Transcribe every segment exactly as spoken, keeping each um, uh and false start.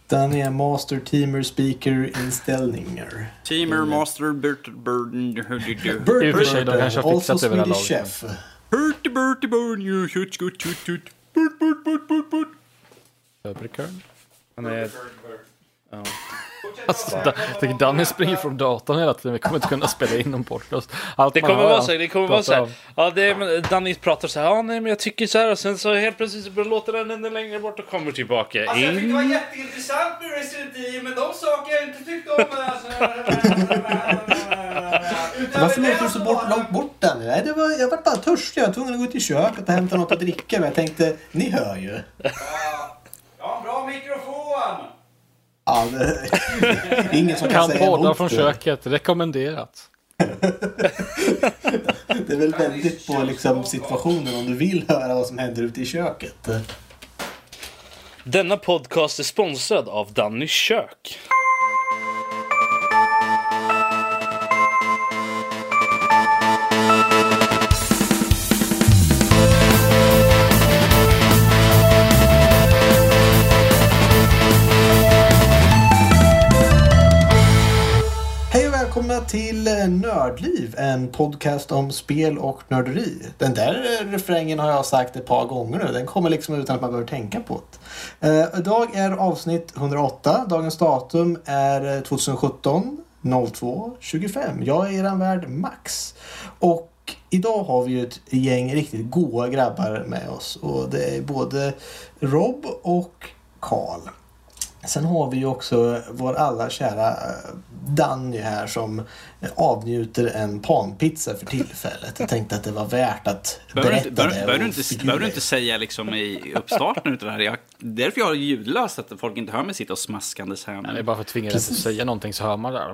Den är Master Teamer Speaker inställningar. Teamer Master Bert Burden. Bert Burden, also Swedish chef. Bertie Bertie Burden, you shoot shoot shoot shoot. Bert Bert Bert Bert Bert. Överkörn. Han är... Ja. Alltså, da, Danny springer från datorn hela tiden. Vi kommer inte kunna spela in någon podcast. Allt det kommer vara så, det kommer vara så här. Om. Ja, det är, Danny pratar så här. Ja, nej, men jag tycker så här. Och sen så helt plötsligt så låter den ännu längre bort och kommer tillbaka. Alltså, jag tyckte det var jätteintressant med Resident Evil, men de saker jag inte tyckte om. Alltså. Varför låter du så bort, långt bort den? Nej, det var, jag var bara törstig. Jag var tvungen att gå ut i köket och hämta något att dricka. Men jag tänkte, ni hör ju. Ja, ja, bra mikrofon. Ja, det, ingen som kan, kan säga båda emot från det. köket, rekommenderat. Det är väl väldigt på liksom, situationen om du vill höra vad som händer ute i köket. Denna podcast är sponsrad av Danny Kök. Välkomna till Nördliv, en podcast om spel och nörderi. Den där refrängen har jag sagt ett par gånger nu. Den kommer liksom utan att man behöver tänka på det. Uh, idag är avsnitt hundraåtta. Dagens datum är tjugosjutton två tjugofem. Jag är eran värd Max. Och idag har vi ju ett gäng riktigt goa grabbar med oss. Och det är både Rob och Carl. Sen har vi ju också vår alla kära Danny här som avnjuter en panpizza för tillfället. Jag tänkte att det var värt att behöver berätta inte, det. Behöver du inte, behöver du inte säga liksom i uppstarten utav det här? Jag, därför jag har ljudlöst att folk inte hör mig sitta och smaskandes här. Nej, det är bara för att tvinga dig att säga någonting så hör man där.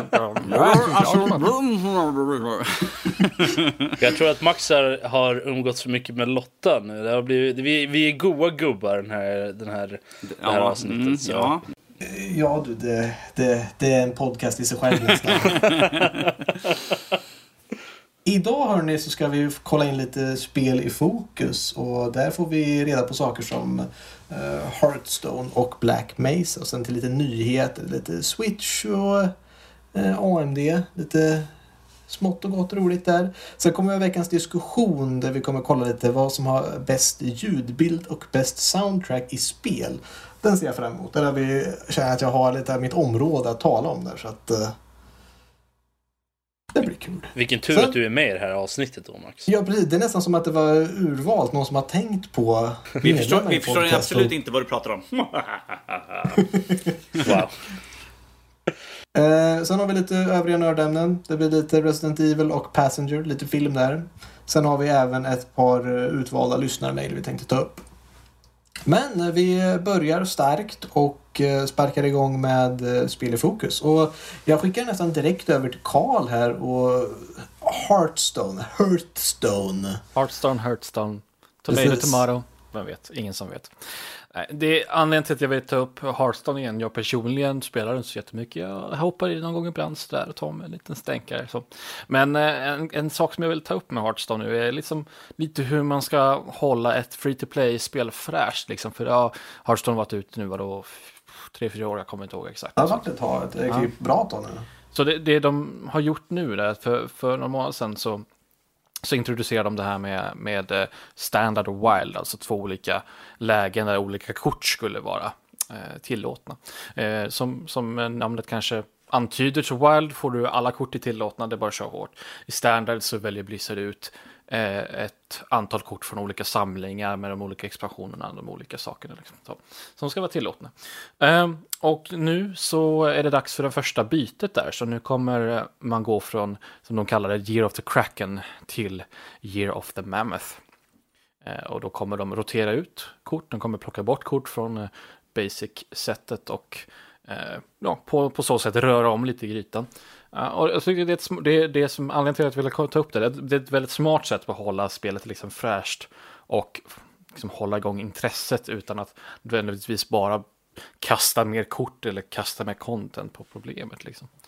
Jag tror att Max har, har umgåtts för mycket med Lotta nu. Det har blivit, vi, vi är goa gubbar den här, den här, det här ja, avsnittet. Mm, så. ja. Ja, du, det, det, det är en podcast i sig själv nästan. Idag hörni så ska vi kolla in lite spel i fokus och där får vi reda på saker som uh, Hearthstone och Black Mesa och sen till lite nyheter, lite Switch och uh, A M D, lite smått och gott roligt där. Sen kommer vi ha veckans diskussion där vi kommer kolla lite vad som har bäst ljudbild och bäst soundtrack i spel. Den ser jag fram emot. Där vi känner att jag har lite av mitt område att tala om där. Så att uh, det blir kul. Vilken tur Sen, att du är med i det här avsnittet då, Max. Ja, precis. Det är nästan som att det var urvalt. Någon som har tänkt på... Vi förstår, vi förstår absolut och... inte vad du pratar om. Wow. Eh, sen har vi lite övriga nördämnen. Det blir lite Resident Evil och Passenger. Lite film där. Sen har vi även ett par utvalda lyssnarmail vi tänkte ta upp. Men vi börjar starkt och sparkar igång med spel i fokus. Och jag skickar nästan direkt över till Carl här och Hearthstone. Hearthstone. Hearthstone, Hearthstone. Tomato, tomato. Vem vet? Ingen som vet. Nej, det är anledningen till att jag vill ta upp Hearthstone igen. Jag personligen spelar inte så jättemycket. Jag hoppar i någon gång ibland så där och tar med en liten stänkare. Så. Men en, en sak som jag vill ta upp med Hearthstone nu är liksom lite hur man ska hålla ett free-to-play-spel fräscht. Liksom. För ja, Hearthstone har varit ute nu, vadå, tre, fyra år, jag kommer inte ihåg exakt. Det har varit ett tag, det är ja. bra tag nu. Så det, det de har gjort nu, där, för, för några månader sedan så så introducerar de det här med, med standard och wild, alltså två olika lägen där olika kort skulle vara eh, tillåtna. Eh, som, som namnet kanske antyder, så wild får du alla kort i tillåtna, det bara kör hårt. I standard så väljer Blizzard ut eh, ett antal kort från olika samlingar med de olika expansionerna, de olika sakerna liksom, så, som ska vara tillåtna. Eh, och nu så är det dags för det första bytet där, så nu kommer man gå från, som de kallar det, Year of the Kraken till Year of the Mammoth. Eh, och då kommer de rotera ut kort, de kommer plocka bort kort från eh, basic-sättet och eh, ja, på, på så sätt röra om lite i grytan. Uh, och jag tycker det är, ett, det, det är som anledningen till att jag vill ta upp det. Det är ett väldigt smart sätt att hålla spelet liksom fräscht och liksom hålla igång intresset utan att nödvändigtvis bara kasta mer kort eller kasta mer content på problemet. Liksom.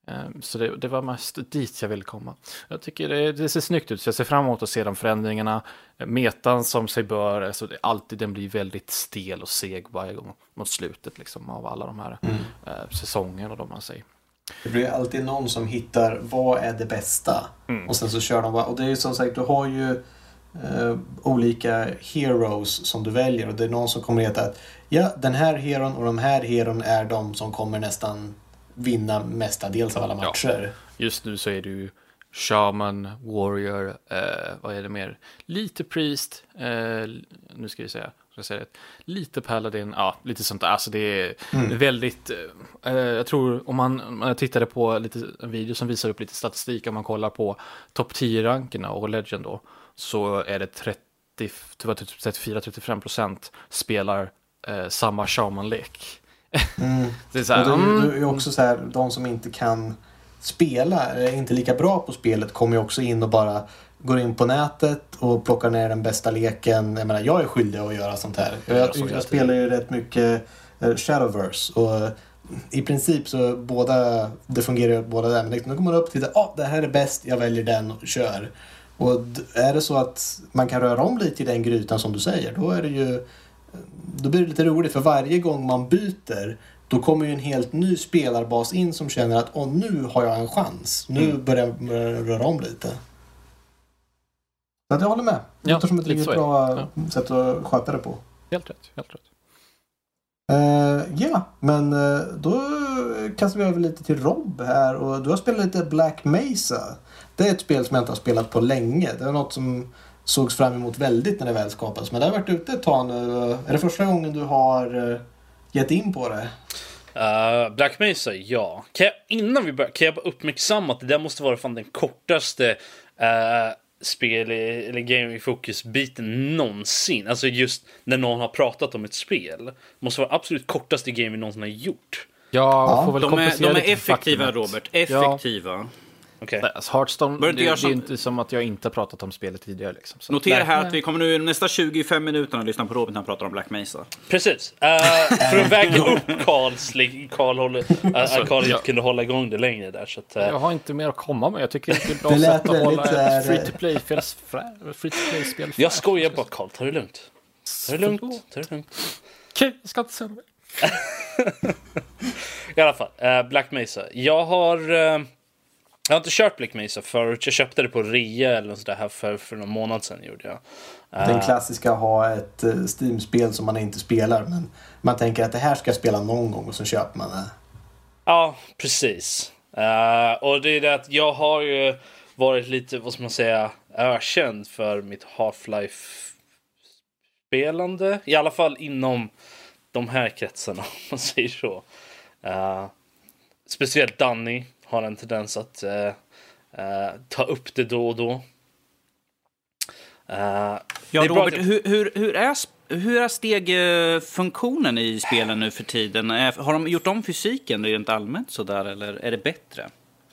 Så det, det var mest dit jag ville komma. Jag tycker det, det ser snyggt ut, så jag ser fram emot att se de förändringarna. Metan som sig bör, alltså det, alltid den blir väldigt stel och seg varje gång mot slutet liksom, av alla de här mm. eh, säsongerna då man säger. Det blir alltid någon som hittar vad är det bästa. Mm. Och sen så kör de bara, och det är ju som sagt, du har ju eh, olika heroes som du väljer, och det är någon som kommer att heta att ja, den här heron och de här heron är de som kommer nästan vinna mestadels av alla matcher. Ja. Just nu så är du Shaman, Warrior, eh, vad är det mer? Lite Priest, eh, nu ska vi säga, ska jag säga det? Lite Paladin, ja, lite sånt där. Alltså det är mm. väldigt, eh, jag tror om man, om man tittade på lite, en video som visar upp lite statistik, om man kollar på topp tio-rankerna och Legend då, så är det trettio, trettiofyra till trettiofem procent spelar eh, samma Shaman-lek. Mm. Det är så här, och det, mm. det är också så här, de som inte kan spela, är inte lika bra på spelet, kommer ju också in och bara går in på nätet och plockar ner den bästa leken. Jag menar, jag är skyldig att göra sånt här. Jag, jag, jag, jag spelar ju rätt mycket uh, Shadowverse, och i princip så båda, det fungerar ju båda där, men nu kommer man upp till att ah, det här är bäst, jag väljer den och kör. Och är det så att man kan röra om lite i den grytan som du säger, då är det ju då blir det lite roligt, för varje gång man byter då kommer ju en helt ny spelarbas in som känner att åh, nu har jag en chans. Nu mm. börjar jag röra om lite. Så att jag håller med. Det ja, låter som ett riktigt bra ja. sätt att sköta det på. Helt rätt, helt rätt. Uh, ja, men uh, då kastar vi över lite till Rob här, och du har spelat lite Black Mesa. Det är ett spel som jag inte har spelat på länge. Det är något som sågs fram emot väldigt när det väl skapades. Men det har varit ute ett tag nu. Är det första gången du har uh, gett in på det? Uh, Black Mesa, ja. Kan jag, innan vi börjar, kan jag bara uppmärksamma att det där måste vara fan den kortaste uh, spel eller game i fokus-biten någonsin. Alltså just när någon har pratat om ett spel. Måste vara absolut kortaste game vi någonsin har gjort. Ja, ja. får väl de, är, de är effektiva, faktumet. Robert. Effektiva. Ja. Okay. Alltså Hearthstone, det, det är som... inte som att jag inte har pratat om spelet tidigare. Liksom. Så notera nej, här nej. att vi kommer nu nästa tjugofem minuter att lyssna på Robert när han pratar om Black Mesa. Precis. Uh, för att väga upp Karls... Karl håller, uh, alltså, Karl inte ja. kunde hålla igång det längre där. Så att, uh... Jag har inte mer att komma med. Jag tycker inte det är bra det sätt att hålla ett free-to-play-spel. Jag skojar bara, Karl. Ta det lugnt. Ta det lugnt. Ta det lugnt. Okej, okay, jag ska inte säga det. I alla fall, uh, Black Mesa. Jag har... Uh, Jag har inte kört Black Mesa förut. Jag köpte det på rea eller något sådär här för, för någon månad sedan gjorde jag. Den klassiska ha ett uh, Steam-spel som man inte spelar, men man tänker att det här ska jag spela någon gång och så köper man det. Ja, precis. Uh, och det är det att jag har ju varit lite, vad ska man säga, ökänd för mitt Half-Life-spelande. I alla fall inom de här kretsarna, om man säger så. Uh, speciellt Danny har en tendens att uh, uh, ta upp det då och då. Uh, ja, Robert, hur, hur, hur, är, hur är stegfunktionen i spelen nu för tiden? Har de gjort om fysiken rent allmänt sådär, eller är det bättre?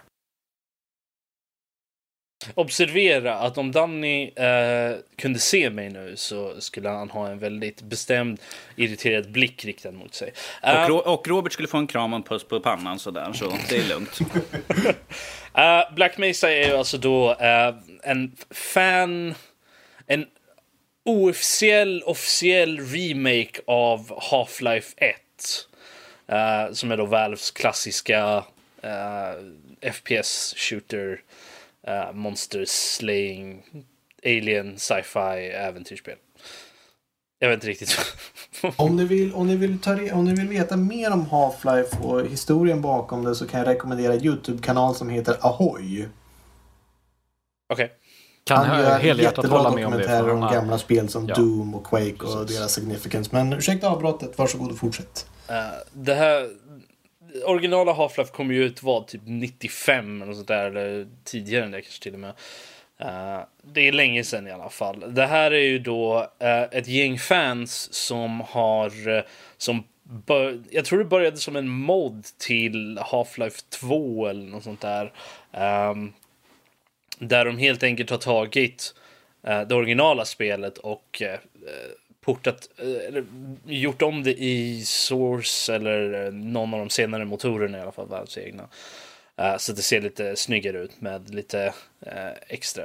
Observera att om Danny uh, kunde se mig nu så skulle han ha en väldigt bestämd, irriterad blick riktad mot sig. Uh, och, och Robert skulle få en kram och en puss på pannan sådär, så det är lugnt. uh, Black Mesa är ju alltså då uh, en fan... En oofficiell officiell remake av Half-Life ett. Uh, som är då Valves klassiska uh, F P S-shooter, uh, monster slaying, alien, sci-fi äventyrsspel. Jag vet inte riktigt. om ni vill, om ni vill, ta, om ni vill veta mer om Half-Life och historien bakom det, så kan jag rekommendera en YouTube-kanal som heter Ahoy. Okej. Okay. Kan han gör helhjärtat hålla med om det. Dokumentärer om gamla spel som ja. Doom och Quake och Precis. deras significance. Men ursäkta avbrottet, varsågod och fortsätt. Uh, det här originala Half-Life kom ju ut var typ nittiofem eller sånt där, eller tidigare än det kanske till och med. Uh, det är länge sedan i alla fall. Det här är ju då uh, ett gäng fans som har uh, som bör- jag tror det började som en mod till Half-Life två eller något sånt där. Um, Där de helt enkelt har tagit uh, det originala spelet och uh, portat, uh, gjort om det i Source eller uh, någon av de senare motorerna i alla fall, Valves egna. Uh, så det ser lite snyggare ut med lite uh, extra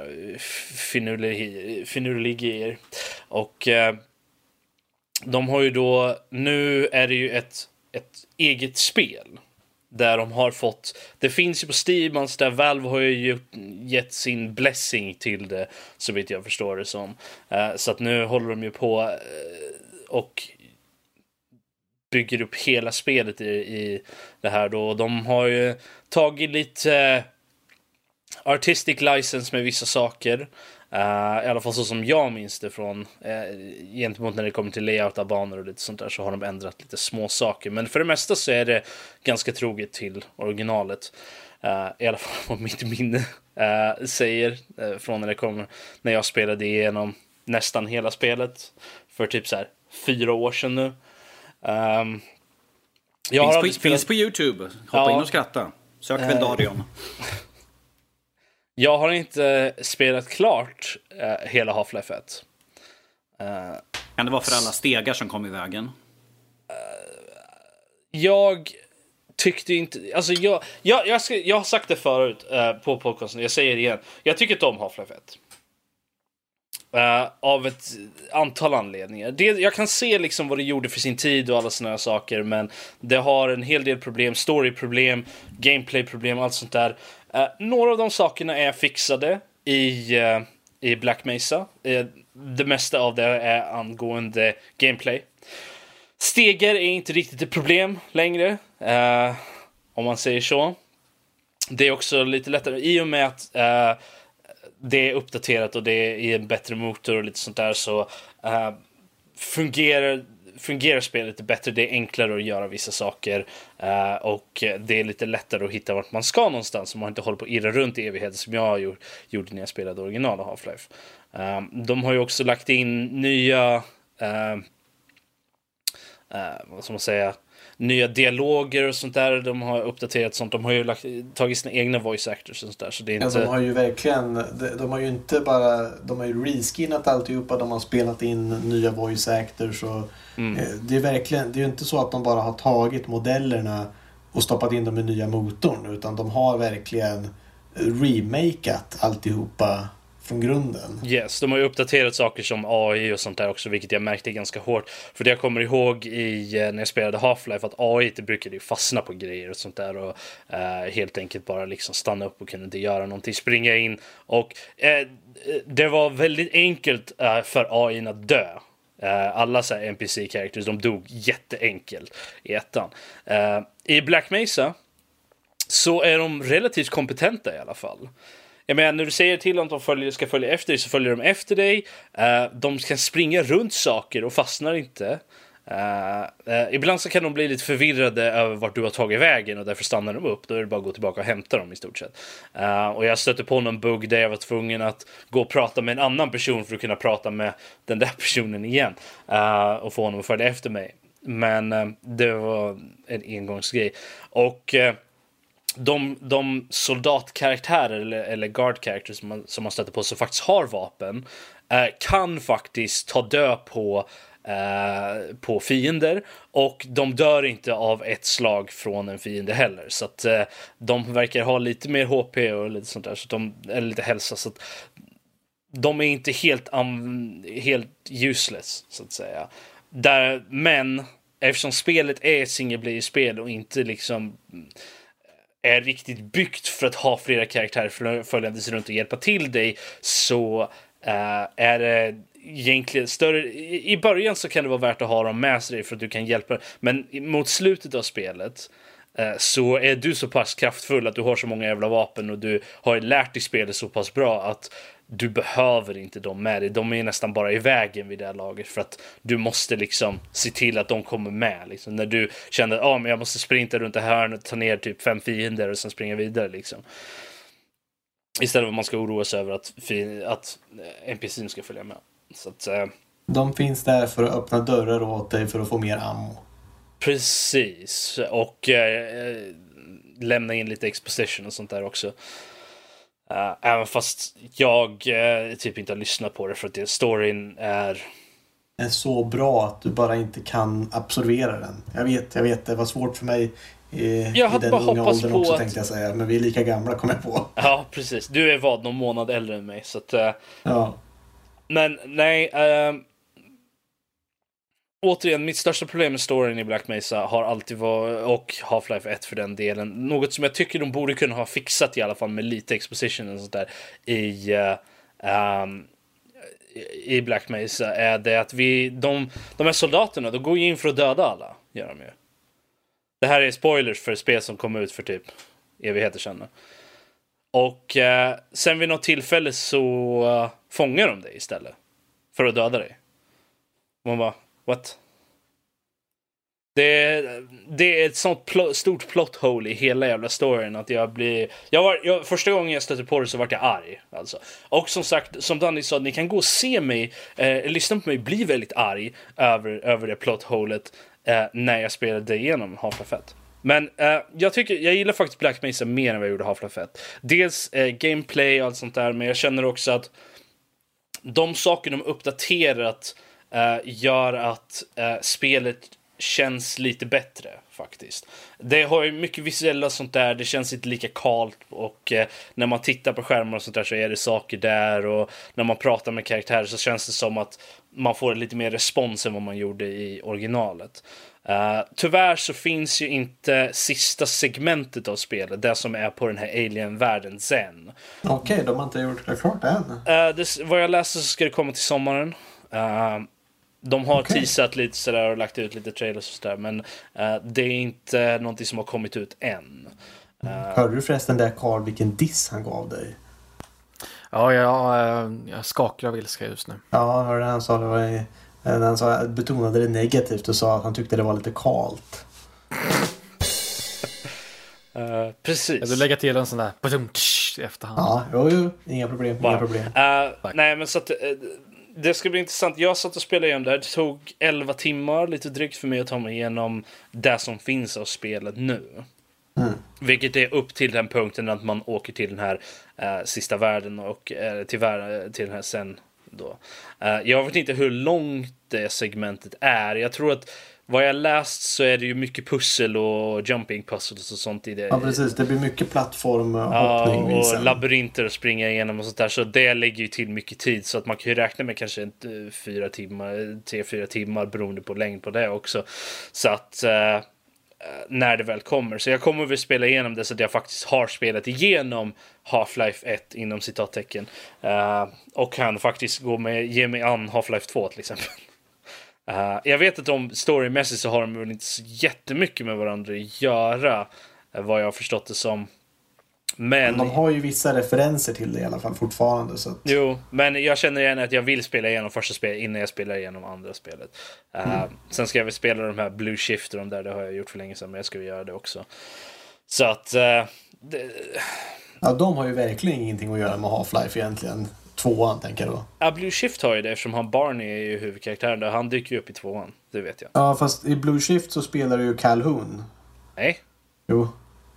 finurligier. Och uh, de har ju då, nu är det ju ett, ett eget spel där de har fått, det finns ju på Steam, alltså där Valve har ju gjort, gett sin blessing till det, så vitt jag förstår det som. Uh, så att nu håller de ju på uh, och bygger upp hela spelet i, i det här då. De har ju tagit lite uh, artistic license med vissa saker. Uh, I alla fall så som jag minns det från uh, gentemot när det kommer till layout av banor och lite sånt där, så har de ändrat lite små saker. Men för det mesta så är det ganska troget till originalet. Uh, I alla fall vad mitt minne uh, säger uh, från när det kommer, när jag spelade igenom nästan hela spelet för typ så här fyra år sedan nu. Um, jag finns, på, spelat... finns på YouTube. Hoppa ja. in och skratta. Sök uh, Veldarion. Jag har inte spelat klart uh, hela Half-Life ett. Uh, kan det vara för alla stegar som kom i vägen? Uh, jag tyckte inte... Alltså jag, jag, jag, ska, jag har sagt det förut uh, på podcasten. Jag säger det igen. Jag tycker inte om Half-Life ett. Uh, av ett antal anledningar. Det, jag kan se liksom vad det gjorde för sin tid och alla såna här saker, men det har en hel del problem, storyproblem, gameplayproblem, allt sånt där. Uh, några av de sakerna är fixade i, uh, i Black Mesa. Uh, det mesta av det är angående gameplay. Stegar är inte riktigt ett problem längre, uh, om man säger så. Det är också lite lättare i och med att uh, det är uppdaterat och det är en bättre motor och lite sånt där, så uh, fungerar, fungerar spelet lite bättre. Det är enklare att göra vissa saker uh, och det är lite lättare att hitta vart man ska någonstans, så man inte håller på att irra runt i evigheter som jag gjorde, gjorde när jag spelade originala Half-Life. Uh, de har ju också lagt in nya uh, uh, vad ska man säga, nya dialoger och sånt där. De har uppdaterat sånt. De har ju lagt, tagit sina egna voice actors och sånt där. Så det är inte... ja, de har ju verkligen, de, de har ju inte bara, de har ju reskinnat alltihopa. De har spelat in nya voice actors och mm. eh, det är verkligen, det är ju inte så att de bara har tagit modellerna och stoppat in dem i nya motorn, utan de har verkligen remakat alltihopa från grunden. Yes, de har ju uppdaterat saker som A I och sånt där också, vilket jag märkte ganska hårt. För det jag kommer ihåg i, när jag spelade Half-Life, att A I inte brukade ju fastna på grejer och sånt där och uh, helt enkelt bara liksom stanna upp och kunde inte göra någonting, springa in. Och uh, det var väldigt enkelt uh, för A I att dö. Uh, alla så här N P C-characters, de dog jätteenkelt i ettan. Uh, I Black Mesa så är de relativt kompetenta i alla fall. Jag menar, när du säger till dem att de följer, ska följa efter dig, så följer de efter dig. Uh, de kan springa runt saker och fastnar inte. Uh, uh, ibland så kan de bli lite förvirrade över vart du har tagit vägen och därför stannar de upp. Då är det bara att gå tillbaka och hämta dem i stort sett. Uh, och jag stötte på någon bugg där jag var tvungen att gå och prata med en annan person för att kunna prata med den där personen igen. Uh, och få honom att följa efter mig. Men uh, det var en engångsgrej. Och... Uh, De, de soldatkaraktärer eller, eller guard-karaktärer som man, som man stöter på som faktiskt har vapen eh, kan faktiskt ta död på, eh, på fiender, och de dör inte av ett slag från en fiende heller, så att eh, de verkar ha lite mer H P och lite sånt där, så de, eller lite hälsa, så att de är inte helt, um, helt useless så att säga. Där, men eftersom spelet är ett single-player-spel och inte liksom är riktigt byggt för att ha flera karaktärer följandes runt och hjälpa till dig, så uh, är det egentligen större... I början så kan det vara värt att ha dem med sig för att du kan hjälpa, men mot slutet av spelet uh, så är du så pass kraftfull att du har så många jävla vapen och du har lärt dig spelet så pass bra att du behöver inte dem med dig. De är nästan bara i vägen vid det här laget, för att du måste liksom se till att de kommer med. Liksom. När du känner att ah, men jag måste sprinta runt det här och ta ner typ fem fiender och sen springa vidare. Liksom. Istället för att man ska oroa sig över att, att N P C ska följa med. Så att, eh, de finns där för att öppna dörrar åt dig för att få mer ammo. Precis. Och eh, lämna in lite exposition och sånt där också. Uh, även fast jag uh, typ inte har lyssnat på det, för att det, storyn är är så bra att du bara inte kan absorbera den. Jag vet, jag vet, det var svårt för mig i, jag i hade den bara unga hoppats åldern på också att... tänkte jag säga. Men vi är lika gamla, kom jag på. Ja, precis. Du är vad, någon månad äldre än mig. Så att, uh... Ja. Men nej... Uh... Återigen, mitt största problem med storyn i Black Mesa har alltid varit, och Half-Life ett för den delen, något som jag tycker de borde kunna ha fixat i alla fall med lite exposition och sånt där i, uh, um, i Black Mesa, är det att vi, de, de här soldaterna, de går ju in för att döda alla, gör de ju. Det här är spoilers för ett spel som kom ut för typ evigheter sedan. Och uh, sen vid något tillfälle så uh, fångar de dig istället för att döda dig. Man bara, what? Det, det är ett sånt pl- stort plot hole i hela jävla storyn att jag blir... Jag var, jag, första gången jag stötte på det så var jag arg. Alltså. Och som sagt, som Danny sa, ni kan gå och se mig, eh, lyssna på mig, bli väldigt arg över, över det plot holet eh, när jag spelade igenom Half-Life ett. Men eh, jag tycker, jag gillar faktiskt Black Mesa mer än vad jag gjorde Half-Life ett. Dels eh, gameplay och allt sånt där, men jag känner också att de saker de uppdaterat Uh, gör att uh, spelet känns lite bättre faktiskt. Det har ju mycket visuella sånt där, det känns inte lika kalt och uh, när man tittar på skärmar och sånt där så är det saker där, och när man pratar med karaktärer så känns det som att man får lite mer respons än vad man gjorde i originalet. Uh, tyvärr så finns ju inte sista segmentet av spelet, det som är på den här alien-världen sen. Okej, okay, de har inte gjort det klart än. Uh, det, vad jag läste så ska det komma till sommaren. Uh, De har okay. teasat lite sådär och lagt ut lite trailers och sådär, men uh, det är inte någonting som har kommit ut än. Uh, Hörde du förresten där Carl vilken diss han gav dig? Ja, jag, jag skakar av ilska just nu. Ja, hörde han sa det var, han sa, betonade det negativt och sa att han tyckte det var lite kalt. uh, precis. Du lägger till en sån där i efterhand. Ja, jo, jo. Inga problem. Inga problem. Uh, nej, men så att... Uh, det ska bli intressant. Jag satt och spelade igen där. Det tog elva timmar, lite drygt för mig att ta mig igenom det som finns av spelet nu. Mm. Vilket är upp till den punkten att man åker till den här eh, sista världen och eh, till, vär- till den här sen då. Eh, jag vet inte hur långt det segmentet är. Jag tror att vad jag läst så är det ju mycket pussel och jumping puzzles och sånt i det. Ja, precis. Det blir mycket plattform och ja, hoppning. och labyrinter att springa igenom och sånt där. Så det lägger ju till mycket tid. Så att man kan ju räkna med kanske inte fyra timmar, tre, fyra timmar beroende på längd på det också. Så att eh, när det väl kommer. Så jag kommer väl spela igenom det så att jag faktiskt har spelat igenom Half-Life ett inom citattecken. Eh, och kan faktiskt gå med, ge mig an Half-Life två till exempel. Uh, jag vet att de storymässigt så har de väl inte så jättemycket med varandra att göra, uh, vad jag har förstått det som. Men de har ju vissa referenser till det i alla fall fortfarande. Så att... Jo, men jag känner igen att jag vill spela igenom första spelet innan jag spelar igenom andra spelet. Uh, mm. Sen ska jag väl spela de här Blue Shift och de där, det har jag gjort för länge sedan, men jag ska göra det också. Så att... Uh, det... Ja, de har ju verkligen ingenting att göra med Half-Life egentligen. Tvåan, tänker jag då. Ja, Blue Shift har ju det eftersom han Barney är ju huvudkaraktären där. Han dyker ju upp i tvåan, det vet jag. Ja, fast i Blue Shift så spelar du ju Calhoun. Nej. Jo.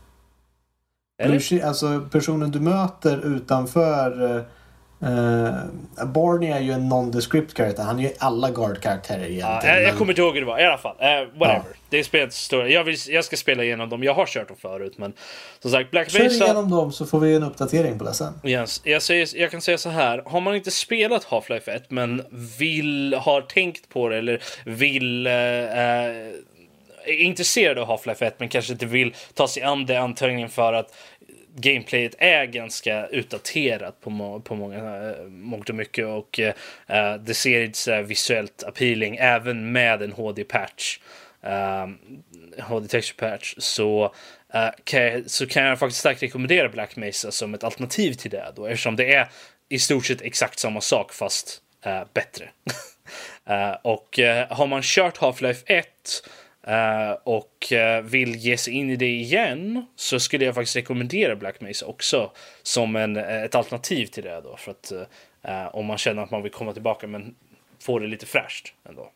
Blue Shift, alltså personen du möter utanför... Uh, Barney är ju en nondescript karaktär. Han är ju alla guard-karaktärer egentligen. Ja, jag, jag men... kommer inte ihåg hur det var. I alla fall, uh, whatever. Ja. Det är spelets story. Jag, vill, jag ska spela igenom dem. Jag har kört dem förut, men som sagt, Black Mesa... Kör igenom dem så får vi en uppdatering på det sen. Yes. Jag, säger, jag kan säga så här. Har man inte spelat Half-Life ett men vill, har tänkt på det eller vill... Uh, uh, är intresserad av Half-Life ett men kanske inte vill ta sig an det antagligen för att gameplayet är ganska utdaterat på, må- på många, mångt och mycket och uh, det ser inte så visuellt appealing även med en H D-patch, uh, H D texture patch, så, uh, kan jag, så kan jag faktiskt starkt rekommendera Black Mesa som ett alternativ till det då, eftersom det är i stort sett exakt samma sak fast uh, bättre. uh, och uh, har man kört Half-Life ett Uh, och uh, vill ge sig in i det igen så skulle jag faktiskt rekommendera Black Mesa också som en, ett alternativ till det då, för att uh, om man känner att man vill komma tillbaka men få det lite fräscht ändå.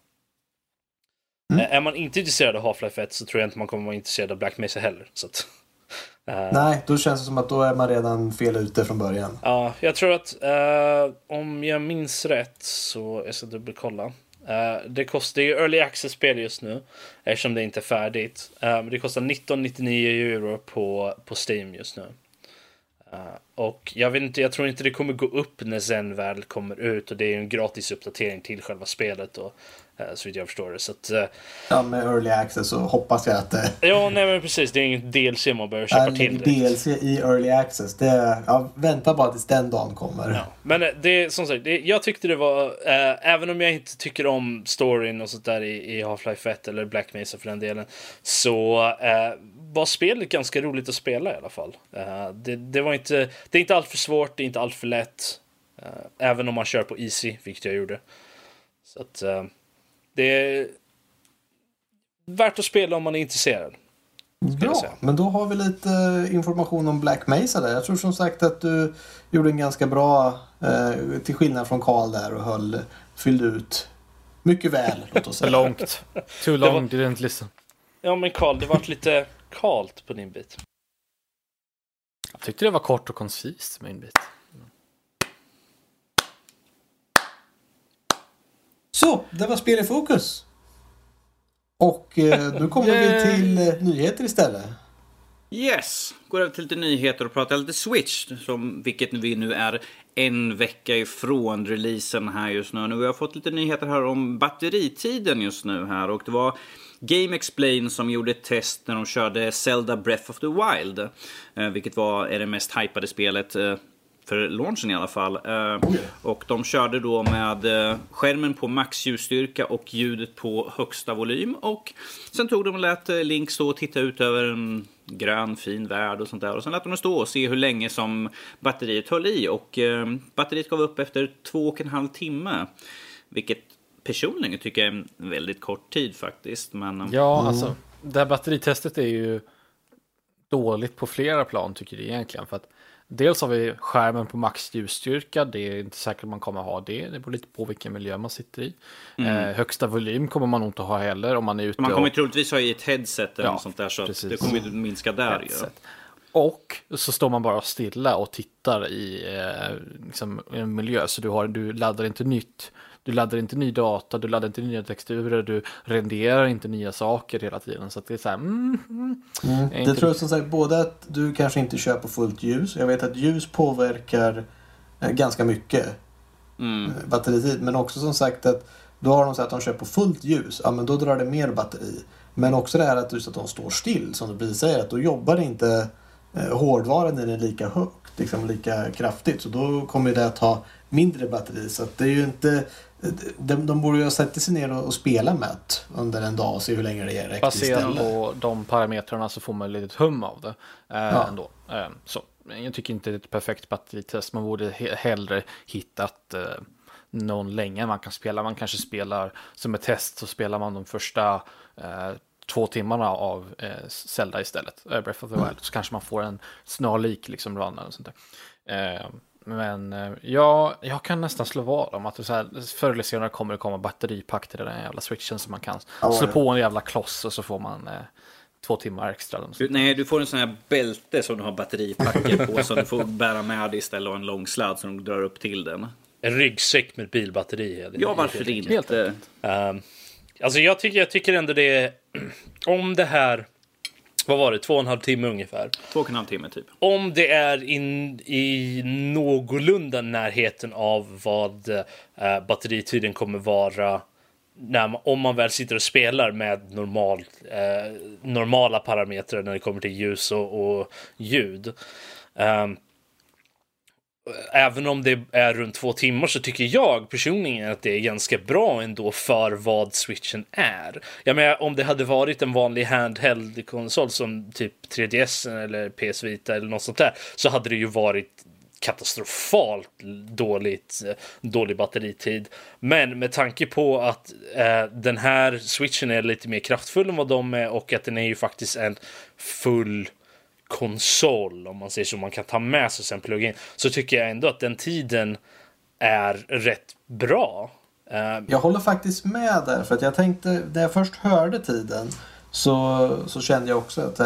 Mm. Uh, är man inte intresserad av Half-Life ett så tror jag inte man kommer vara intresserad av Black Mesa heller, så att, uh, nej, då känns det som att då är man redan fel ute från början. Ja, uh, jag tror att uh, om jag minns rätt så jag ska dubbelkolla. Uh, det kostar ju early access-spel just nu eftersom det inte är färdigt. Uh, det kostar nitton nittionio euro på, på Steam just nu. Uh, och jag vet inte, jag tror inte det kommer gå upp när Zen väl kommer ut, och det är ju en gratis uppdatering till själva spelet och uh, så vitt jag förstår det. Så att, uh, ja, med early access så hoppas jag att det... ja, nej men precis, det är inget D L C man behöver köpa till direkt. D L C i early access, det, ja, vänta bara tills den dagen kommer. Ja. Men det, som sagt, det, jag tyckte det var, uh, även om jag inte tycker om storyn och sånt där i, i Half-Life ett eller Black Mesa för den delen, så uh, var spelet ganska roligt att spela i alla fall. Uh, det, det var inte, det är inte allt för svårt, det är inte allt för lätt. Uh, även om man kör på easy, vilket jag gjorde. Så att uh, det är värt att spela om man är intresserad. Bra, men då har vi lite information om Black Mesa där. Jag tror som sagt att du gjorde en ganska bra, uh, till skillnad från Carl där, och höll, fyllde ut mycket väl, låt oss säga. För långt. Too long, var... didn't listen. Ja, men Carl, det var lite kalt på din bit. Jag tyckte det var kort och koncist, min bit. Så, det var spel i fokus. Och eh, nu kommer vi till eh, nyheter istället. Yes, går över till lite nyheter och pratar lite Switch, som, vilket vi nu är en vecka ifrån releasen här just nu. Nu har jag fått lite nyheter här om batteritiden just nu här, och det var Game Explain som gjorde ett test när de körde Zelda Breath of the Wild, eh, vilket var är det mest hypade spelet eh, för launchen i alla fall. Eh, och de körde då med eh, skärmen på max ljusstyrka och ljudet på högsta volym, och sen tog de och lät eh, Link stå och titta ut över en grön fin värld och sånt där, och sen lät de stå och se hur länge som batteriet höll i, och eh, batteriet gav upp efter två och en halv timme, vilket personligen tycker jag är en väldigt kort tid faktiskt. Men, ja, mm. alltså det här batteritestet är ju dåligt på flera plan tycker jag egentligen, för att dels har vi skärmen på max ljusstyrka, det är inte säkert man kommer ha det, det beror lite på vilken miljö man sitter i. Mm. Eh, högsta volym kommer man nog inte ha heller om man är ute. Man kommer och... troligtvis ha i ett headset eller ja, något sånt där, så precis. det kommer ju minska där. Ja. Och så står man bara stilla och tittar i eh, liksom, en miljö, så du, har, du laddar inte nytt. Du laddar inte ny data, du laddar inte nya texturer, du renderar inte nya saker hela tiden. Så att det är så här... Mm, mm, mm. Det tror jag som sagt både att du kanske inte kör på fullt ljus. Jag vet att ljus påverkar eh, ganska mycket mm. eh, batteritid. Men också som sagt att då har de sagt att de kör på fullt ljus. Ja, men då drar det mer batteri. Men också det här att, just att de står still, som du precis säger, att då jobbar inte eh, hårdvaran i den lika högt, liksom lika kraftigt. Så då kommer det att ha mindre batteri. Så att det är ju inte... De, de borde ju ha sett sig ner och, och spela med under en dag och se hur länge det är räcker. Baserat på de parametrarna så får man ett litet hum av det eh, ja. ändå. Eh, så jag tycker inte det är ett perfekt batteritest. Man borde he- hellre hittat eh, någon länge man kan spela. Man kanske spelar som ett test, så spelar man de första eh, två timmarna av eh, Zelda istället. Eh, Breath of the Wild. Mm. Så kanske man får en snarlik liksom run eller sånt där. Eh, Men ja, jag kan nästan slå vad om att det så här, förr eller senare kommer det komma batteripack till den här jävla switchen, så man kan oh, slå ja. på en jävla kloss och så får man eh, två timmar extra. Du, nej, du får en sån här bälte som du har batteripacket på, så du får bära med dig istället, och en lång sladd som du drar upp till den. En ryggsäck med bilbatteri. Ja, varför inte? Helt um, alltså jag tycker, jag tycker ändå det är, om det här, vad var det, två och en halv timme ungefär. Två och en halv timme typ. Om det är in, i någorlunda närheten av vad äh, batteritiden kommer vara när man, om man väl sitter och spelar med normal, äh, normala parametrar när det kommer till ljus och, och ljud. Um, Även om det är runt två timmar så tycker jag personligen att det är ganska bra ändå för vad Switchen är. Jag menar, om det hade varit en vanlig handheld-konsol som typ tre D S eller P S Vita eller något sånt där, så hade det ju varit katastrofalt dåligt, dålig batteritid. Men med tanke på att eh, den här Switchen är lite mer kraftfull än vad de är, och att den är ju faktiskt en full konsol, om man säger så, man kan ta med sig sen plugga in, så tycker jag ändå att den tiden är rätt bra. Uh, jag håller faktiskt med där, för att jag tänkte, när jag först hörde tiden så, så kände jag också att här,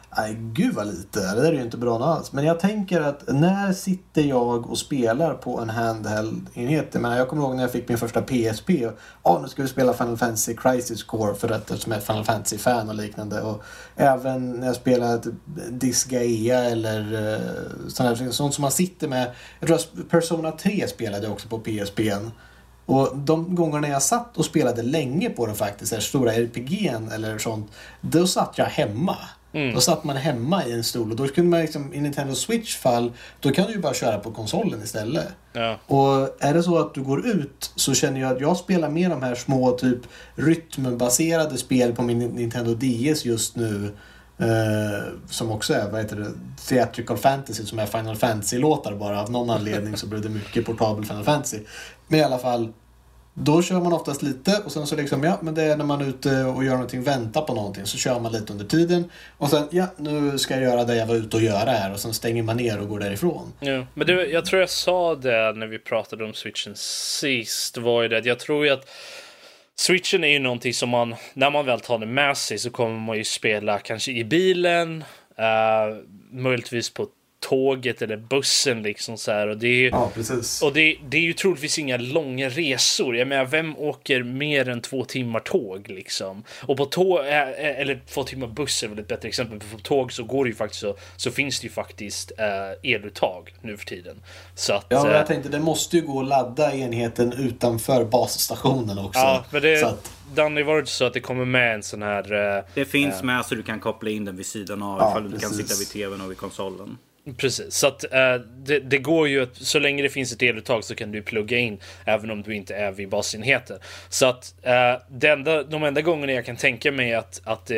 Nej, gud vad lite. Det där är ju inte bra alls. Men jag tänker att när sitter jag och spelar på en handheld-enhet? Men jag kommer ihåg när jag fick min första P S P. Ja, oh, nu ska vi spela Final Fantasy Crisis Core för att som är Final Fantasy-fan och liknande. Och även när jag spelade Disgaea eller uh, sånt, sånt som man sitter med. Jag tror att Persona tre spelade jag också på P S P:n. Och de gångerna jag satt och spelade länge på den faktiskt, här stora R P G:n eller sånt, då satt jag hemma. Mm. Då satt man hemma i en stol och då kunde man liksom, i Nintendo Switch fall, då kan du ju bara köra på konsolen istället. Ja. Och är det så att du går ut så känner jag att jag spelar med de här små typ rytmbaserade spel på min Nintendo D S just nu. Uh, som också är, vad heter det, Theatrical Fantasy, som är Final Fantasy-låtar bara. Av någon anledning så blir det mycket portabel Final Fantasy. Men i alla fall, då kör man oftast lite och sen så liksom, ja, men det är när man är ute och gör någonting, väntar på någonting, så kör man lite under tiden och sen, ja, nu ska jag göra det jag var ute och göra här, och sen stänger man ner och går därifrån. Ja, men det, jag tror jag sa det när vi pratade om Switchen sist, var ju det, jag tror ju att Switchen är ju någonting som man, när man väl tar det med sig, så kommer man ju spela kanske i bilen, uh, möjligtvis på tåget eller bussen liksom så här, och det är ju, ja, precis. Och det, det är ju troligtvis inga långa resor. Jag menar, vem åker mer än två timmar tåg liksom? Och på tåg, eller två timmar buss är väl ett bättre exempel, för på tåg så går det ju faktiskt så, så finns det ju faktiskt eh, eluttag nu för tiden. Så att, ja, jag tänkte det måste ju gå att ladda enheten utanför basstationen också. Ja, men det, så att... Danny, var det så att det kommer med en sån här... Eh, det finns eh, med så du kan koppla in den vid sidan av, ja, ifall du precis. kan sitta vid tvn och vid konsolen. Precis, så att äh, det, det går ju att, så länge det finns ett eluttag så kan du plugga in även om du inte är vid basenheten. Så att äh, det enda, de enda gångerna jag kan tänka mig att, att äh,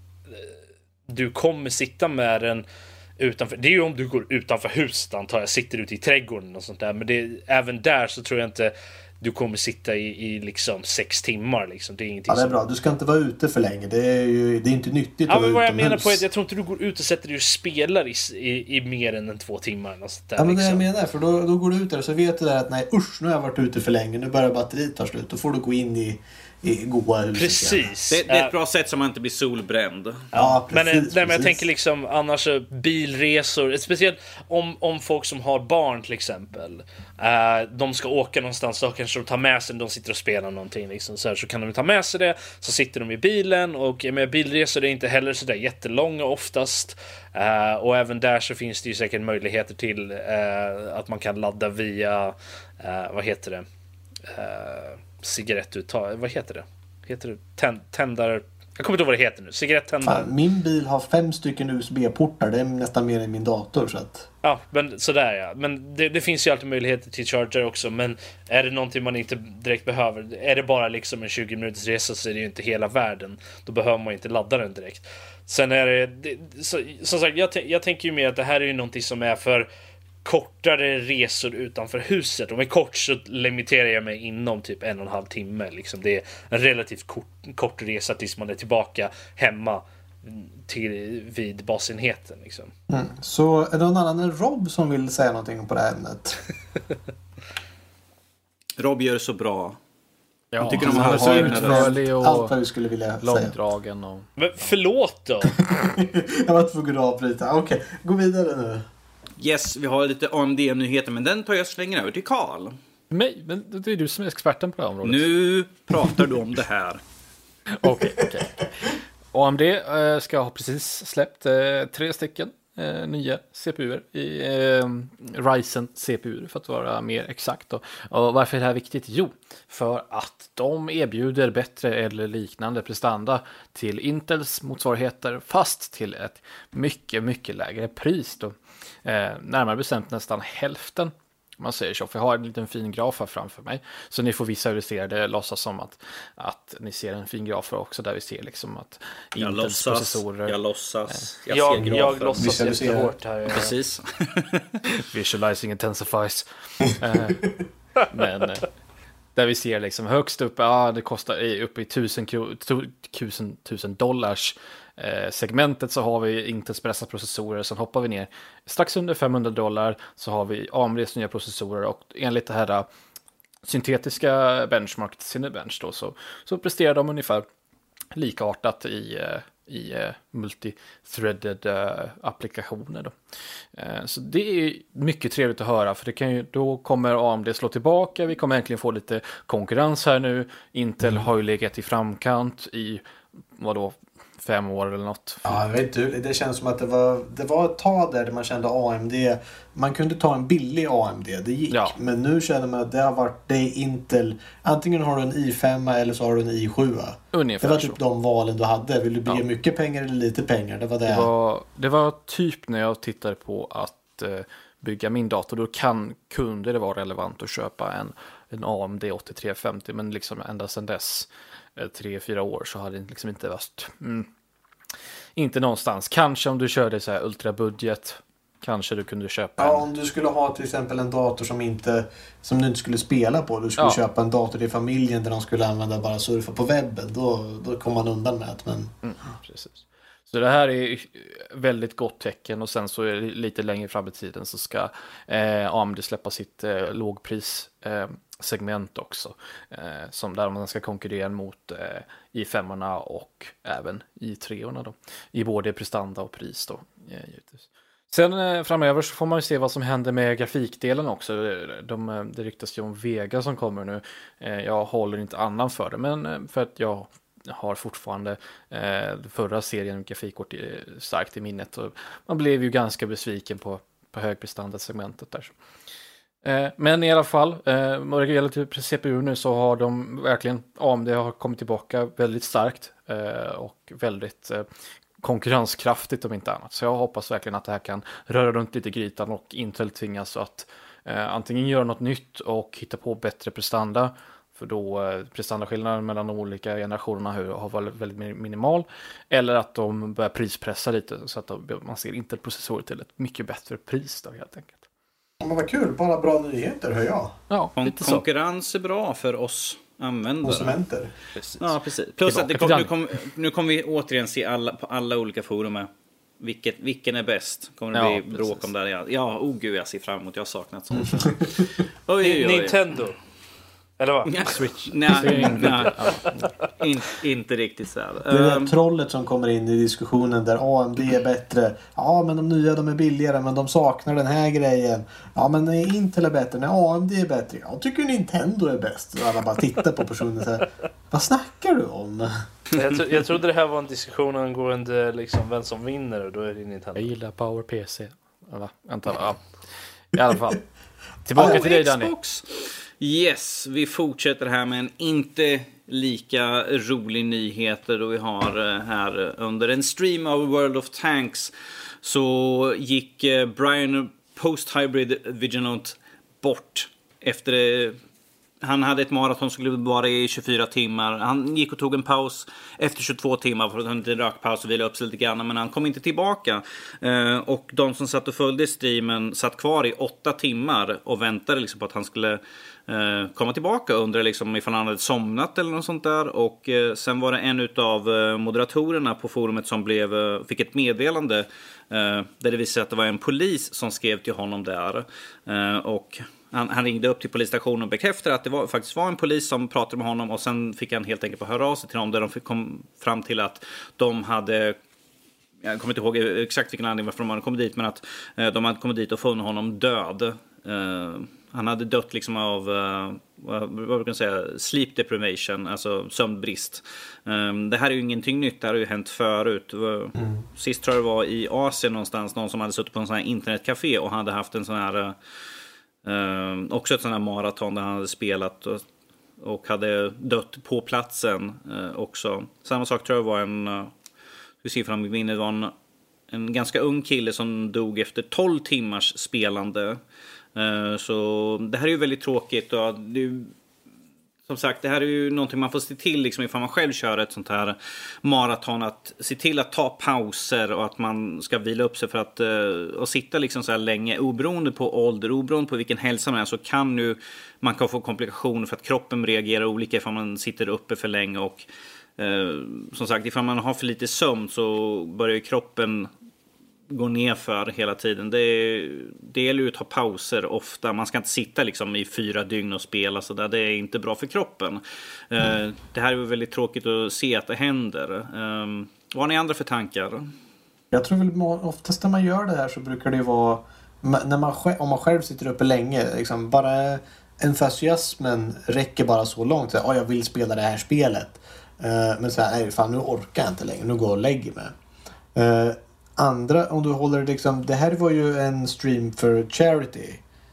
du kommer sitta med den utanför, det är ju om du går utanför huset antar jag, sitter ute i trädgården och sånt där, men det, även där så tror jag inte du kommer sitta i, i liksom sex timmar liksom. Det är ingenting. Ja, det är som... bra. Du ska inte vara ute för länge. Det är ju det är inte nyttigt ja, att men vara vad jag utomhus. menar på är att jag tror inte du går ut och sätter dig och spelar i, i, i mer än en två timmar. Och sånt där, ja, men det liksom. jag menar, för då, då går du ut där och så vet du där att nej, usch, nu har jag varit ute för länge. Nu börjar batteriet ta slut. Då får du gå in i, i goa huset. Precis. Det, det är ett bra sätt som man inte blir solbränd. Ja, precis. Men, nej, men jag precis. tänker liksom annars bilresor, speciellt om, om folk som har barn till exempel, uh, de ska åka någonstans, så kanske de tar med sig, de sitter och spelar någonting liksom, så, här, så kan de ta med sig det, så sitter de i bilen, och med bilresor är inte heller så där jättelånga oftast, uh, och även där så finns det ju säkert möjligheter till uh, att man kan ladda via uh, vad heter det uh, cigarettuttag, vad heter det heter det Tänd, tändare. Jag kommer inte ihåg vad det heter nu. Cigarettändare. Min bil har fem stycken U S B-portar. Det är nästan mer än min dator. Så att... Ja, men sådär ja. Men det, det finns ju alltid möjligheter till charger också. Men är det någonting man inte direkt behöver, är det bara liksom en tjugo minuters resa, så är det ju inte hela världen. Då behöver man inte ladda den direkt. Sen är det, det så, som sagt, jag, jag tänker ju mer att det här är ju någonting som är för kortare resor utanför huset. Och med kort så limiterar jag mig inom typ en och en halv timme liksom. Det är en relativt kort, kort resa tills man är tillbaka hemma till, vid basenheten liksom. Mm. Så är det någon annan än Rob som vill säga någonting på det här ämnet? Rob gör det så bra. Ja, jag tycker de de är har så utförlig och allt vad vi skulle vilja långdragen och... Men förlåt då. Jag var tvungen att avbryta. Okej, okay, gå vidare nu. Yes, vi har lite A M D-nyheter, men den tar jag slänger över till Carl. Nej, men det är du som är experten på det här området. Nu pratar du om det här. Okej, okej. A M D äh, ska ha precis släppt äh, tre stycken äh, nya C P U i äh, Ryzen C P U för att vara mer exakt. Och, och varför är det här viktigt? Jo, för att de erbjuder bättre eller liknande prestanda till Intels motsvarigheter, fast till ett mycket, mycket lägre pris då. Eh, närmare bestämt nästan hälften, man säger så, för jag har en liten fin graf här framför mig, så ni får visualisera det, låtsas som att, att ni ser en fin graf också, där vi ser liksom att jag Intels låtsas, processorer jag låtsas eh, jag, jag, ser jag grafen. låtsas jättehårt här. Precis. visualizing intensifies eh, men eh, där vi ser liksom högst upp, ja, det kostar upp i tusen, tusen, tusen dollars eh, segmentet, så har vi Intels bästa processorer. Sen hoppar vi ner strax under femhundra dollar, så har vi A M D:s nya processorer, och enligt det här uh, syntetiska benchmarket Cinebench då, så, så presterar de ungefär likartat i, uh, i eh, multithreaded eh, applikationer då. Eh, så det är mycket trevligt att höra, för det kan ju, då kommer A M D slå tillbaka, vi kommer äntligen få lite konkurrens här nu. Intel mm. har ju legat i framkant i, vadå, fem år eller något. Ja, jag vet inte, det känns som att det var, det var ett tag där man kände A M D, man kunde ta en billig A M D, det gick. Ja. Men nu känner man att det har varit, det är Intel, antingen har du en i fem eller så har du en i sju. Ungefär det var typ så. De valen du hade. Vill du bygga ja. mycket pengar eller lite pengar? Det var det. Det var, det var typ när jag tittade på att eh, bygga min dator, då kan, kunde det vara relevant att köpa en, en A M D åttiotre femtio, men liksom ända sedan dess tre, fyra år så hade det liksom inte varit mm, inte någonstans. Kanske om du körde så här ultrabudget, kanske du kunde köpa ja, en... om du skulle ha till exempel en dator som inte som du inte skulle spela på, du skulle ja. köpa en dator till familjen där de skulle använda bara surfa på webben, då, då kommer man undan med det. Men... Mm, precis. Så det här är väldigt gott tecken, och sen så är det lite längre fram i tiden så ska eh, A M D släppa sitt eh, lågpris eh, segment också, eh, som där man ska konkurrera mot eh, i femmorna och även i treorna då, i både prestanda och pris då, eh, givetvis. Sen eh, framöver så får man ju se vad som händer med grafikdelen också. De, det ryktas ju om Vega som kommer nu. Eh, jag håller inte annan för det, men eh, för att jag har fortfarande eh, förra serien grafikkort starkt i minnet, och man blev ju ganska besviken på, på högprestandasegmentet där. Eh, men i alla fall, eh, när det gäller C P U nu så har de verkligen, A M D har kommit tillbaka väldigt starkt eh, och väldigt eh, konkurrenskraftigt om inte annat. Så jag hoppas verkligen att det här kan röra runt lite grytan och Intel tvingas att eh, antingen göra något nytt och hitta på bättre prestanda, för då eh, prestandaskillnaden mellan de olika generationerna har, har varit väldigt minimal, eller att de börjar prispressa lite så att de, man ser Intel-processorer till ett mycket bättre pris då, helt enkelt. Ja, men vad kul, bara bra nyheter hör jag. Ja, Kon- lite konkurrens så. Är bra för oss användare. Konsumenter. Precis. Ja, precis. Plus att det kom, nu, kommer, nu kommer vi återigen se alla, på alla olika forum vilket, vilken är bäst. Kommer det ja, bli bråk precis. Om det här? Ja, oh gud, jag ser fram emot. Jag har saknat sånt. oj, oj, oj. Nintendo. Eller vad? Switch. Nej, nej. In, inte riktigt så här. Det är det um, trollet som kommer in i diskussionen där A M D är bättre. Ja, men de nya de är billigare, men de saknar den här grejen. Ja, men Intel är bättre. Nej, A M D är bättre. Jag tycker Nintendo är bäst. Så alla bara tittar på personen så här. Vad snackar du om? Jag, tro, jag trodde det här var en diskussion angående liksom vem som vinner, och då är det Nintendo. Jag gillar Power P C. Va? Vänta, ja. I alla fall. Tillbaka till dig, Danny. Yes, vi fortsätter här med en inte lika rolig nyheter då vi har här under en stream av World of Tanks så gick Brian Post-Hybrid Vigilant bort efter han hade ett maraton som skulle vara i tjugofyra timmar. Han gick och tog en paus efter tjugotvå timmar för att han inte rök paus och vila upp sig lite grann, men han kom inte tillbaka. Eh, och de som satt och följde streamen satt kvar i åtta timmar och väntade liksom på att han skulle eh, komma tillbaka. Undrade liksom ifall han hade somnat eller något sånt där. Och eh, sen var det en av eh, moderatorerna på forumet som blev, eh, fick ett meddelande eh, där det visade sig att det var en polis som skrev till honom där. Eh, och Han, han ringde upp till polisstationen och bekräftade att det var, faktiskt var en polis som pratade med honom. Och sen fick han helt enkelt på höra av sig till dem där de fick kom fram till att de hade... Jag kommer inte ihåg exakt vilken anledning varför de hade kommit dit. Men att eh, de hade kommit dit och funnit honom död. Eh, han hade dött liksom av eh, vad brukar man säga, sleep deprivation, alltså sömnbrist. Eh, det här är ju ingenting nytt, det här har ju hänt förut. Mm. Sist tror jag det var i Asien någonstans. Någon som hade suttit på en sån här internetcafé och hade haft en sån här... Uh, också ett sånt här maraton där han hade spelat och, och hade dött på platsen uh, också. Samma sak tror jag var en uh, vi ser fram i minnet var en, en ganska ung kille som dog efter tolv timmars spelande. Uh, så det här är ju väldigt tråkigt och det är ju, som sagt, det här är ju någonting man får se till liksom, ifall man själv kör ett sånt här maraton, att se till att ta pauser och att man ska vila upp sig för att uh, och sitta liksom så här länge, oberoende på ålder, oberoende på vilken hälsa man är, så kan ju man kan få komplikationer för att kroppen reagerar olika ifall man sitter uppe för länge och uh, som sagt, ifall man har för lite sömn så börjar ju kroppen gå ner för hela tiden. Det, det gäller ju att ta pauser ofta. Man ska inte sitta liksom i fyra dygn och spela så där. Det är inte bra för kroppen. Mm. Uh, det här är ju väldigt tråkigt att se att det händer. Um, Vad har ni andra för tankar? Jag tror väl oftast när man gör det här så brukar det vara när man själv, om man själv sitter uppe länge liksom, bara entusiasmen räcker bara så långt så oh, jag vill spela det här spelet uh, men så här, nej fan nu orkar jag inte längre, nu går jag och lägger mig. Uh, andra, om du håller liksom, det här var ju en stream för charity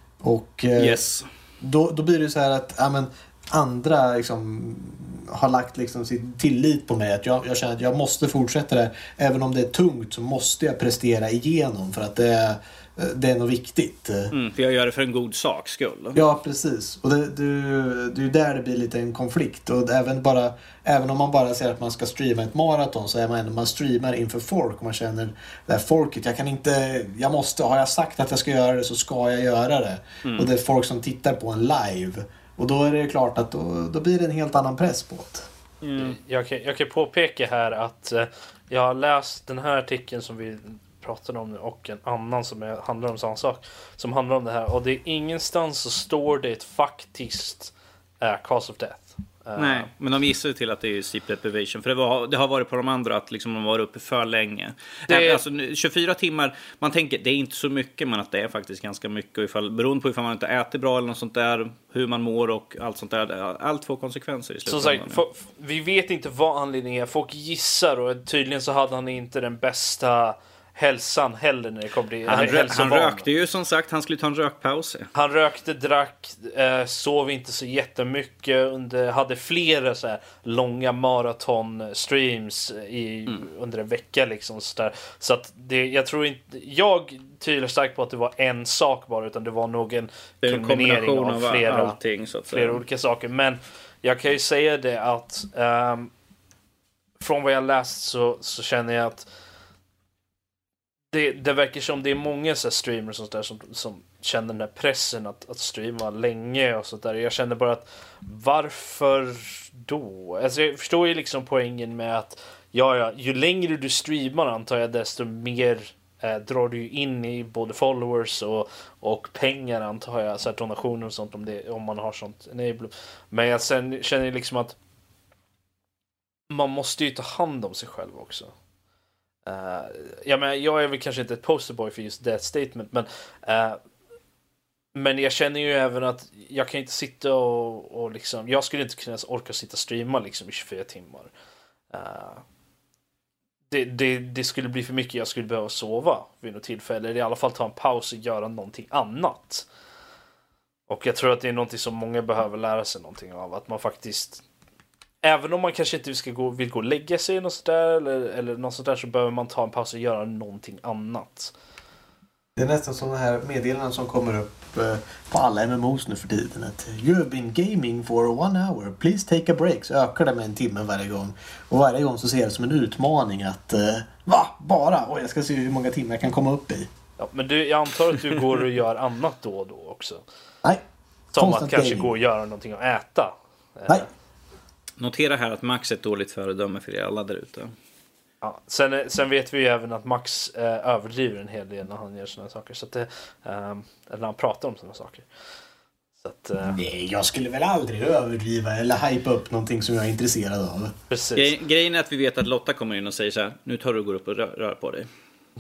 och uh, yes. då, då blir det så här att ja, men, andra liksom har lagt liksom sin tillit på mig att jag, jag känner att jag måste fortsätta det även om det är tungt så måste jag prestera igenom för att det är, det är något viktigt. Mm, för jag gör det för en god sak skull. Ja, precis. Och det, det, det är ju där det blir lite en konflikt och även, bara, även om man bara säger att man ska streama ett maraton så är man ändå, man streamar inför folk och man känner det här folket, jag kan inte, jag måste, har jag sagt att jag ska göra det så ska jag göra det. Mm. Och det är folk som tittar på en live. Och då är det klart att då, då blir det en helt annan press på det. Mm. Jag, kan, jag kan påpeka här att eh, jag har läst den här artikeln som vi pratade om nu och en annan som är, handlar om samma sak. Som handlar om det här. Och det är ingenstans så står det ett faktiskt eh, cause of death. Uh, Nej, men de gissar till att det är sleep deprivation. För det, var, det har varit på de andra att liksom de var uppe för länge. Det... Alltså, tjugofyra timmar, man tänker det är inte så mycket, men att det är faktiskt ganska mycket. Och ifall, beroende på ifall man inte äter bra eller något sånt där, hur man mår och allt sånt där. Allt får konsekvenser i slutet. Som sagt, för, vi vet inte vad anledningen är. Folk gissar och tydligen så hade han inte den bästa hälsan heller när det kom till han, rö- han rökte ju som sagt, han skulle ta en rökpaus. Han rökte, drack, eh, sov inte så jättemycket under, hade flera så här långa maraton streams i, mm. under en vecka liksom så där. Så att det, jag tror inte, jag tvivlar starkt på att det var en sak bara, utan det var nog en kombination av, av flera, allting, så att flera olika saker. Men jag kan ju säga det att um, från vad jag läst så, så känner jag att Det, det verkar som det är många så här streamers sånt där som, som känner den där pressen att, att streama länge och sånt där. Jag känner bara att varför då? Alltså jag förstår ju liksom poängen med att ja, ja, ju längre du streamar antar jag desto mer eh, drar du in i både followers och, och pengar antar jag, så här donationer och sånt om, det, om man har sånt enable. Men jag sen känner liksom att man måste ju ta hand om sig själv också. Uh, ja, men jag är väl kanske inte ett posterboy för just that statement, men uh, men jag känner ju även att jag kan inte sitta och, och liksom, jag skulle inte kunna orka sitta och streama liksom i tjugofyra timmar. Uh, det, det, det skulle bli för mycket. Jag skulle behöva sova vid något tillfälle, eller i alla fall ta en paus och göra någonting annat. Och jag tror att det är någonting som många behöver lära sig någonting av, att man faktiskt, även om man kanske inte ska gå, vill gå och lägga sig i något sånt där, eller, eller något sånt där, så behöver man ta en paus och göra någonting annat. Det är nästan sådana här meddelanden som kommer upp eh, på alla M M Os nu för tiden. Att you have been gaming for one hour. Please take a break. Så ökar det med en timme varje gång. Och varje gång så ser jag det som en utmaning att eh, va? Bara? Oj, jag ska se hur många timmar jag kan komma upp i. Ja, men du, jag antar att du går och gör annat då och då också. Nej. Som att kanske gå och göra någonting och äta. Nej. Notera här att Max är ett dåligt föredöme för er alla där ute. Ja, sen, sen vet vi ju även att Max eh, överdriver en hel del när han gör såna saker. Så att det, eh, eller när han pratar om såna saker. Så att, eh, Nej, jag skulle väl aldrig överdriva eller hypa upp någonting som jag är intresserad av. Precis. Gre- grejen är att vi vet att Lotta kommer in och säger så här: nu tar du och går upp och rör, rör på dig.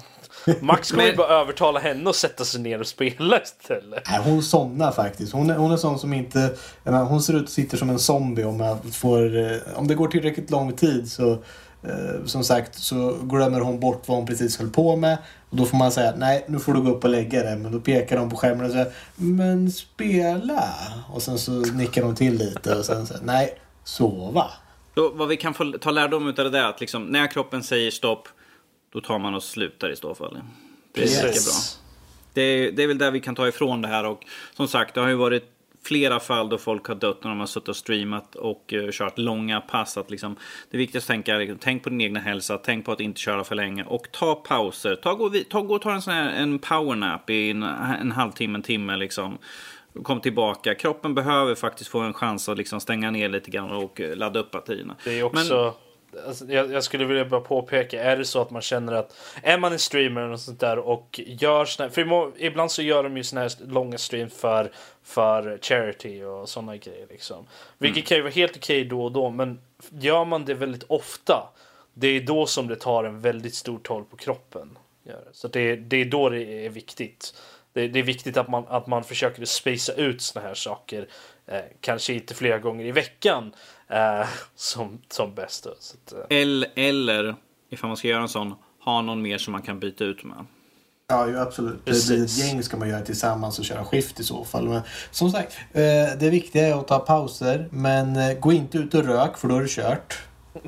Max kommer Men... ju bara övertala henne och sätta sig ner och spela istället. Nej, hon somnar faktiskt. Hon är, hon är sån som inte... Hon ser ut att sitta som en zombie om, jag får, om det går tillräckligt lång tid så... Eh, som sagt så glömmer hon bort vad hon precis höll på med. Och då får man säga, nej nu får du gå upp och lägga det. Men då pekar de på skärmen och säger, men spela. Och sen så nickar de till lite och sen säger, nej, sova. Då, vad vi kan få ta lärdom av det där, att liksom, när kroppen säger stopp, då tar man och slutar i så fall. Det är Yes. lika bra. Det är, det är väl där vi kan ta ifrån det här. Och som sagt, det har ju varit flera fall då folk har dött när de har suttit och streamat och uh, kört långa pass. Att liksom, det är viktigt att tänka, liksom, tänk på din egna hälsa, tänk på att inte köra för länge och ta pauser. Ta gå, ta, gå och ta en sån här en powernap i en, en halvtimme, en timme liksom. Kom tillbaka. Kroppen behöver faktiskt få en chans att liksom stänga ner lite grann och ladda upp batterierna. Det är också... Men, Alltså, jag, jag skulle vilja bara påpeka, är det så att man känner att är man en streamer och sånt där och gör såna, för må, ibland så gör de ju såna här långa stream för, för charity och såna grejer liksom. Vilket mm. kan ju vara helt okej då och då, men gör man det väldigt ofta, det är då som det tar en väldigt stor toll på kroppen. Så det, det är då det är viktigt. Det, det är viktigt att man, att man försöker spacea ut såna här saker. Eh, kanske inte flera gånger i veckan eh, som, som bäst. Så att, eh. eller, eller, ifall man ska göra en sån, ha någon mer som man kan byta ut med. Ja, ju absolut. Precis. Det blir ett gäng ska man göra tillsammans och köra skift i så fall. Men som sagt, eh, det viktiga är att ta pauser. Men eh, gå inte ut och rök, för då är det kört.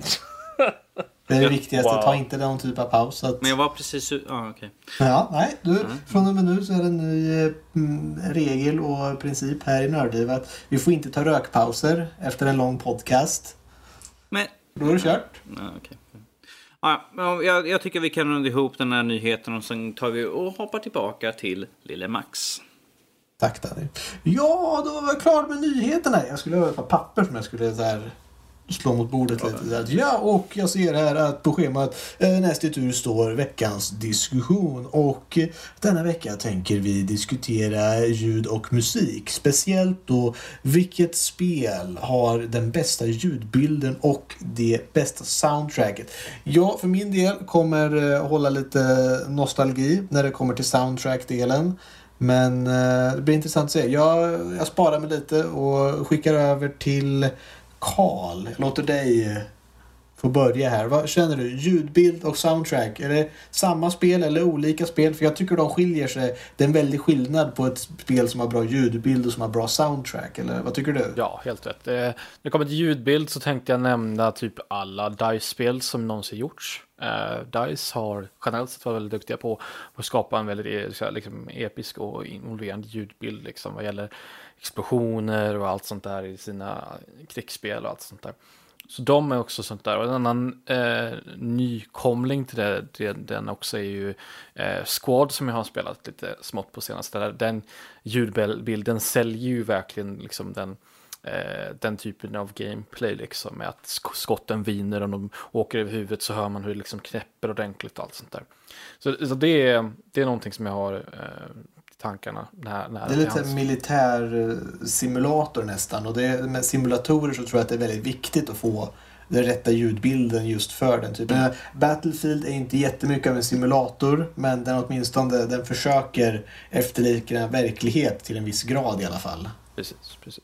Det är det viktigaste. Wow. Ta inte någon typ av paus. Så att... Men jag var precis... Ah, okay. Ja, nej. Du, Mm. från och med nu så är det en ny eh, regel och princip här i Nördliv att vi får inte ta rökpauser efter en lång podcast. Men... Då är det kört. Ah, okay. ah, ja, jag, jag tycker vi kan runda ihop den här nyheten och sen tar vi och hoppar tillbaka till Lille Max. Tack Danny. Ja, då var jag klar med nyheterna. Jag skulle ha ett par papper som jag skulle så här slå mot bordet lite. Där. Ja, och jag ser här att på schemat eh, nästa tur står veckans diskussion. Och eh, denna vecka tänker vi diskutera ljud och musik. Speciellt då vilket spel har den bästa ljudbilden och det bästa soundtracket. Jag för min del kommer eh, hålla lite nostalgi när det kommer till soundtrack-delen. Men eh, det blir intressant att se. Jag, jag sparar mig lite och skickar över till Carl. Jag låter dig få börja här. Vad känner du? Ljudbild och soundtrack. Är det samma spel eller olika spel? För jag tycker de skiljer sig. Det är en väldig skillnad på ett spel som har bra ljudbild och som har bra soundtrack. Eller vad tycker du? Ja, helt rätt. Eh, när det kommer till ljudbild så tänkte jag nämna typ alla DICE-spel som någonsin gjorts. Uh, DICE har generellt sett varit väldigt duktiga på att skapa en väldigt så här, liksom, episk och involverande ljudbild liksom, vad gäller explosioner och allt sånt där i sina krigsspel och allt sånt där. Så de är också sånt där. Och en annan eh, nykomling till det, det, den också är ju eh, Squad som jag har spelat lite smått på senaste. Där. Den ljudbilden säljer ju verkligen liksom den Eh, den typen av gameplay liksom, med att skotten viner och de åker över huvudet så hör man hur det liksom knäpper ordentligt och allt sånt där. Så, så det, är, det är någonting som jag har eh, i tankarna. När, när det är lite en militär simulator nästan, och det, med simulatorer så tror jag att det är väldigt viktigt att få den rätta ljudbilden just för den typen. Mm. Battlefield är inte jättemycket av en simulator, men den åtminstone den försöker efterlikna verklighet till en viss grad i alla fall. Precis, precis.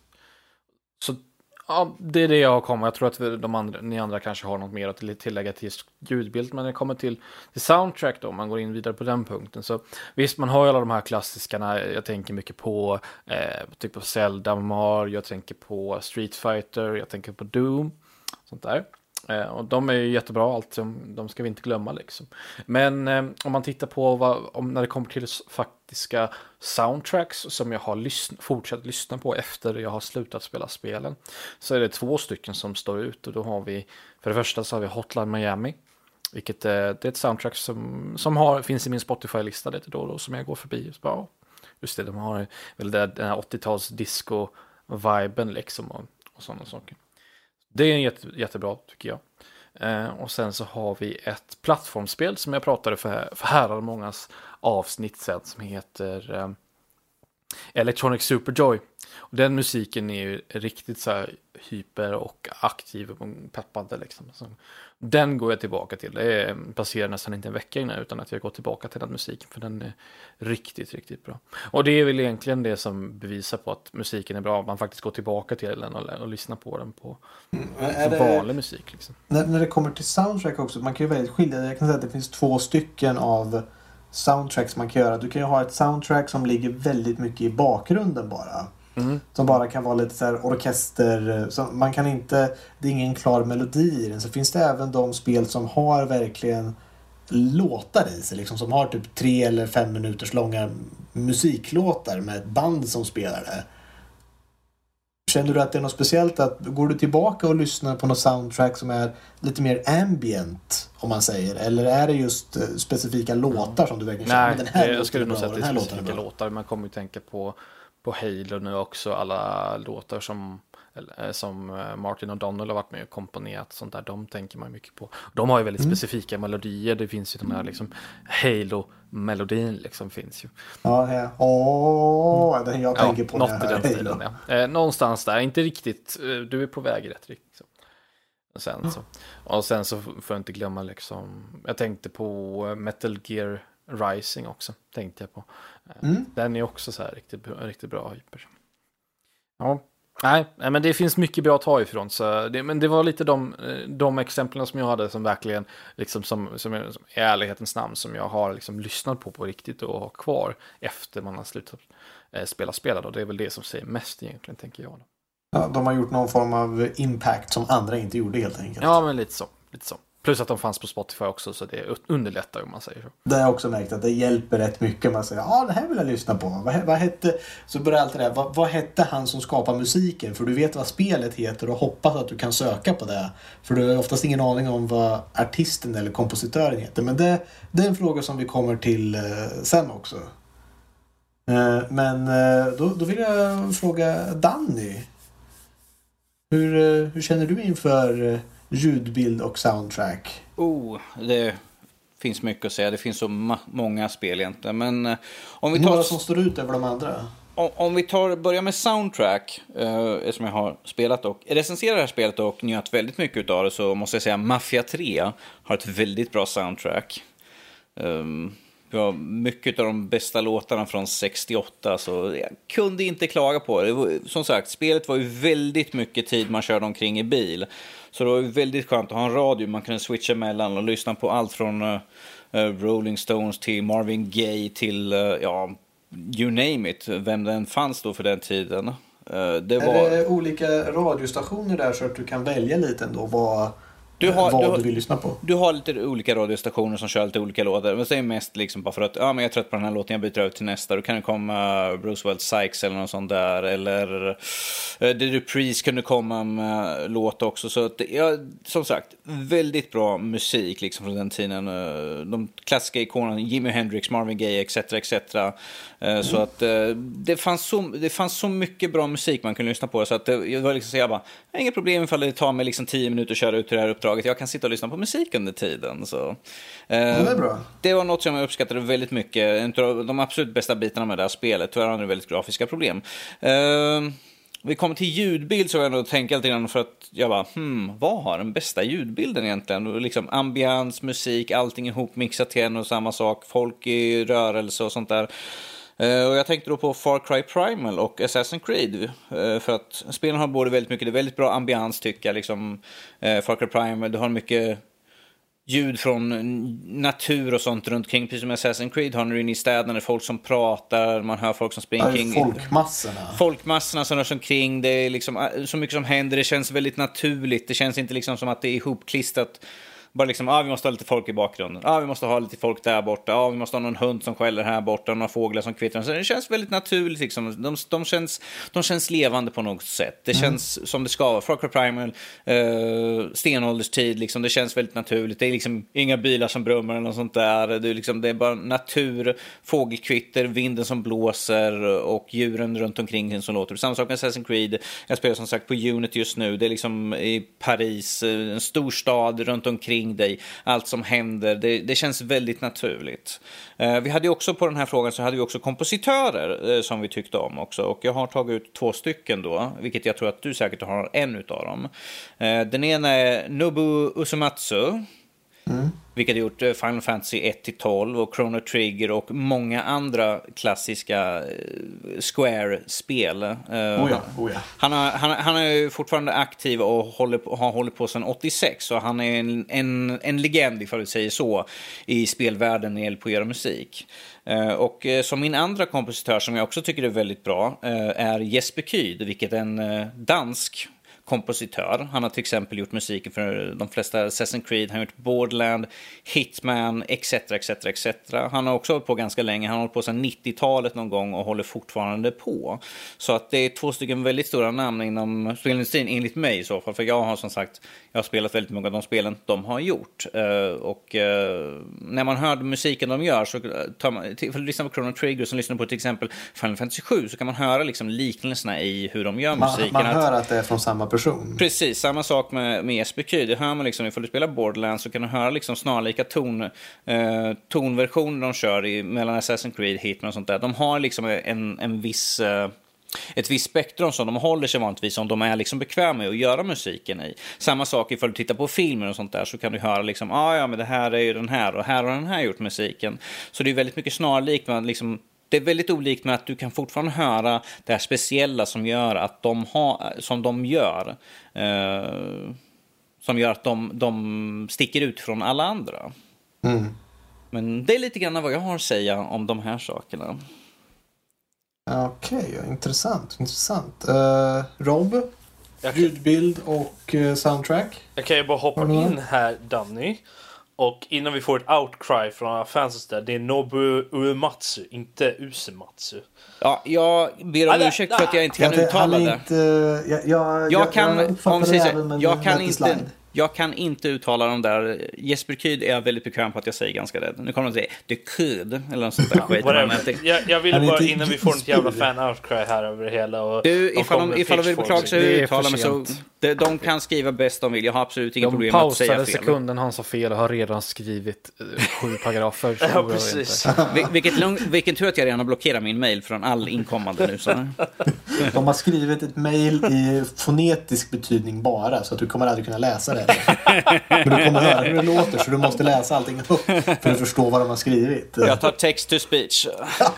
Så ja, det är det jag har kommit. Jag tror att de andra, ni andra kanske har något mer att tillägga till ljudbild. Men när det kommer till, till soundtrack då, om man går in vidare på den punkten. Så visst, man har ju alla de här klassikerna. Jag tänker mycket på eh, typ av Zelda, Mario, jag tänker på Street Fighter, jag tänker på Doom. Sånt där. Eh, och de är ju jättebra, allt, de ska vi inte glömma liksom. Men eh, om man tittar på vad, om, när det kommer till faktiska soundtracks som jag har lysn- fortsatt lyssna på efter jag har slutat spela spelen, så är det två stycken som står ut. Och då har vi, för det första så har vi Hotline Miami, vilket eh, det är ett soundtrack som, som har, finns i min Spotify-lista lite då och då som jag går förbi. Så bara, just det, de har väl det, den här åttio-tals disco-viben liksom och, och sådana saker. Det är jätte, jättebra tycker jag. Eh, och sen så har vi ett plattformsspel som jag pratade för, för här mångas avsnitt sedan som heter eh, Electronic Superjoy. Och den musiken är ju riktigt så här hyper och aktiv och peppande liksom. Så den går jag tillbaka till. Det passerar nästan inte en vecka innan utan att jag går tillbaka till den musiken, för den är riktigt, riktigt bra. Och det är väl egentligen det som bevisar på att musiken är bra. Man faktiskt går tillbaka till den och, och lyssnar på den på, mm, på det, vanlig musik. Liksom. När, när det kommer till soundtrack också, man kan ju väldigt skilja. Jag kan säga att det finns två stycken av soundtracks man kan göra. Du kan ju ha ett soundtrack som ligger väldigt mycket i bakgrunden bara. Mm. Som bara kan vara lite så här orkester. Så man kan inte, det är ingen klar melodi i den. Så finns det även de spel som har verkligen låtar i sig. Liksom, som har typ tre eller fem minuters långa musiklåtar med ett band som spelar det. Känner du att det är något speciellt? Att går du tillbaka och lyssnar på något soundtrack som är lite mer ambient, om man säger? Eller är det just specifika låtar som du verkligen känner? Nej, den här jag skulle nog säga att det är låten specifika låtar. Man kommer ju tänka på, på Halo nu också. Alla låtar som, eller, som Martin O'Donnell har varit med och komponerat. Sånt där, de tänker man mycket på. De har ju väldigt mm. specifika melodier. Det finns ju den här liksom, Halo-melodin liksom finns ju. Ja, ja. Åh, den jag tänker ja, på. Något i den stilen, ja. eh, någonstans där, inte riktigt. Du är på väg rätt riktigt. Så. sen så. Och sen så får jag inte glömma liksom, jag tänkte på Metal Gear Rising också, tänkte jag på. Mm. Den är också så här riktigt, riktigt bra hyper. Ja, nej, men det finns mycket bra att ta ifrån, så det, men det var lite de, de exemplen som jag hade som verkligen liksom som, som, är, som är ärlighetens namn som jag har liksom lyssnat på på riktigt och har kvar efter man har slutat eh, spela spelad, och det är väl det som säger mest egentligen, tänker jag då. Ja, de har gjort någon form av impact som andra inte gjorde helt enkelt. Ja, men lite så, lite så. Plus att de fanns på Spotify också, så det underlättar om man säger så. Det har jag också märkt att det hjälper rätt mycket. Man säger, ja, det här vill jag lyssna på. Vad, vad hette, så börjar alltid det här, vad, vad hette han som skapar musiken? För du vet vad spelet heter och hoppas att du kan söka på det. För du har oftast ingen aning om vad artisten eller kompositören heter. Men det, det är en fråga som vi kommer till eh, sen också. Eh, men eh, då, då vill jag fråga Danny. Hur, eh, hur känner du inför... Eh, ljudbild och soundtrack? Oh, det finns mycket att säga. Det finns så ma- många spel egentligen. Men eh, om vi tar... Några som står ut över de andra? Om, om vi tar, börjar med soundtrack, eh, som jag har spelat och recenserar det här spelet och njöt väldigt mycket av det, så måste jag säga Mafia tre har ett väldigt bra soundtrack. Um, Vi har mycket av de bästa låtarna från sextioåtta, så jag kunde inte klaga på det. Det var, som sagt, spelet var ju väldigt mycket tid man körde omkring i bil. Så det var ju väldigt skönt att ha en radio man kunde switcha mellan och lyssna på allt från uh, uh, Rolling Stones till Marvin Gaye till, uh, ja, you name it, vem den fanns då för den tiden. Uh, det var... Är det olika radiostationer där så att du kan välja lite ändå vad... Du har, vad du, har, du vill lyssna på. Du har lite olika radiostationer som kör lite olika låtar. Men det är mest liksom bara för att ja, men jag är trött på den här låten, jag byter över till nästa. Då kan det komma Bruce Wells Sykes eller något sånt där. Eller uh, The Reprise kunde komma med låt också. Så att, ja, som sagt, väldigt bra musik liksom från den tiden. Uh, de klassiska ikonerna, Jimi Hendrix, Marvin Gaye, et cetera et cetera. Uh, mm. Så att uh, det, fanns så, det fanns så mycket bra musik man kunde lyssna på. Så att det, jag var liksom så jag bara, inga problem ifall det tar mig liksom tio minuter att köra ut till det här uppdraget. Jag kan sitta och lyssna på musik under tiden. Så. Eh, ja, det är bra. Det var något som jag uppskattade väldigt mycket. En av de absolut bästa bitarna med det här spelet. Tyvärr har det väldigt grafiska problem. Eh, vi kommer till ljudbild så jag ändå tänka lite grann för att jag bara, hmm, vad har den bästa ljudbilden egentligen? Liksom ambians, musik, allting ihop mixat till en och samma sak. Folk i rörelse och sånt där. Uh, och jag tänkte då på Far Cry Primal och Assassin's Creed, uh, för att spelen har både väldigt mycket, det är väldigt bra ambians tycker jag, liksom uh, Far Cry Primal, du har mycket ljud från natur och sånt runt kring, precis som Assassin's Creed har nu inne i städerna, det är folk som pratar, man hör folk som springer kring. Folkmassorna. Folkmassorna som rör sig omkring, det är liksom så mycket som händer, det känns väldigt naturligt, det känns inte liksom som att det är ihopklistrat. Bara liksom, ah, vi måste ha lite folk i bakgrunden. Ah, vi måste ha lite folk där borta. Ah, vi måste ha någon hund som skäller här borta. Några fåglar som kvittrar. Så det känns väldigt naturligt. Liksom. De, de, känns, de känns levande på något sätt. Det mm. känns som det ska vara. Far Cry Primal, eh, stenålderstid. Liksom, det känns väldigt naturligt. Det är liksom inga bilar som brummar eller något sånt där. Det är, liksom, det är bara natur, fågelkvitter, vinden som blåser och djuren runt omkring som låter. Samma sak med Assassin's Creed. Jag spelar som sagt på Unity just nu. Det är liksom i Paris, en stor stad runt omkring dig, allt som händer, det, det känns väldigt naturligt. Eh, vi hade ju också på den här frågan så hade vi också kompositörer eh, som vi tyckte om också, och jag har tagit ut två stycken då, vilket jag tror att du säkert har en utav dem. Eh, den ena är Nobuo Uematsu, mm. vilket har gjort Final Fantasy ett till tolv och Chrono Trigger och många andra klassiska Square-spel. Oh ja, oh ja. Han, har, han, han är fortfarande aktiv och håller på, har hållit på sedan åttiosex, så han är en, en, en legend, ifall vi säger så, i spelvärlden när det gäller på att göra musik. Och som min andra kompositör som jag också tycker är väldigt bra är Jesper Kyd, vilket är en dansk kompositör. Han har till exempel gjort musiken för de flesta Assassin's Creed, han har gjort Borderland, Hitman, et cetera et cetera et cetera. Han har också hållit på ganska länge. Han har hållit på sedan nittiotalet någon gång och håller fortfarande på. Så att det är två stycken väldigt stora namn inom spelindustrin, enligt mig i så fall. För jag har som sagt, jag har spelat väldigt många av de spelen de har gjort. Och när man hör musiken de gör så tar man, för att lyssna på Chrono Trigger som lyssnar på till exempel Final Fantasy sju, så kan man höra liksom liknelserna i hur de gör musiken. Man, man hör att det är från samma person. Precis, samma sak med, med S B Q. Det hör man liksom, ifall du spelar Borderlands så kan du höra liksom snarlika ton, eh, tonversioner de kör i mellan Assassin's Creed, Hitman och sånt där. De har liksom en, en viss... Eh, ett visst spektrum som de håller sig vanligtvis, som de är liksom bekväma med att göra musiken i. Samma sak ifall du tittar på filmer och sånt där, så kan du höra liksom, ah, ja men det här är ju den här och här har den här gjort musiken. Så det är väldigt mycket snarlikt, men liksom, det är väldigt olikt med att du kan fortfarande höra det här speciella som gör att de har, som de gör eh, som gör att de, de sticker ut från alla andra. Mm. Men det är lite grann vad jag har att säga om de här sakerna. Okej, okay, intressant, intressant. Uh, Rob, Jag kan, ljudbild och uh, soundtrack. jag kan ju bara hoppa Har du in här, Danny. Och innan vi får ett outcry från alla fans där, det är Nobu Uematsu, inte Usematsu. Ja, jag ber om Ah, ursäkt för att jag inte kan Jag- uttala han är det. Inte, jag, jag, Jag kan, jag uppfattar om vi det säger även så, med jag kan Metal inte, Slide. jag kan inte uttala dem där. Jesper Kyd är jag väldigt bekväm på att jag säger ganska rätt. Nu kommer de säga det är Kyd eller något sånt där skit. Men Whatever. det- Jag, jag ville Han är bara inte innan vi får ett jävla spyr. fan outcry här över det hela. Och Du, de ifall kommer de, med ifall de vill pitchforks. beklaga sig Det är uttala för mig så sent. de, de kan skriva bäst de vill. Jag har absolut inga De problem med att säga pausade fel. sekunden han sa fel och har redan skrivit eh, sju paragrafer. Så Ja, oroa dig precis. inte. Vil- Vilket lång, vilken tur att jag redan har blockerat min mail från all inkommande nu. Så. De har skrivit ett mejl i fonetisk betydning bara, så att du kommer aldrig kunna läsa det. Men du kommer höra hur det låter, så du måste läsa allting upp för att förstå vad de har skrivit. Jag tar text to speech.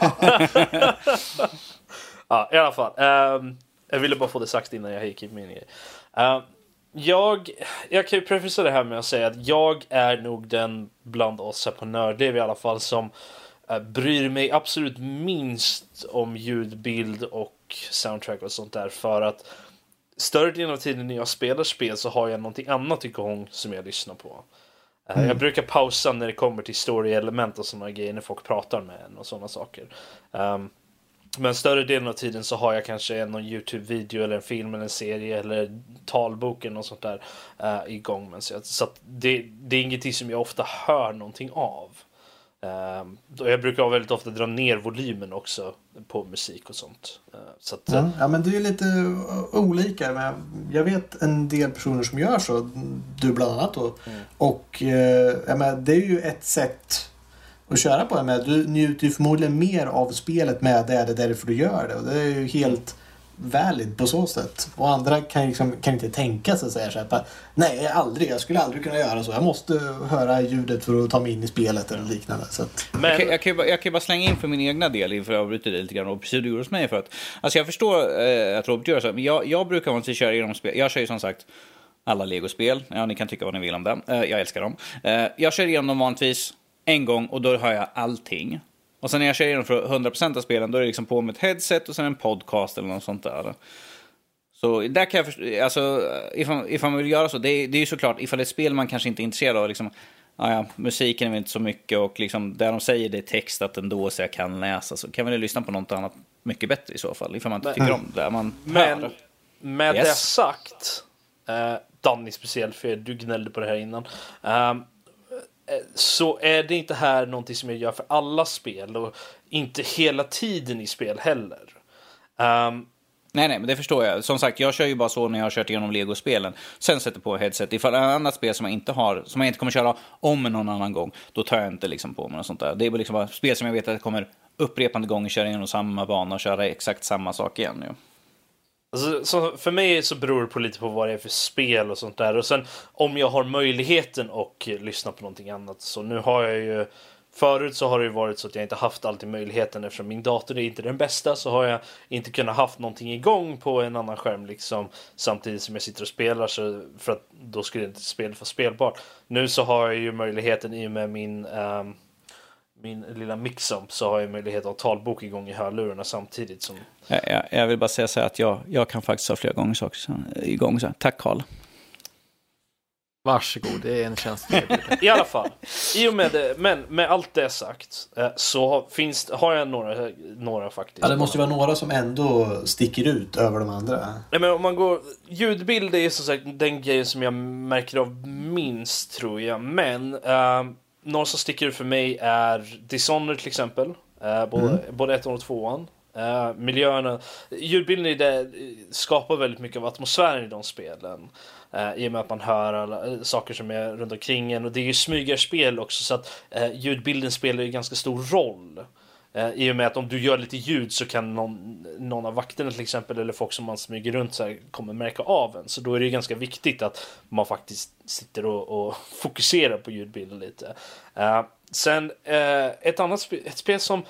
Ja, i alla fall. Ehm, jag ville bara få det sagt innan jag gick in min grej. Ehm, jag, jag kan ju prefisa det här med att säga att jag är nog den bland oss här på Nördliv i alla fall som uh, bryr mig absolut minst om ljudbild och soundtrack och sånt där, för att större delen av tiden när jag spelar spel så har jag någonting annat igång som jag lyssnar på. Uh, Mm. Jag brukar pausa när det kommer till story-element och sådana grejer när folk pratar med en och sådana saker. Um, Men större delen av tiden så har jag kanske någon YouTube-video eller en film eller en serie eller talboken och sånt där uh, igång. Men så att, så att det, det är ingenting som jag ofta hör någonting av. Um, och jag brukar väldigt ofta dra ner volymen också på musik och sånt. Uh, så att, Ja, ja, men det är ju lite olika. Men jag vet en del personer som gör så. Du bland annat då. Mm. Och eh, ja, men det är ju ett sätt att köra på det med. Du njuter ju förmodligen mer av spelet med det. Det är därför du gör det. Och det är ju helt valid på så sätt. Och andra kan, liksom, kan inte tänka sig så här, så här, nej, aldrig. Jag skulle aldrig kunna göra så. Jag måste höra ljudet för att ta mig in i spelet eller liknande. Så att, men, Jag kan, jag, kan ju bara, jag kan ju bara slänga in för min egna del inför jag avbryter det lite grann och precis du gjorde hos mig för att alltså jag förstår eh, att Robert gör så, men jag, jag brukar vanligtvis köra igenom spel. Jag kör ju som sagt alla Lego-spel. Ja, ni kan tycka vad ni vill om dem. Eh, jag älskar dem. Eh, jag kör igenom dem vanligtvis en gång och då hör jag allting. Och sen när jag kör igenom för hundra procent av spelen då är det liksom på med ett headset och sen en podcast eller något sånt där. Så där kan jag förstå, alltså ifall, ifall man vill göra så, det är, det är ju såklart ifall det är ett spel man kanske inte är intresserad av liksom, ja, ja, musiken är väl inte så mycket och liksom där de säger det är textat ändå så jag kan läsa, så kan man ju lyssna på något annat mycket bättre i så fall ifall man inte Men- tycker om det man men hör. med Yes. det sagt, eh, Danny speciellt, för du gnällde på det här innan. ehm, Så är det inte här någonting som jag gör för alla spel och inte hela tiden i spel heller. Um, Nej, nej, men det förstår jag. Som sagt, jag kör ju bara så när jag har kört igenom Lego-spelen. Sen sätter på headset. Ifall det är ett annat spel som jag inte har, som jag inte kommer köra om någon annan gång, då tar jag inte liksom på mig något sånt där. Det är bara liksom bara spel som jag vet att jag kommer upprepande gånger köra igenom samma bana och köra exakt samma sak igen. Ja. alltså, så för mig så beror det på lite på vad det är för spel och sånt där. Och sen om jag har möjligheten att lyssna på någonting annat. Så nu har jag ju... Förut så har det ju varit så att jag inte haft alltid möjligheten, eftersom min dator är inte den bästa, så har jag inte kunnat haft någonting igång på en annan skärm liksom, samtidigt som jag sitter och spelar, så för att då skulle inte spelet vara spelbart. Nu så har jag ju möjligheten i och med min um, min lilla mixamp, så har jag möjlighet att ha talbok igång i hörlurarna samtidigt som... Jag, jag, jag vill bara säga så här att jag, jag kan faktiskt ha flera gånger saker så, igång så här. Tack Carl. Varsågod, det är en tjänst. I alla fall, i och med det, men med allt det sagt eh, så finns, har jag några, några faktiskt. ja, det måste ju vara några som ändå sticker ut över de andra. Nej, men om man går, ljudbild är som sagt den grejen som jag märker av minst, tror jag. Men uh, några som sticker ut för mig är Dishonored till exempel. Uh, både, mm. både ettan och tvåan. Uh, miljöerna, ljudbilden i det skapar väldigt mycket av atmosfären i de spelen. Uh, I och med att man hör alla uh, saker som är runt omkring en. Och det är ju smygarspel också, så att uh, ljudbilden spelar ju ganska stor roll Eh, I och med att om du gör lite ljud så kan någon, någon av vakterna till exempel, eller folk som man smyger runt så här, kommer märka av en. Så då är det ganska viktigt att man faktiskt sitter och, och fokuserar på ljudbilden lite. Eh, sen eh, ett annat sp- ett spel som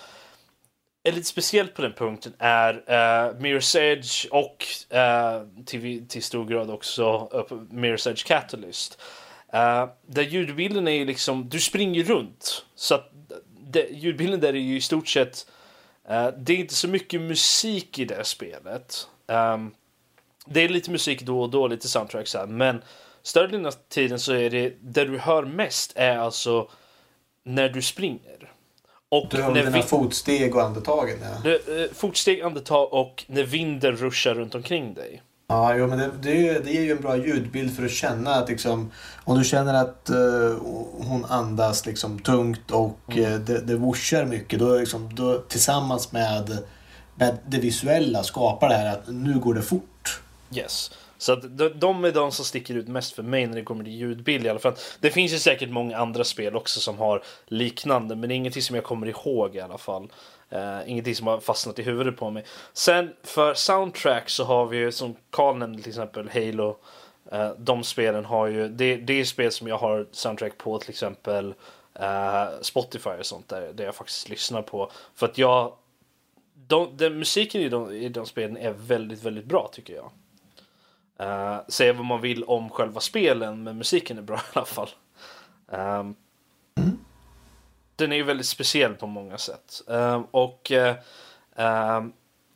är lite speciellt på den punkten är uh, Mirror's Edge och uh, till, till stor grad också uh, Mirror's Edge Catalyst. Uh, där ljudbilden är ju liksom, du springer runt. Så att det, ljudbilden där är ju i stort sett, uh, det är inte så mycket musik i det spelet. Um, det är lite musik då och då, lite soundtracks här, men större delen av tiden så är det, där du hör mest är alltså när du springer. Och du har dina vi... fotsteg och andetagen. Ja. Du, eh, fotsteg, andetag och när vinden ruschar runt omkring dig. Ja, jo, men det, det, det är ju en bra ljudbild för att känna att liksom, om du känner att uh, hon andas liksom tungt och mm. uh, det, det whooshar mycket, då, liksom, då tillsammans med, med det visuella skapar det här att nu går det fort. Yes. Så att de, de är de som sticker ut mest för mig när det kommer till ljudbild i alla fall. Det finns ju säkert många andra spel också som har liknande, men det är ingenting som jag kommer ihåg i alla fall. Uh, ingenting som har fastnat i huvudet på mig. Sen för soundtrack så har vi ju, som Carl nämnde till exempel, Halo. Uh, de spelen har ju, det, det är spel som jag har soundtrack på, till exempel uh, Spotify och sånt där, där jag faktiskt lyssnar på. För att jag, de, den musiken i de, i de spelen är väldigt, väldigt bra tycker jag. Uh, säga vad man vill om själva spelen, men musiken är bra i alla fall. Um, mm. Den är ju väldigt speciell på många sätt. Um, och uh, um,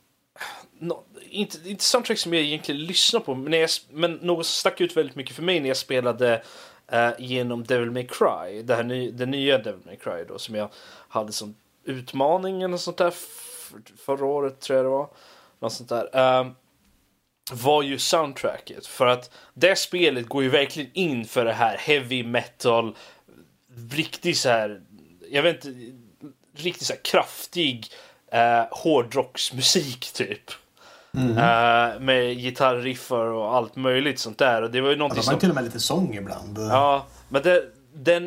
no, inte, inte soundtrack som jag egentligen lyssnar på, men, jag, men något som stack ut väldigt mycket för mig när jag spelade uh, genom Devil May Cry, det här ny, det nya Devil May Cry då, som jag hade som utmaning eller sånt där för, förra året tror jag det var. Något sånt där. Um, var ju soundtracket, för att det spelet går ju verkligen in för det här heavy metal, riktigt så här, jag vet inte, riktigt så här kraftig eh, hårdrocksmusik typ. Mm. Eh, med gitarriffar och allt möjligt sånt där, och det var ju någonting ja, de har som till och med lite sång ibland. Ja, men det, den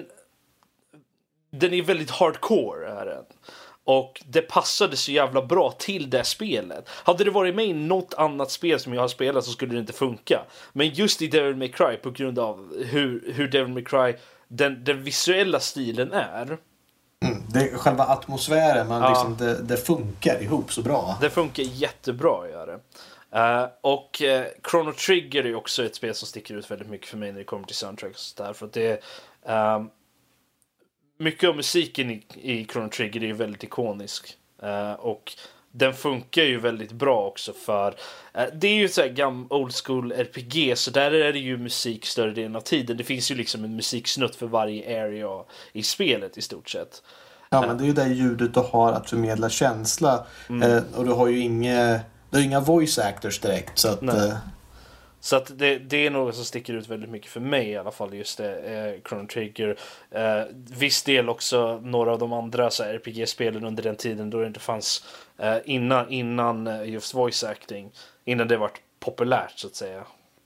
den är väldigt hardcore är den. Och det passade så jävla bra till det spelet. Hade det varit med i något annat spel som jag har spelat så skulle det inte funka. Men just i Devil May Cry, på grund av hur, hur Devil May Cry, den, den visuella stilen är. Mm, det är själva atmosfären, man ja. liksom, det, det funkar ihop så bra. Det funkar jättebra, gör det. Uh, och uh, Chrono Trigger är också ett spel som sticker ut väldigt mycket för mig när det kommer till soundtracks. Därför att det är... Um, mycket av musiken i, i Chrono Trigger är ju väldigt ikonisk. Uh, och den funkar ju väldigt bra också för... Uh, det är ju så här gam old school R P G, så där är det ju musik större delen av tiden. Det finns ju liksom en musiksnutt för varje area i spelet i stort sett. Ja, men det är ju det ljudet du har att förmedla känsla. Mm. Uh, och du har ju inga, du har inga voice actors direkt, så att... Så att det, det är något som sticker ut väldigt mycket för mig i alla fall, just det, eh, Chrono Trigger. Eh, viss del också några av de andra så här, R P G-spelen under den tiden då det inte fanns eh, innan, innan just voice acting, innan det var populärt så att säga.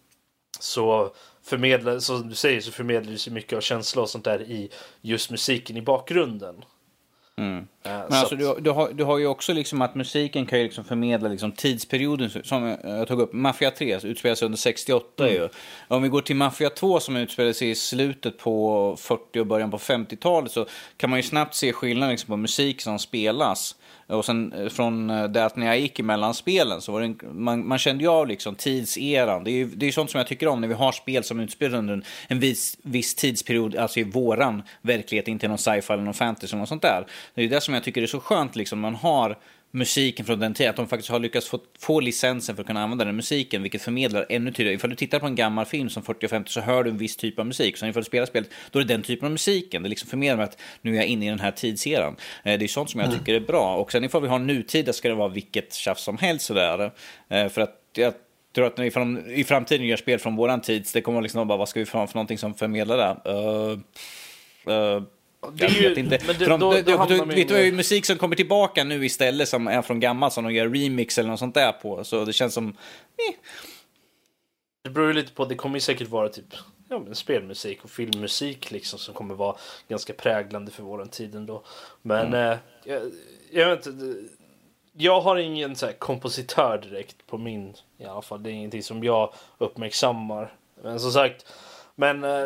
Så förmedlar, som du säger, så förmedlar det mycket av känsla och sånt där i just musiken i bakgrunden. Mm. Men alltså, du, du, har, du har ju också liksom att musiken kan ju liksom förmedla liksom tidsperioden, som jag tog upp. Mafia tre utspelar sig under sextioåtta. Mm. Ju. Om vi går till Mafia två som utspelar sig i slutet på fyrtio och början på femtiotalet, så kan man ju snabbt se skillnaden liksom på musik som spelas. Och sen från det att när jag gick emellan spelen så var det en, man, man kände ju av liksom tidseran. Det är ju det är sånt som jag tycker om när vi har spel som utspelar under en, en viss, viss tidsperiod, alltså i våran verklighet, inte någon sci-fi eller någon fantasy eller något sånt där. Det är det som jag tycker är så skönt liksom, man har musiken från den tiden, att de faktiskt har lyckats få, få licensen för att kunna använda den musiken, vilket förmedlar ännu tydligare. Ifall du tittar på en gammal film som fyrtio och femtio så hör du en viss typ av musik. Så ifall du spelar spelet, då är det den typen av musiken. Det liksom förmedlar att nu är jag inne i den här tidseran. Det är sånt som jag tycker är bra. Och sen ifall vi har nutida ska det vara vilket tjafs som helst sådär. För att jag tror att ifall de i framtiden gör spel från våran tid, det kommer liksom bara, vad ska vi få för någonting som förmedlar det? Uh, uh, Det är ju, vet inte. Men det, de, då, då du, vet du, ju musik som kommer tillbaka nu istället som är från gammalt, som de gör remix eller något sånt där på, så det känns som eh. Det beror ju lite på, det kommer ju säkert vara typ ja, men spelmusik och filmmusik liksom, som kommer vara ganska präglande för våran tid ändå. Men mm. eh, jag, jag vet inte, jag har ingen så här kompositör direkt på min, i alla fall. Det är ingenting som jag uppmärksammar. Men som sagt, men uh,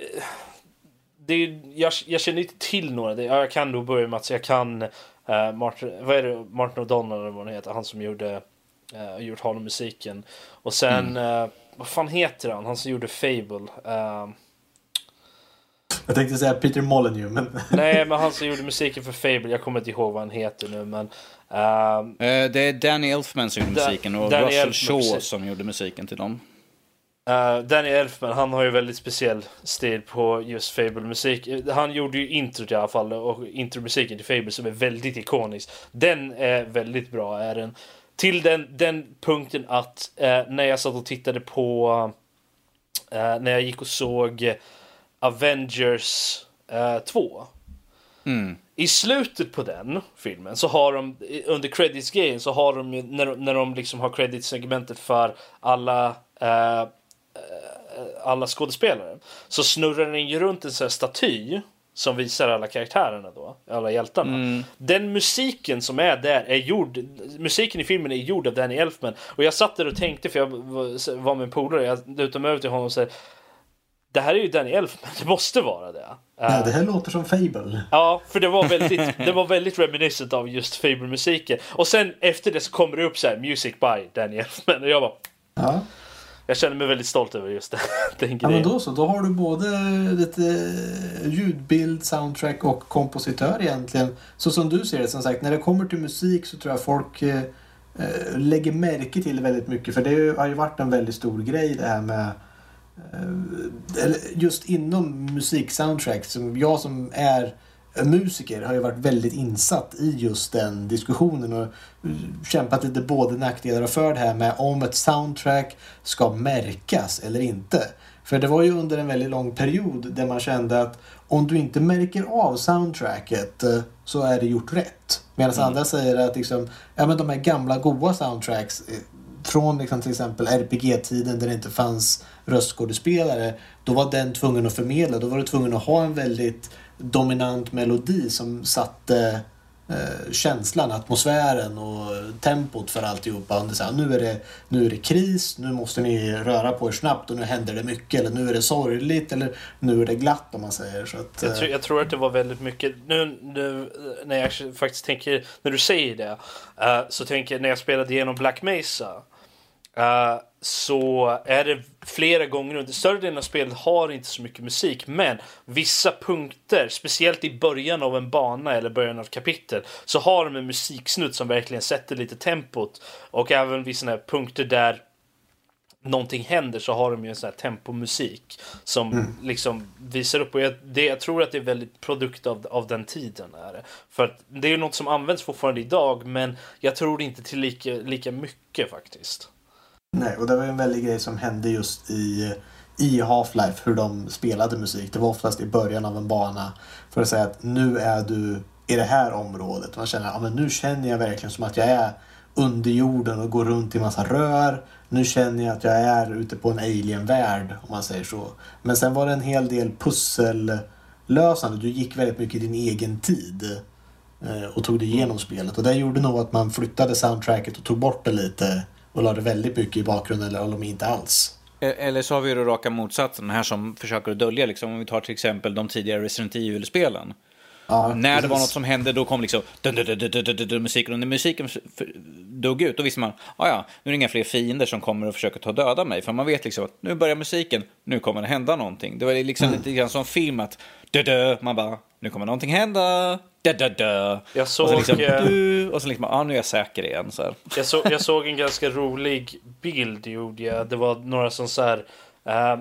det är, jag, jag känner inte till några. Det, jag kan då börja med att jag kan uh, Martin, vad är det, Martin O'Donnell eller vad han heter, han som gjorde uh, gjort Halo-musiken. Och sen, mm. uh, vad fan heter han? Han som gjorde Fable. Uh, Jag tänkte säga Peter Molyneux, men... Nej, men han som gjorde musiken för Fable, jag kommer inte ihåg vad han heter nu, men... Uh, uh, det är Danny Elfman som gjorde da- musiken och Danny Russell Elfman, Shaw precis. som gjorde musiken till dem. Uh, Danny Elfman, han har ju väldigt speciell stil på just Fable-musik. Han gjorde ju introt i alla fall, och intromusiken till Fable som är väldigt ikonisk. Den är väldigt bra, är den. Till den, den punkten att uh, när jag satt och tittade på... Uh, när jag gick och såg Avengers uh, två. Mm. I slutet på den filmen så har de, under credits game så har de ju, när, när de liksom har credits-segmentet för alla uh, alla skådespelare, så snurrar den ju runt en sån här staty som visar alla karaktärerna då, alla hjältarna. Mm. Den musiken som är där är gjord, musiken i filmen är gjord av Danny Elfman, och jag satt där och tänkte, för jag var med en polare, jag lutade mig över till honom och sa, det här är ju Danny Elfman, det måste vara det. Ja, det här låter som Fable. Ja, för det var väldigt, det var väldigt reminiscent av just Fable-musiken. Och sen efter det så kommer det upp så här, Music by Danny Elfman, och jag bara... Ja. Jag känner mig väldigt stolt över just det. Den ja, men då så. Då har du både lite ljudbild, soundtrack och kompositör egentligen. Så som du ser det, som sagt, när det kommer till musik så tror jag folk eh, lägger märke till väldigt mycket. För det har ju varit en väldigt stor grej det här med eh, just inom musiksoundtrack. Som jag som är musiker har ju varit väldigt insatt i just den diskussionen och kämpat lite både nackdelar och för det här med om ett soundtrack ska märkas eller inte. För det var ju under en väldigt lång period där man kände att om du inte märker av soundtracket så är det gjort rätt. Medan mm. andra säger att liksom, ja, men de här gamla goa soundtracks från liksom till exempel R P G-tiden där det inte fanns röstskådespelare, då var den tvungen att förmedla. Då var du tvungen att ha en väldigt dominant melodi som satte eh, känslan, atmosfären och tempot för alltihopa. Och det så här, nu, är det, nu är det kris, nu måste ni röra på er snabbt och nu händer det mycket, eller nu är det sorgligt, eller nu är det glatt, om man säger så att, eh. jag, tror, jag tror att det var väldigt mycket nu, nu när jag faktiskt tänker, när du säger det uh, så tänker jag, när jag spelade igenom Black Mesa uh, så är det flera gånger under större delen av spelet har inte så mycket musik, men vissa punkter, speciellt i början av en bana eller början av kapitel, så har de en musiksnutt som verkligen sätter lite tempot, och även vid såna här punkter där någonting händer så har de ju en sån här tempomusik som mm. liksom visar upp, och jag, det, jag tror att det är väldigt produkt av, av den tiden är det. För att det är ju något som används fortfarande idag, men jag tror inte till lika, lika mycket faktiskt. Nej, och det var en väldigt grej som hände just i, i Half-Life, hur de spelade musik. Det var oftast i början av en bana för att säga att nu är du i det här området. Man känner, ja men nu känner jag verkligen som att jag är under jorden och går runt i massa rör. Nu känner jag att jag är ute på en alien-värld, om man säger så. Men sen var det en hel del pussellösande. Du gick väldigt mycket i din egen tid och tog dig igenom spelet. Och det gjorde nog att man flyttade soundtracket och tog bort det lite och la det väldigt mycket i bakgrunden, eller om inte alls. Eller så har vi ju raka motsatsen, den här som försöker att dölja, liksom, om vi tar till exempel de tidigare Resident Evil-spelen. Ja, när precis. Det var något som hände, då kom liksom dun, dun, dun, dun, dun, dun, musiken, och när musiken dog ut, då visste man, ah, ja, nu är det inga fler fiender som kommer och försöker ta döda mig, för man vet liksom att nu börjar musiken, nu kommer det hända någonting. Det var liksom mm. lite grann som film att dö, dö, man bara, nu kommer någonting hända, dö, dö, dö. Jag såg, och så liksom, du, och så liksom, ah, nu är jag säker igen så här. Jag, så, jag såg en ganska rolig bild, gjorde jag. Det var några som så här uh,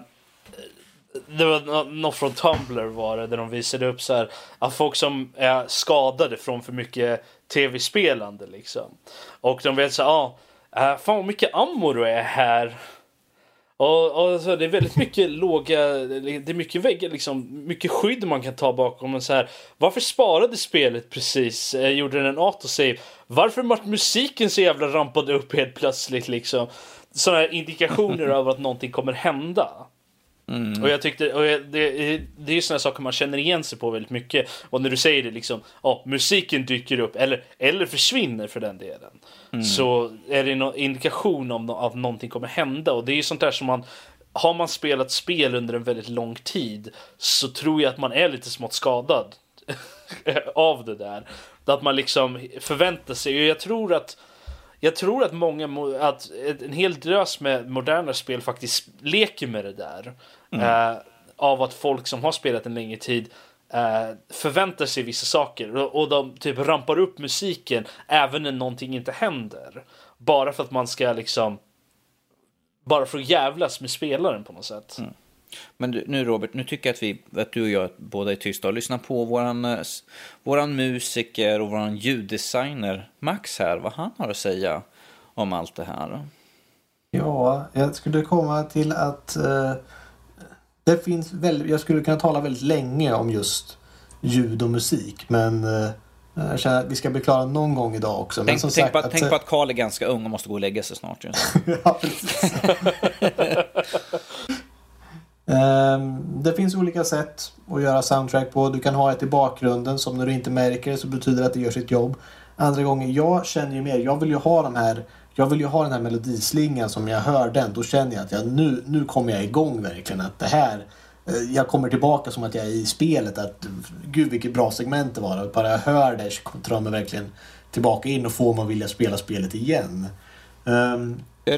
det var något från Tumblr var det, där de visade upp så här att folk som är skadade från för mycket tv-spelande liksom. Och de vet så här, ja, ah, fan vad mycket ammo du är här. Och, och så det är väldigt mycket låga, det är mycket väggar liksom, mycket skydd man kan ta bakom, men så här, varför sparade spelet precis? Eh, gjorde den en autosave? Varför var musiken så jävla rampade upp helt plötsligt liksom? Sådana här indikationer över att någonting kommer hända. Mm. Och jag tyckte, och det, det är ju sådana saker man känner igen sig på väldigt mycket. Och när du säger det liksom, ja, musiken dyker upp eller, eller försvinner för den delen, mm. så är det en indikation om att någonting kommer hända. Och det är ju sånt där som man, har man spelat spel under en väldigt lång tid, så tror jag att man är lite smått skadad av det där. Att man liksom förväntar sig, och jag tror att Jag tror att många, att en hel drös med moderna spel faktiskt leker med det där. Mm. Eh, av att folk som har spelat en längre tid eh, förväntar sig vissa saker. Och, och de typ rampar upp musiken även när någonting inte händer. Bara för att man ska liksom, bara för att jävlas med spelaren på något sätt. Mm. Men du, nu Robert, nu tycker jag att, vi, att du och jag båda är tysta och lyssnar på våran, våran musiker och våran ljuddesigner Max här, vad han har att säga om allt det här. Ja, jag skulle komma till att eh, det finns väldigt, jag skulle kunna tala väldigt länge om just ljud och musik, men eh, jag känner att vi ska bli klara någon gång idag också. Men tänk, som tänk, sagt, på, att, tänk på att Carl är ganska ung och måste gå och lägga sig snart. Ja, precis. Um, det finns olika sätt att göra soundtrack på. Du kan ha ett i bakgrunden som när du inte märker det så betyder det att det gör sitt jobb. Andra gånger, jag känner ju mer, jag vill ju ha de här, jag vill ju ha den här melodislingan som jag hör den. Då känner jag att jag, nu, nu kommer jag igång verkligen, att det här, jag kommer tillbaka som att jag är i spelet, att gud vilket bra segment det var, att bara jag hör det så drar mig verkligen tillbaka in och får man vilja spela spelet igen. um, Den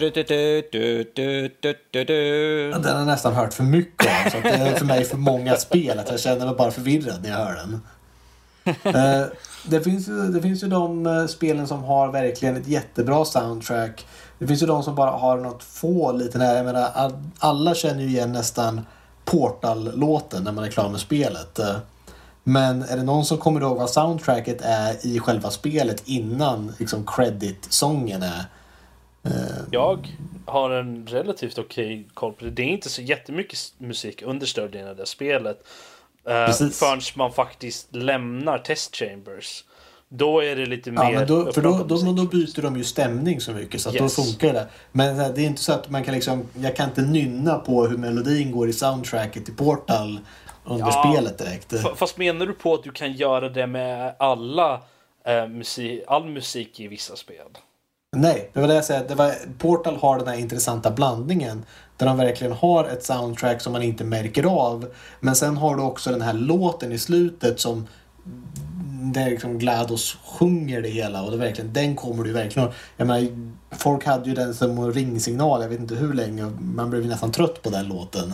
har nästan hört för mycket av, så att det är för mig för många spel att jag känner mig bara förvirrad när jag hör den. uh, det, finns ju, det finns ju de uh, spelen som har verkligen ett jättebra soundtrack. Det finns ju de som bara har något få lite nära. Jag menar, all, alla känner ju igen nästan Portal-låten när man är klar med spelet. Uh, men är det någon som kommer ihåg vad soundtracket är i själva spelet innan liksom credit-sången är? Jag har en relativt okej koll på det. Det är inte så jättemycket musik under större delen av det spelet. Uh, förrän man faktiskt lämnar test chambers. Då är det lite ja, mer... Men då, för då, då, då byter de ju stämning så mycket, så att yes. Då funkar det. Men det är inte så att man kan liksom... Jag kan inte nynna på hur melodin går i soundtracket i Portal under ja, spelet direkt. F- fast menar du på att du kan göra det med alla uh, musik, all musik i vissa spel? Nej, det var det jag säger. Det var, Portal har den här intressanta blandningen där de verkligen har ett soundtrack som man inte märker av. Men sen har du också den här låten i slutet som där liksom GLaDOS sjunger det hela, och det verkligen, den kommer du verkligen. Jag menar, folk hade ju den som ringsignal, jag vet inte hur länge, man blev nästan trött på den låten.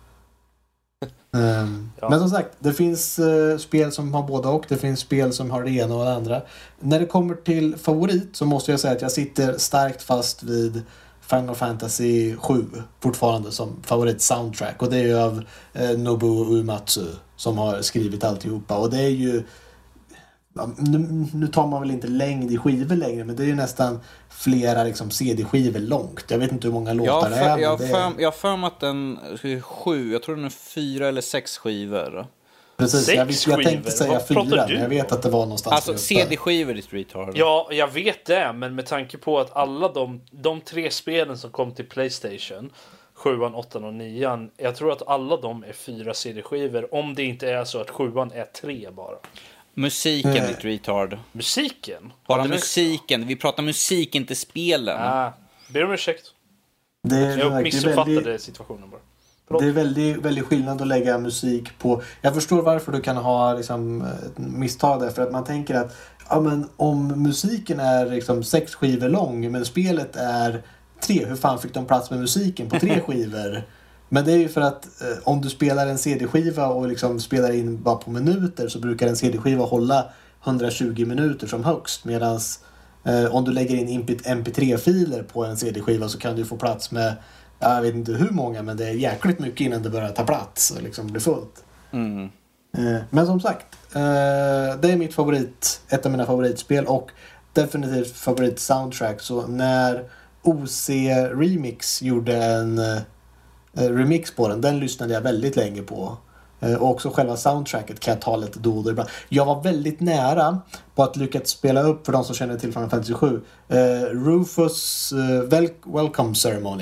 Um, ja. Men som sagt, det finns uh, spel som har båda och det finns spel som har det ena och det andra. När det kommer till favorit så måste jag säga att jag sitter starkt fast vid Final Fantasy sju fortfarande som favorit soundtrack, och det är ju av uh, Nobuo Uematsu som har skrivit alltihopa, och det är ju nu, nu tar man väl inte längd i skivor längre, men det är ju nästan flera liksom C D-skivor långt. Jag vet inte hur många låtar det är. Jag har det för, jag för mig att den är sju, jag tror den är fyra eller sex skivor. Precis, sex jag, jag tänkte säga Vad fyra, men jag vet att det var någonstans. Alltså C D-skivor i Street har det. Ja, jag vet det, men med tanke på att alla de, de tre spelen som kom till PlayStation, sjuan, åttan och nian, jag tror att alla de är fyra C D-skivor, om det inte är så att sjuan är tre bara. Musiken mm. ditt retard. Musiken? Bara musiken. Vi pratar musik, inte spelen. Ah, ber om ursäkt. Det är, jag missuppfattade väldigt, situationen bara. Förlåt. Det är väldigt, väldigt skillnad att lägga musik på. Jag förstår varför du kan ha liksom, misstag där. För att man tänker att ja, men, om musiken är liksom, sex skivor lång men spelet är tre. Hur fan fick de plats med musiken på tre skivor? Men det är ju för att eh, om du spelar en C D-skiva och liksom spelar in bara på minuter, så brukar en C D-skiva hålla hundratjugo minuter som högst. Medan eh, om du lägger in M P tre-filer på en C D-skiva så kan du få plats med, jag vet inte hur många, men det är jäkligt mycket innan det börjar ta plats och liksom blir fullt. Mm. Eh, men som sagt, eh, det är mitt favorit, ett av mina favoritspel och definitivt favorit soundtrack. Så när O C Remix gjorde en remix på den, den lyssnade jag väldigt länge på. Och också själva soundtracket kan jag ta lite då och då ibland. Jag var väldigt nära på att lyckas spela upp, för de som känner till Final Fantasy sju, uh, Rufus uh, wel- Welcome Ceremony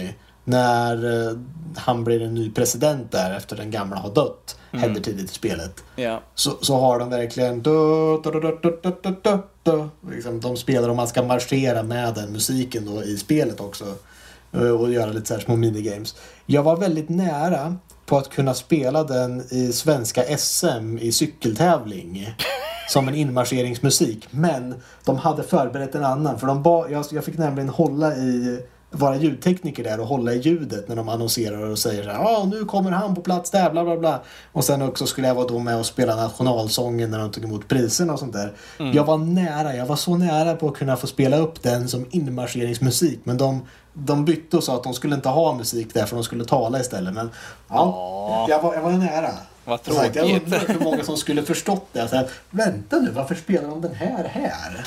när eh, han blir en ny president där efter den gamla har dött. Mm. Händer tidigt i spelet. Ja. Så, så har de verkligen du, du, du, du, du, du, du, du. Liksom, de spelar och man ska marschera med den musiken då i spelet också. Och göra lite så här små minigames. Jag var väldigt nära på att kunna spela den i svenska S M i cykeltävling som en inmarscheringsmusik, men de hade förberett en annan, för de ba, jag, jag fick nämligen hålla i vara ljudtekniker där och hålla i ljudet när de annonserar och säger så här: ja, nu kommer han på plats där, bla bla bla. Och sen också skulle jag vara då med och spela nationalsången när de tog emot priserna och sånt där. Mm. Jag var nära, jag var så nära på att kunna få spela upp den som inmarscheringsmusik, men de de bytte och sa att de skulle inte ha musik där för de skulle tala istället. Men ja, jag var, jag var nära. Vad tråkigt. Jag undrar hur många som skulle förstått det. Så här, vänta nu, varför spelar de den här här?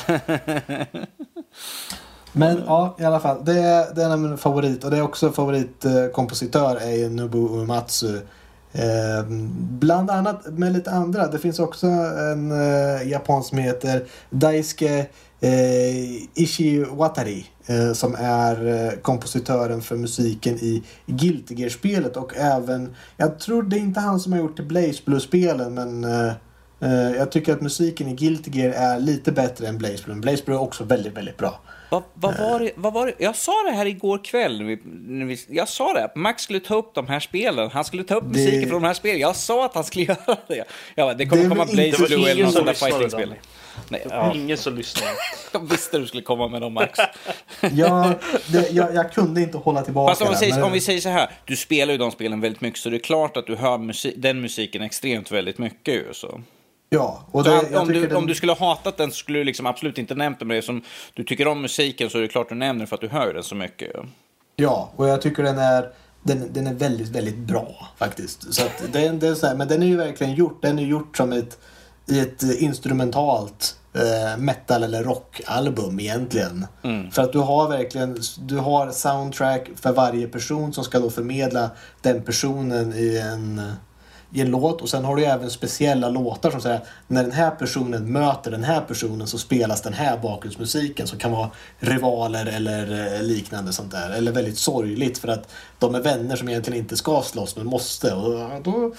Men ja, i alla fall. Det är, det är min favorit. Och det är också favoritkompositör är Nobuo Uematsu. Eh, bland annat med lite andra. Det finns också en eh, japan som heter Daisuke eh, Ishiwatari. Eh, som är eh, kompositören för musiken i Guilty Gear-spelet. Och även, jag tror det är inte han som har gjort Blaze Blue-spelen, men eh, eh, jag tycker att musiken i Guilty Gear är lite bättre än Blaze Blue. Blaze Blue är också väldigt, väldigt bra. Vad, vad, var det, vad var det? Jag sa det här igår kväll. När vi, när vi, jag sa det. Max skulle ta upp de här spelen. Han skulle ta upp det... musiken från de här spelen. Jag sa att han skulle göra det. Ja, det kommer det komma Blaze Blue eller något sånt där fighting-spel. Nej, det var ja. ingen som lyssnade. Jag visste du skulle komma med dem, Max. ja, det, jag, jag kunde inte hålla tillbaka. Fast om vi, säger, men... om vi säger så här. Du spelar ju de spelen väldigt mycket. Så det är klart att du hör musik, den musiken extremt väldigt mycket. Ju, så. Ja, och det, så om, du, den... om du skulle ha hatat den så skulle du liksom absolut inte nämnt den. Men det som du tycker om musiken så är det klart du nämner den för att du hör den så mycket. Ja, och jag tycker den är den, den är väldigt, väldigt bra faktiskt. Så att den, det är så här, men den är ju verkligen gjort. Den är gjort som ett, i ett instrumentalt eh, metal- eller rockalbum egentligen. Mm. För att du har verkligen du har soundtrack för varje person som ska då förmedla den personen i en... i en låt, och sen har du även speciella låtar som säger när den här personen möter den här personen så spelas den här bakgrundsmusiken som kan vara rivaler eller liknande sånt där, eller väldigt sorgligt för att de är vänner som egentligen inte ska slåss men måste, och då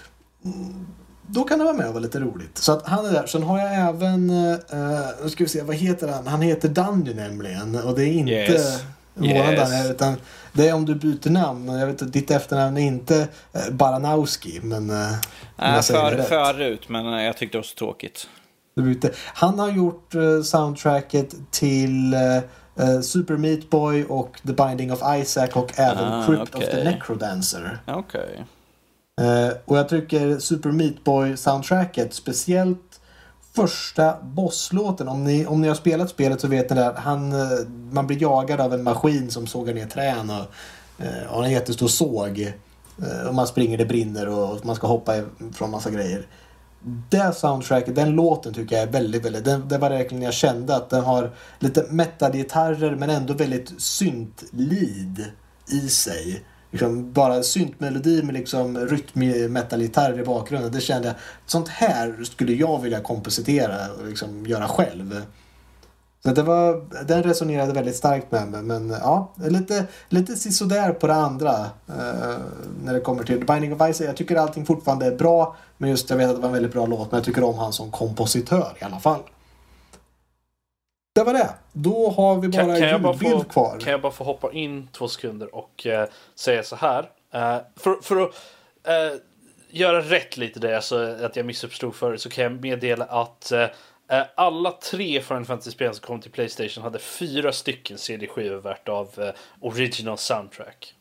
då kan det vara med och vara lite roligt. Så att han är där. Sen har jag även uh, nu ska vi se, vad heter han? Han heter Danny nämligen, och det är inte yes. Våran yes. Danny, utan det är om du byter namn. Jag vet att ditt efternamn är inte eh, Baranowski, men eh, äh, för, förut, men äh, jag tyckte det var så tråkigt. Du byter. Han har gjort eh, soundtracket till eh, Super Meat Boy och The Binding of Isaac och även ah, Crypt okay. of the Necrodancer. Okej. Okay. Eh, och jag tycker Super Meat Boy soundtracket, speciellt första bosslåten, om ni, om ni har spelat spelet så vet ni att han, man blir jagad av en maskin som sågar ner trän och, och har en jättestor såg och man springer, det brinner och man ska hoppa från massa grejer. Det soundtracket, den låten tycker jag är väldigt, väldigt, den, det var verkligen jag kände att den har lite metal-gitarrer men ändå väldigt synt-lead i sig. Liksom bara syntmelodi med liksom rytm-metal-gitarr i bakgrunden. Det kände jag, sånt här skulle jag vilja kompositera och liksom göra själv. Så det var, den resonerade väldigt starkt med mig. Men ja, lite, lite sisådär på det andra eh, när det kommer till The Binding of Isaac. Jag tycker allting fortfarande är bra, men just jag vet att det var en väldigt bra låt, men jag tycker om han som kompositör i alla fall. Det var det. Då har vi bara kan, kan ljudbild få, kvar. Kan jag bara få hoppa in två sekunder och uh, säga så här. Uh, för, för att uh, göra rätt lite där, så att jag missuppstod förut, så kan jag meddela att uh, alla tre Final Fantasy-spel som kom till PlayStation hade fyra stycken C D-skivor värt av uh, original soundtrack.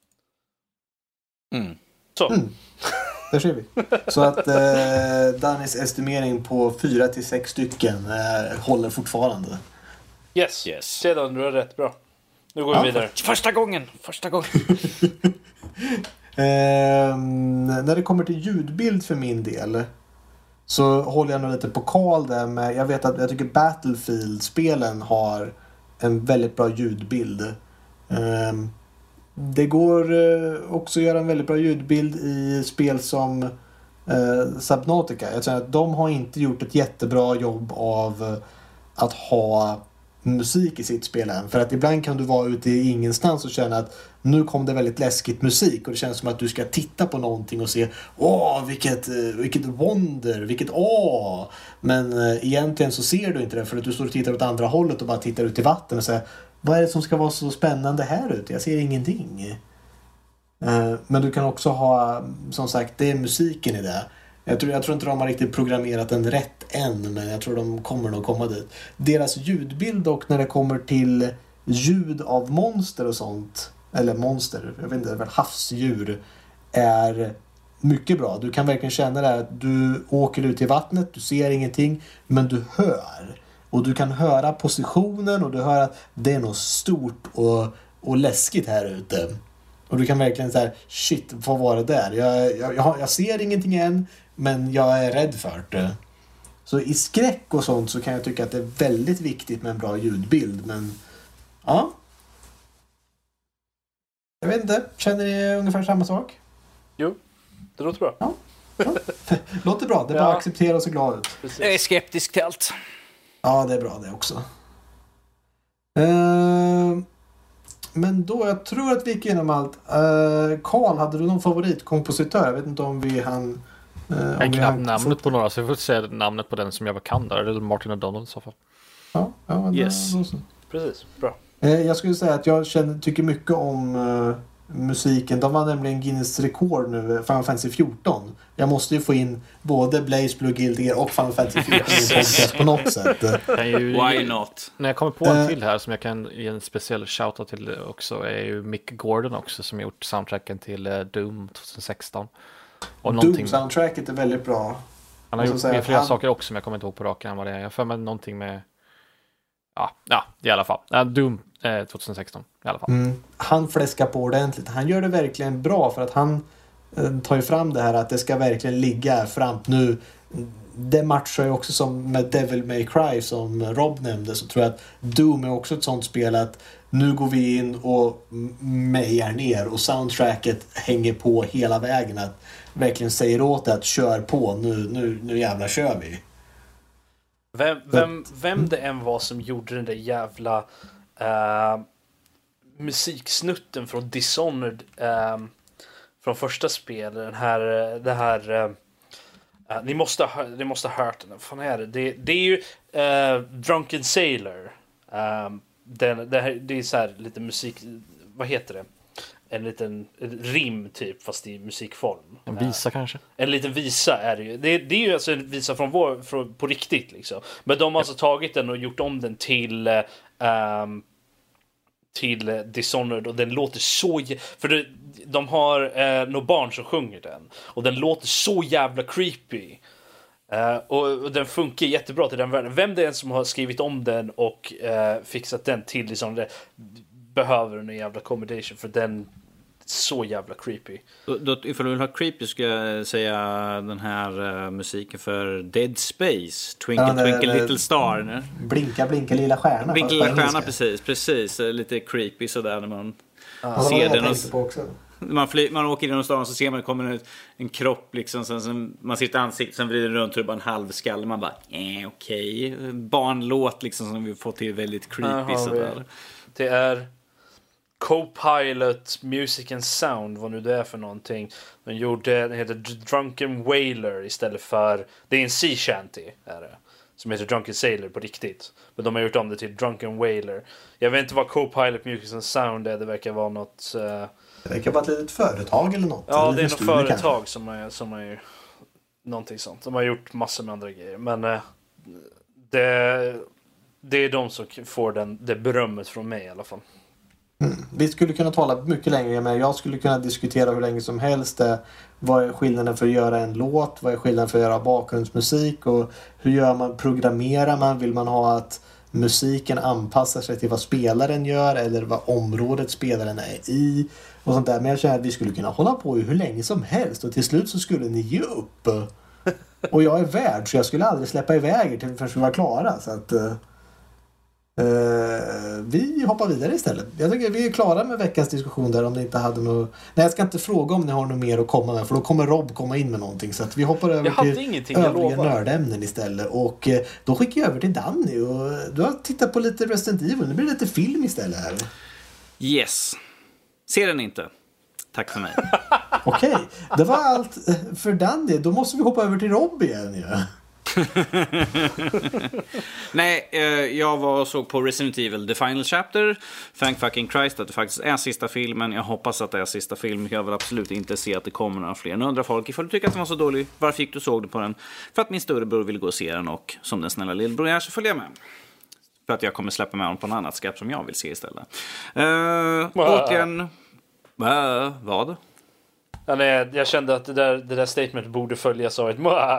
Mm. Så. Mm. Där ser vi. Så att eh, Dannys estimering på fyra till sex stycken eh, håller fortfarande. Yes, yes. Sedan, du är rätt bra. Nu går ja. vi vidare. Första gången, första gången. eh, när det kommer till ljudbild för min del så håller jag nog lite pokal där med, jag vet att jag tycker Battlefield-spelen har en väldigt bra ljudbild. Eh, Det går också att göra en väldigt bra ljudbild i spel som eh, Subnautica. Jag tror att de har inte gjort ett jättebra jobb av att ha musik i sitt spel än. För att ibland kan du vara ute i ingenstans och känna att nu kom det väldigt läskigt musik och det känns som att du ska titta på någonting och se åh, vilket, vilket wonder, vilket åh. Men äh, egentligen så ser du inte det för att du står och tittar åt andra hållet och bara tittar ut i vatten och säger vad är det som ska vara så spännande här ute? Jag ser ingenting. Äh, men du kan också ha, som sagt, det är musiken i det. Jag tror, jag tror inte de har riktigt programmerat den rätt än, men jag tror de kommer nog komma dit. Deras ljudbild och när det kommer till ljud av monster och sånt, eller monster, jag vet inte, det är väl havsdjur, är mycket bra. Du kan verkligen känna det att du åker ut i vattnet, du ser ingenting, men du hör. Och du kan höra positionen och du hör att det är något stort och, och läskigt här ute. Och du kan verkligen säga, shit, vad var det där? Jag, jag, jag, jag ser ingenting än, men jag är rädd för det. Så i skräck och sånt så kan jag tycka att det är väldigt viktigt med en bra ljudbild. Men ja. Jag vet inte, känner ni ungefär samma sak? Jo, det låter bra. Ja. Ja. Låter bra, det är bara att acceptera och se glad ut. Precis. Jag är skeptisk till allt. Ja, det är bra det också. Uh, men då, jag tror att vi gick igenom allt. Karl, uh, hade du någon favoritkompositör? Jag vet inte om vi hann... Uh, jag kan knappt namnet på några, så jag får säga namnet på den som jag kan där. Det är Martin O'Donnell i så fall. Ja, ja men yes. då så. Precis, bra. Uh, jag skulle säga att jag känner, tycker mycket om... Uh, musiken. De var nämligen Guinness rekord nu, Final Fantasy fjorton. Jag måste ju få in både Blaze Blue Guilty Gear och Final Fantasy fjorton i podcast på något sätt. Ju, Why not? När jag kommer på en till här som jag kan ge en speciell shoutout till också är ju Mick Gordon också som har gjort soundtracken till Doom tjugohundrasexton. Och Doom-soundtracket är väldigt bra. Han har gjort med flera han... saker också, men jag kommer inte ihåg på raken vad det är. Jag får med någonting med Ja, ja, i alla fall. Äh, Doom eh, tjugohundrasexton i alla fall. Mm. Han fläskar på ordentligt. Han gör det verkligen bra för att han eh, tar ju fram det här att det ska verkligen ligga fram nu. Det matchar ju också som med Devil May Cry som Rob nämnde, så tror jag att Doom är också ett sånt spel att nu går vi in och mejar ner och soundtracket hänger på hela vägen, att verkligen säger åt att kör på, nu, nu, nu jävla kör vi. Vem, vem, vem det än var som gjorde den där jävla uh, musiksnutten från Dishonored uh, från första spelet, den här, det här uh, uh, ni måste ha, ni måste ha hört den. Vad fan är det? Det, det är ju uh, Drunken Sailor. Uh, den, det, här, det är så här lite musik, vad heter det? En liten rim typ, fast i musikform. En visa uh, kanske? En liten visa är det ju. Det, det är ju alltså en visa från vår, från, på riktigt liksom. Men de har alltså tagit den och gjort om den till um, till Dishonored, och den låter så jä- för det, de har uh, några barn som sjunger den, och den låter så jävla creepy. Uh, och, och den funkar jättebra till den världen. Vem det är som har skrivit om den och uh, fixat den till liksom det, behöver en jävla accommodation, för den så jävla creepy. Då, då, ifall du vill ha creepy ska jag säga den här uh, musiken för Dead Space, Twinkle ja, Twinkle Little Star. Ne? Blinka blinka lilla stjärna. Blinka lilla stjärna, precis, precis. Lite creepy sådär när man ah, ser den. Och, man, fly, man åker in i stan och så ser man det kommer en, en kropp liksom, sen, sen, man sitter ansiktet, sen vrider runt och det är bara en halv skalle. Man bara, eh, okej. Okay. Barnlåt liksom som vi får till väldigt creepy Aha, sådär. Det är Copilot Music and Sound, vad nu det är för någonting. De gjorde, den heter Drunken Wailer istället för, det är en sea shanty är det, som heter Drunken Sailor på riktigt. Men de har gjort om det till Drunken Wailer. Jag vet inte vad Copilot Music and Sound är, det verkar vara något... Uh... Det verkar vara ett litet företag eller något. Ja, eller det är något företag kanske. som är, som är någonting sånt. De har gjort massor med andra grejer. Men uh, det, det är de som får den, det berömmet från mig i alla fall. Mm. Vi skulle kunna tala mycket längre, men jag skulle kunna diskutera hur länge som helst. Vad är skillnaden för att göra en låt? Vad är skillnaden för att göra bakgrundsmusik? Och hur gör man? Programmerar man? Vill man ha att musiken anpassar sig till vad spelaren gör eller vad området spelaren är i? Och sånt där. Men jag känner att vi skulle kunna hålla på hur länge som helst, och till slut så skulle ni ge upp. Och jag är värd, så jag skulle aldrig släppa iväg er till för att vi var klara. Så att... Uh, vi hoppar vidare istället. Jag tycker vi är klara med veckans diskussion där om ni inte hade något... Nej, jag ska inte fråga om ni har något mer att komma med, för då kommer Rob komma in med någonting. Så att vi hoppar över jag till ingenting, övriga nördämnen istället. Och eh, då skickar jag över till Danny. Och du har tittat på lite Resident Evil. Nu blir det lite film istället här. Yes. Ser den inte. Tack för mig. Okej, det var allt för Danny. Då måste vi hoppa över till Rob igen, ja. Nej, eh, jag var och såg på Resident Evil The Final Chapter. Thank fucking Christ att det faktiskt är sista filmen. Jag hoppas att det är sista filmen. Jag vill absolut inte se att det kommer några fler. Nu undrar folk, ifall du tycker att den var så dålig, varför gick du såg du på den? För att min storebror ville gå och se den, och som den snälla lillbror är så följer jag med. För att jag kommer släppa med honom på något annat skräp som jag vill se istället. uh, Återigen uh, Vad? Ja, nej, jag kände att det där, det där statement borde följas av ett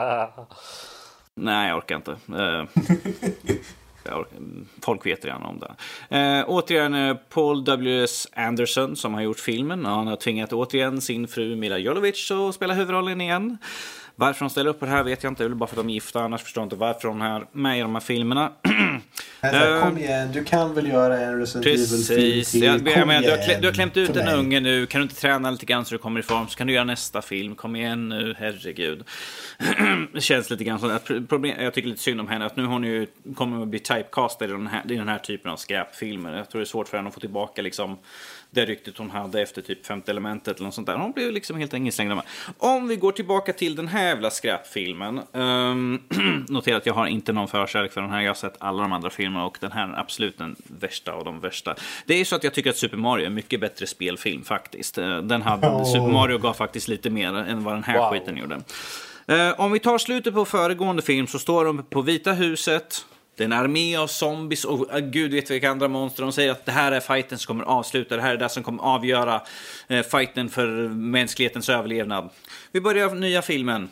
Nej, jag orkar inte. Uh, jag orkar. Folk vet redan om det. Uh, återigen uh, Paul W S Anderson som har gjort filmen. Han har tvingat återigen sin fru Mila Jovovich att spela huvudrollen igen. Varför de ställer upp på det här vet jag inte. Det är bara för att de är gifta. Annars förstår jag inte varför de är med i de här filmerna. Alltså, kom igen, du kan väl göra en Resident Precis. Evil film Jag, jag menar, du, har igen, du har klämt ut en mig. unge nu. Kan du inte träna lite grann så du kommer i form, så kan du göra nästa film. Kom igen nu, herregud. Det känns lite grann som att problem, jag tycker lite synd om henne, att nu hon ju kommer att bli typecastad i den här, i den här typen av skräpfilmer. Jag tror det är svårt för henne att få tillbaka liksom det ryktet hon hade efter typ Femte elementet eller något sånt där. Hon blev liksom helt enkelt slängd med. Om vi går tillbaka till den här jävla skräpfilmen. Um, notera att jag har inte någon förkärlek för den här. Jag har sett alla de andra filmerna och den här är absolut den värsta av de värsta. Det är så att jag tycker att Super Mario är en mycket bättre spelfilm faktiskt. Den hade, oh. Super Mario gav faktiskt lite mer än vad den här wow. skiten gjorde. Uh, om vi tar slutet på föregående film så står de på Vita huset. Det är en armé av zombies och uh, gud vet vilka andra monster. De säger att det här är fighten som kommer avsluta. Det här är det som kommer avgöra uh, fighten för mänsklighetens överlevnad. Vi börjar nya filmen.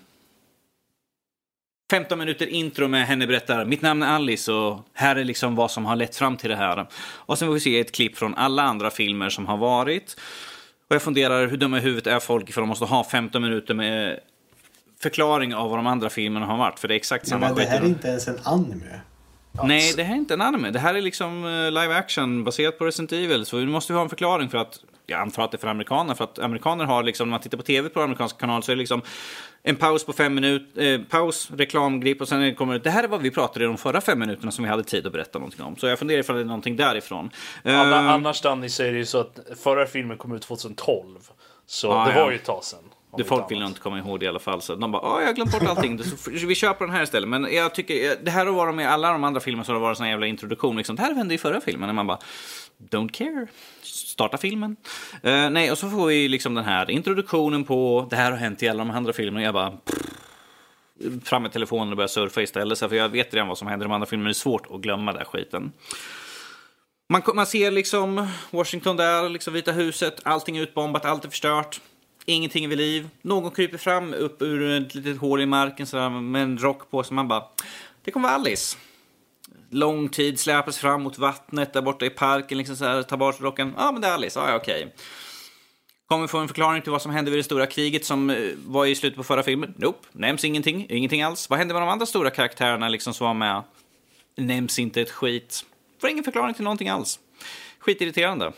femton minuter intro med henne berättar: mitt namn är Alice och här är liksom vad som har lett fram till det här. Och sen får vi se ett klipp från alla andra filmer som har varit. Och jag funderar hur dumma i huvudet är folk för de måste ha femton minuter med förklaring av vad de andra filmerna har varit. För det är exakt samma skit. Men det här är inte ens en anime. Alltså. Nej, det här är inte en anime. Det här är liksom live action baserat på Resident Evil. Så vi måste ju ha en förklaring för att, jag antar att det är för amerikaner. För att amerikaner har liksom, när man tittar på tv på amerikanska kanal så är det liksom en paus på fem minuter, eh, paus, reklamgrip och sen kommer det, det här är vad vi pratade om de förra fem minuterna som vi hade tid att berätta någonting om. Så jag funderar ifall det är någonting därifrån. Anna, uh, annars Danny säger det ju så att förra filmen kom ut tjugohundratolv. Så ah, det var ja. ju ett tag sedan. Det folk vill inte komma ihåg det i alla fall. Så de bara, ja jag har glömt bort allting. Vi köper den här istället. Men jag tycker, det här har varit med alla de andra filmerna så har det varit en sån jävla introduktion. Liksom. Det här hände i förra filmen. När man bara, don't care. Starta filmen. Uh, nej, och så får vi liksom den här introduktionen på, det här har hänt i alla de andra filmerna. Jag bara, pff, fram med telefonen och börjar surfa istället. Så för jag vet redan vad som händer i de andra filmerna. Det är svårt att glömma den skiten. Man, man ser liksom Washington där, liksom Vita huset. Allting är utbombat, allt är förstört. Ingenting är vid liv. Någon kryper fram upp ur ett litet hål i marken sådär, med en rock på. Så man bara, det kommer vara Alice. Lång tid släpas fram mot vattnet där borta i parken. Liksom såhär, tar bort rocken. Ja, ah, men det är Alice. Ja, ah, okej. Okay. Kommer vi få en förklaring till vad som hände vid det stora kriget som var i slutet på förra filmen? Nope, nämns ingenting. Ingenting alls. Vad hände med de andra stora karaktärerna liksom som var med? Nämns inte ett skit. Får ingen förklaring till någonting alls. Skitirriterande.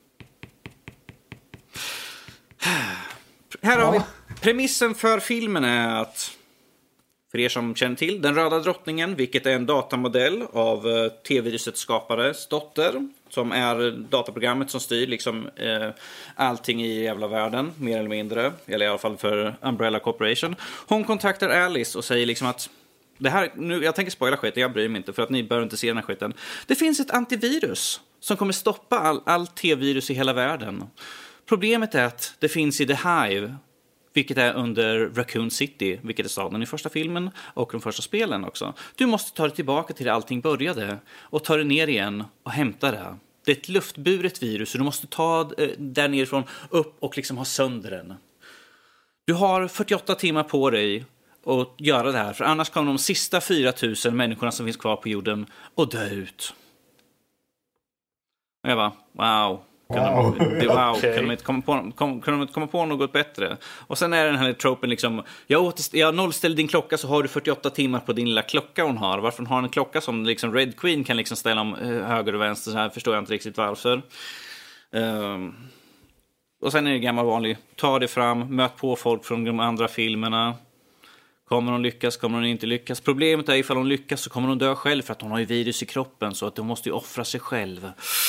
Här har vi premissen för filmen är att, för er som känner till, den röda drottningen, vilket är en datamodell av T-virusets skapares dotter, som är dataprogrammet som styr liksom eh, allting i jävla världen, mer eller mindre, eller i alla fall för Umbrella Corporation. Hon kontaktar Alice och säger liksom att det här, nu, jag tänker spoila skiten, jag bryr mig inte för att ni behöver inte se den här skiten. Det finns ett antivirus som kommer stoppa all, all T-virus i hela världen. Problemet är att det finns i The Hive, vilket är under Raccoon City, vilket är staden i första filmen och de första spelen också. Du måste ta dig tillbaka till där allting började och ta dig ner igen och hämta det. Det är ett luftburet virus så du måste ta där nerifrån upp och liksom ha sönder den. Du har fyrtioåtta timmar på dig att göra det här, för annars kommer de sista fyra tusen människorna som finns kvar på jorden att dö ut. Och jag bara, wow. Wow. Det, wow. Okay. Kunde de inte komma på, kom, kunde de inte komma på något bättre? Och sen är den här tropen liksom, jag, återst- jag nollställer din klocka så har du fyrtioåtta timmar på din lilla klocka hon har. Varför hon har en klocka som liksom Red Queen kan liksom ställa om höger och vänster, så här förstår jag inte riktigt varför. Um, och sen är det gammal vanlig, ta det fram, möt på folk från de andra filmerna. Kommer hon lyckas, kommer hon inte lyckas? Problemet är ifall hon lyckas så kommer hon dö själv för att hon har ju virus i kroppen, så att hon måste ju offra sig själv.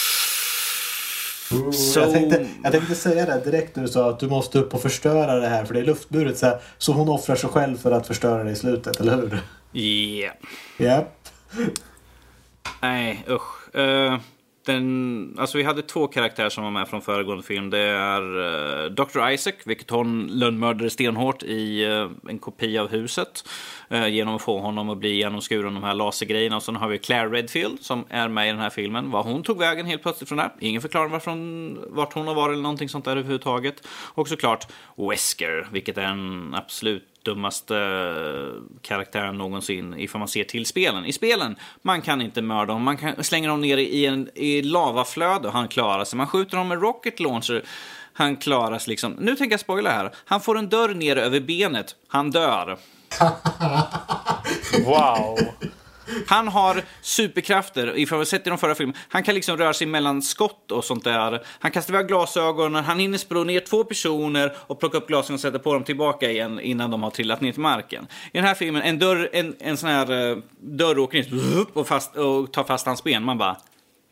Ooh, Så... jag, tänkte, jag tänkte säga det direkt när du sa att du måste upp och förstöra det här för det är luftburet, så, här, så hon offrar sig själv för att förstöra det i slutet, eller hur? Yeah. Japp. Nej, usch. Uh, den, alltså vi hade två karaktärer som var med från föregående film. Det är uh, doktor Isaac, vilket hon lönnmördade stenhårt i uh, en kopia av huset. Uh, genom att få honom att bli genomskuren de här lasergrejerna. Och sen har vi Claire Redfield som är med i den här filmen. Vad hon tog vägen helt plötsligt från där. Ingen förklarar varför hon, vart hon har varit eller någonting sånt där överhuvudtaget. Och såklart Wesker, vilket är en absolut dummaste karaktären någonsin ifall man ser till spelen. I spelen, man kan inte mörda honom. Man kan slänga honom ner i en i lavaflöde och han klarar sig. Man skjuter honom med rocket launcher. Han klarar sig liksom. Nu tänker jag spoila här. Han får en dörr ner över benet. Han dör. Wow. Han har superkrafter. Ifall vi sett i de förra filmen. Han kan liksom röra sig mellan skott och sånt där. Han kastar iväg glasögonen. Han hinner språ ner två personer och plocka upp glasögonen och sätta på dem tillbaka igen innan de har trillat ner till marken. I den här filmen, en dörr, en, en sån här uh, dörr åker in och, fast, och tar fast hans ben. Man bara...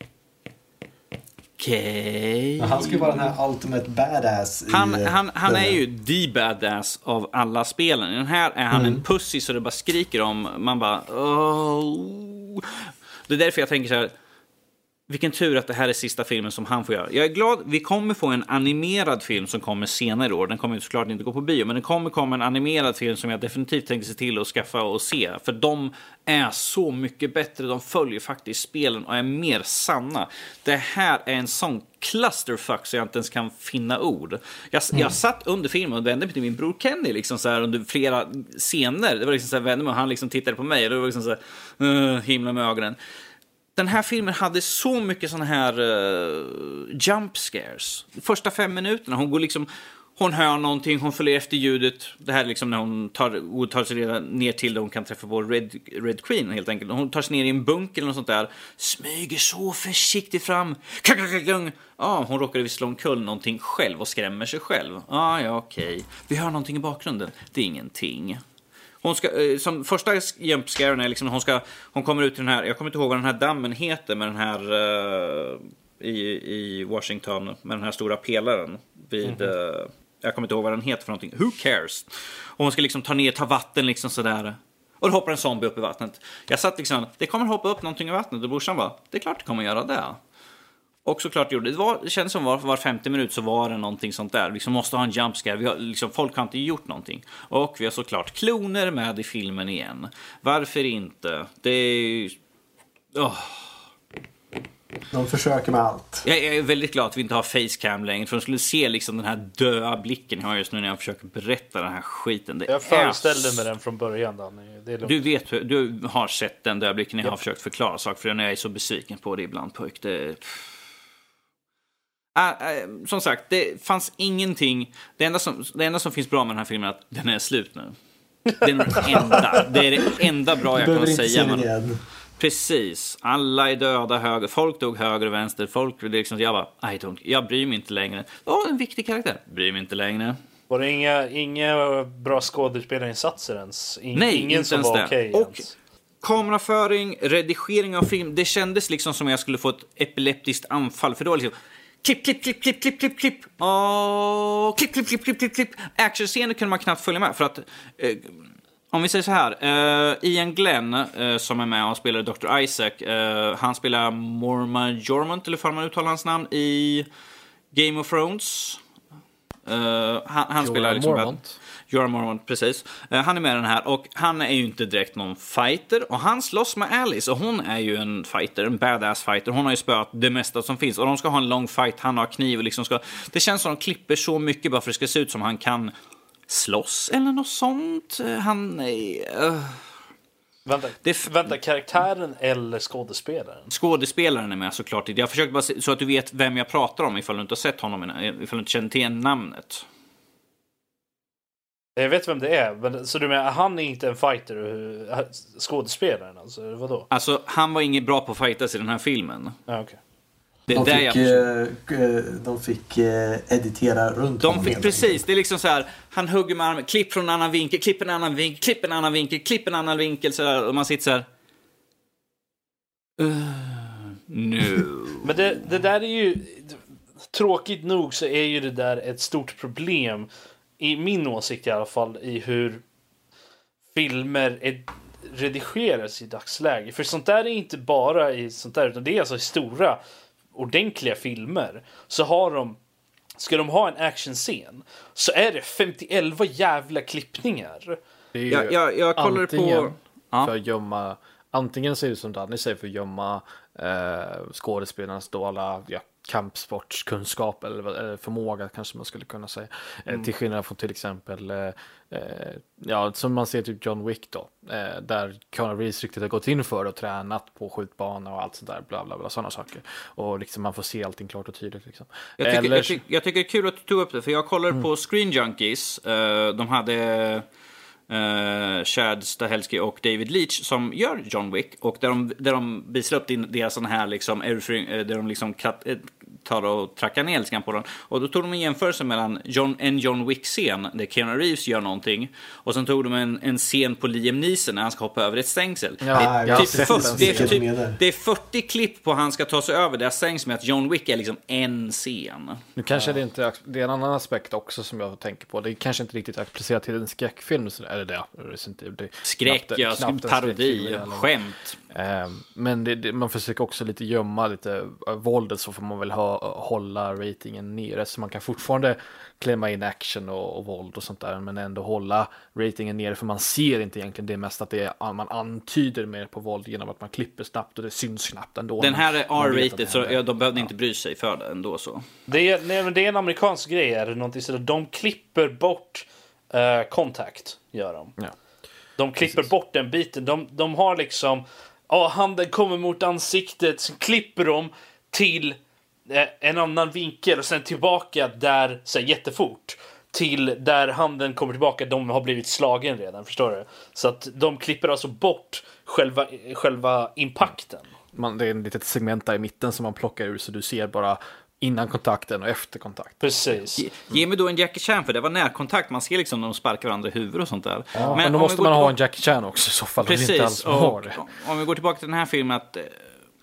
Okej. Okay. Han ska ju vara den här ultimate badass. Han, i, han, han är ju the badass av alla spelen. I den här är han mm. en pussy så det bara skriker om. Man bara... Oh. Det är därför jag tänker så här... Vilken tur att det här är sista filmen som han får göra. Jag är glad, vi kommer få en animerad film som kommer senare i år. Den kommer ju såklart inte gå på bio, men det kommer komma en animerad film som jag definitivt tänkte se till att skaffa och se. För de är så mycket bättre, de följer faktiskt spelen och är mer sanna. Det här är en sån clusterfuck så jag inte ens kan finna ord. Jag, mm. jag satt under filmen och vände mig till min bror Kenny liksom så här, under flera scener. Det var liksom så här, vände mig och han liksom tittade på mig och det var liksom så här, uh, himla med ögonen. Den här filmen hade så mycket såna här uh, jump scares. Första fem minuterna, hon går liksom, hon hör någonting, hon följer efter ljudet. Det här är liksom när hon tar, tar sig redan ner till där hon kan träffa på Red, Red Queen helt enkelt. Hon tar sig ner i en bunker eller något sånt där. Smyger så försiktigt fram. Ja, ah, hon råkade visst slå omkull någonting själv och skrämmer sig själv. Ah, ja, okej. Okay. Vi hör någonting i bakgrunden. Det är ingenting. Hon ska, som första jumpscaren är liksom hon ska hon kommer ut till den här, jag kommer inte ihåg vad den här dammen heter, med den här uh, i, i Washington med den här stora pelaren vid mm-hmm. uh, jag kommer inte ihåg vad den heter för någonting. Who cares? Och hon ska liksom ta ner ta vatten liksom sådär. Och då hoppar en zombie upp i vattnet. Jag satt liksom, det kommer hoppa upp någonting i vattnet och brorsan bara, det är klart det kommer göra det. Och såklart gjorde det. Var, det kändes som var, var femtio minut så var det någonting sånt där. Vi liksom måste ha en jumpscare. Vi har, liksom, folk har inte gjort någonting. Och vi har såklart kloner med i filmen igen. Varför inte? Det är... Oh. De försöker med allt. Jag är väldigt glad att vi inte har facecam längre. För de skulle se liksom den här döda blicken jag har just nu när jag försöker berätta den här skiten. Det jag föreställde är... mig den från början, Danny. Det är du vet, du har sett den döda blicken. Jag har yep. försökt förklara saker för den. Jag är så besviken på det ibland, pojk. Det... Uh, uh, som sagt, det fanns ingenting. Det enda, som, det enda som finns bra med den här filmen är att den är slut nu. Det är det enda, det är det enda bra jag kan säga. Men, precis, alla är döda höger. Folk dog höger och vänster. Folk liksom, jag bara, I don't, jag bryr mig inte längre. Åh, en viktig karaktär, bryr mig inte längre. Var det inga, inga bra skådespelarinsatser ens? In, Nej, ingen inte som ens var det. okej Och ens. kameraföring, redigering av film, det kändes liksom som jag skulle få ett epileptiskt anfall. För då var det liksom klipp, klipp, klipp, klipp, klipp, klipp, klipp. Åh, klipp, klipp, klipp, klipp, klipp, klipp. Actionscener kunde man knappt följa med. För att, eh, om vi säger så här. Eh, Ian Glenn, eh, som är med och spelar doktor Isaac. Eh, han spelar Morma Jormont, eller får man uttala hans namn, i Game of Thrones. Uh, han han spelar liksom Mormont. Jorah Mormont, precis. Uh, han är med i den här och han är ju inte direkt någon fighter och han slåss med Alice och hon är ju en fighter, en badass fighter. Hon har ju spöat det mesta som finns och de ska ha en lång fight, han har kniv och liksom ska... Det känns som att de klipper så mycket bara för att det ska se ut som han kan slåss eller något sånt. Uh, han är... Uh... Vänta, Det f- vänta, karaktären eller skådespelaren? Skådespelaren är med såklart. Jag försöker bara se, så att du vet vem jag pratar om ifall du inte har sett honom, ifall du inte känner till namnet. Jag vet vem det är, men så du menar han är inte en fighter, skådespelaren alltså, eller vadå? Alltså, han var inget bra på att fightas i den här filmen. Ja, okej. Det är De där fick, jag försöker- eh, de fick eh, editera runt De honom fick helt precis, enkelt. det är liksom så här, han hugger med armen, klipp från en annan vinkel, klipp en annan vinkel, klipp en annan vinkel, klipp en annan vinkel så där, och man sitter så här. Uh, nu. Men det, det där är ju, tråkigt nog så är ju det där ett stort problem, i min åsikt i alla fall, i hur filmer är, redigeras i dagsläge. För sånt där är inte bara i sånt där, utan det är alltså i stora, ordentliga filmer. Så har de, ska de ha en actionscen, så är det femtioelva jävla klippningar. Det är ju Jag, jag, jag kollar antingen på... Ja. för att gömma, antingen ser det som Danny säger, för att gömma eh, skådespelarnas då alla ja, kampsportskunskap eller, vad- eller förmåga kanske man skulle kunna säga. Eh, till skillnad från till exempel eh, eh, ja, som man ser typ John Wick då, eh, där Keanu Reeves riktigt har gått in för och tränat på skjutbana och allt sånt där, bla bla bla, sådana saker. Och liksom man får se allting klart och tydligt liksom. Jag tycker, Eller- jag, tycker, jag tycker det är kul att du tog upp det, för jag kollar på Screen Junkies. Eh, de hade uh, Chad Stahelski och David Leitch som gör John Wick, och där de, där de visar upp din, deras sån här liksom, everything, eh, där de liksom kat, eh, tar och trackar ner lite grann på den. Och då tog de en jämförelse mellan John, en John Wick-scen där Keanu Reeves gör någonting, och sen tog de en, en scen på Liam Neeson när han ska hoppa över ett stängsel. Ja, det, jag är har typ sett fyrtio, den det, är scenen typ, med där. det är fyrtio klipp på han ska ta sig över det här stängs med att John Wick är liksom en scen. Nu kanske det inte, det är en annan aspekt också som jag tänker på. Det är kanske inte riktigt applicerat till en skräckfilm, så- eller det, Resident Evil, det är Skräck, knappt- ja, knappt en parodi, skräckfilm eller- skämt. Eh, Men det, det, man försöker också lite gömma lite äh, våldet, så får man väl ha, hålla ratingen nere, så man kan fortfarande klämma in action och, och våld och sånt där, men ändå hålla ratingen nere, för man ser inte egentligen det mest, att det är, man antyder mer på våld genom att man klipper snabbt och det syns knappt ändå. Den här är Man vet att det R-rated, så händer. ja, de behövde inte bry sig för det ändå så. Det är, nej, men det är en amerikansk grej, är det någonting sådär. De klipper bort uh, kontakt, gör de. Ja. De klipper bort den biten. De, de har liksom, ja, handen kommer mot ansiktet, sen klipper de till eh, en annan vinkel och sen tillbaka där, så här, jättefort, till där handen kommer tillbaka, de har blivit slagen redan, förstår du? Så att de klipper alltså bort själva, själva impacten. Man, det är en litet segment där i mitten som man plockar ur, så du ser bara innan kontakten och efter kontakt. Precis. Ge, ge mig då en Jackie Chan, för det var närkontakt. Man ser liksom när de sparkar varandra i huvudet och sånt där. Ja, men, då om måste vi går man ha en tillbaka- Jackie Chan också i så fall. Om vi inte Precis, alls har och det. om vi går tillbaka till den här filmen, att eh,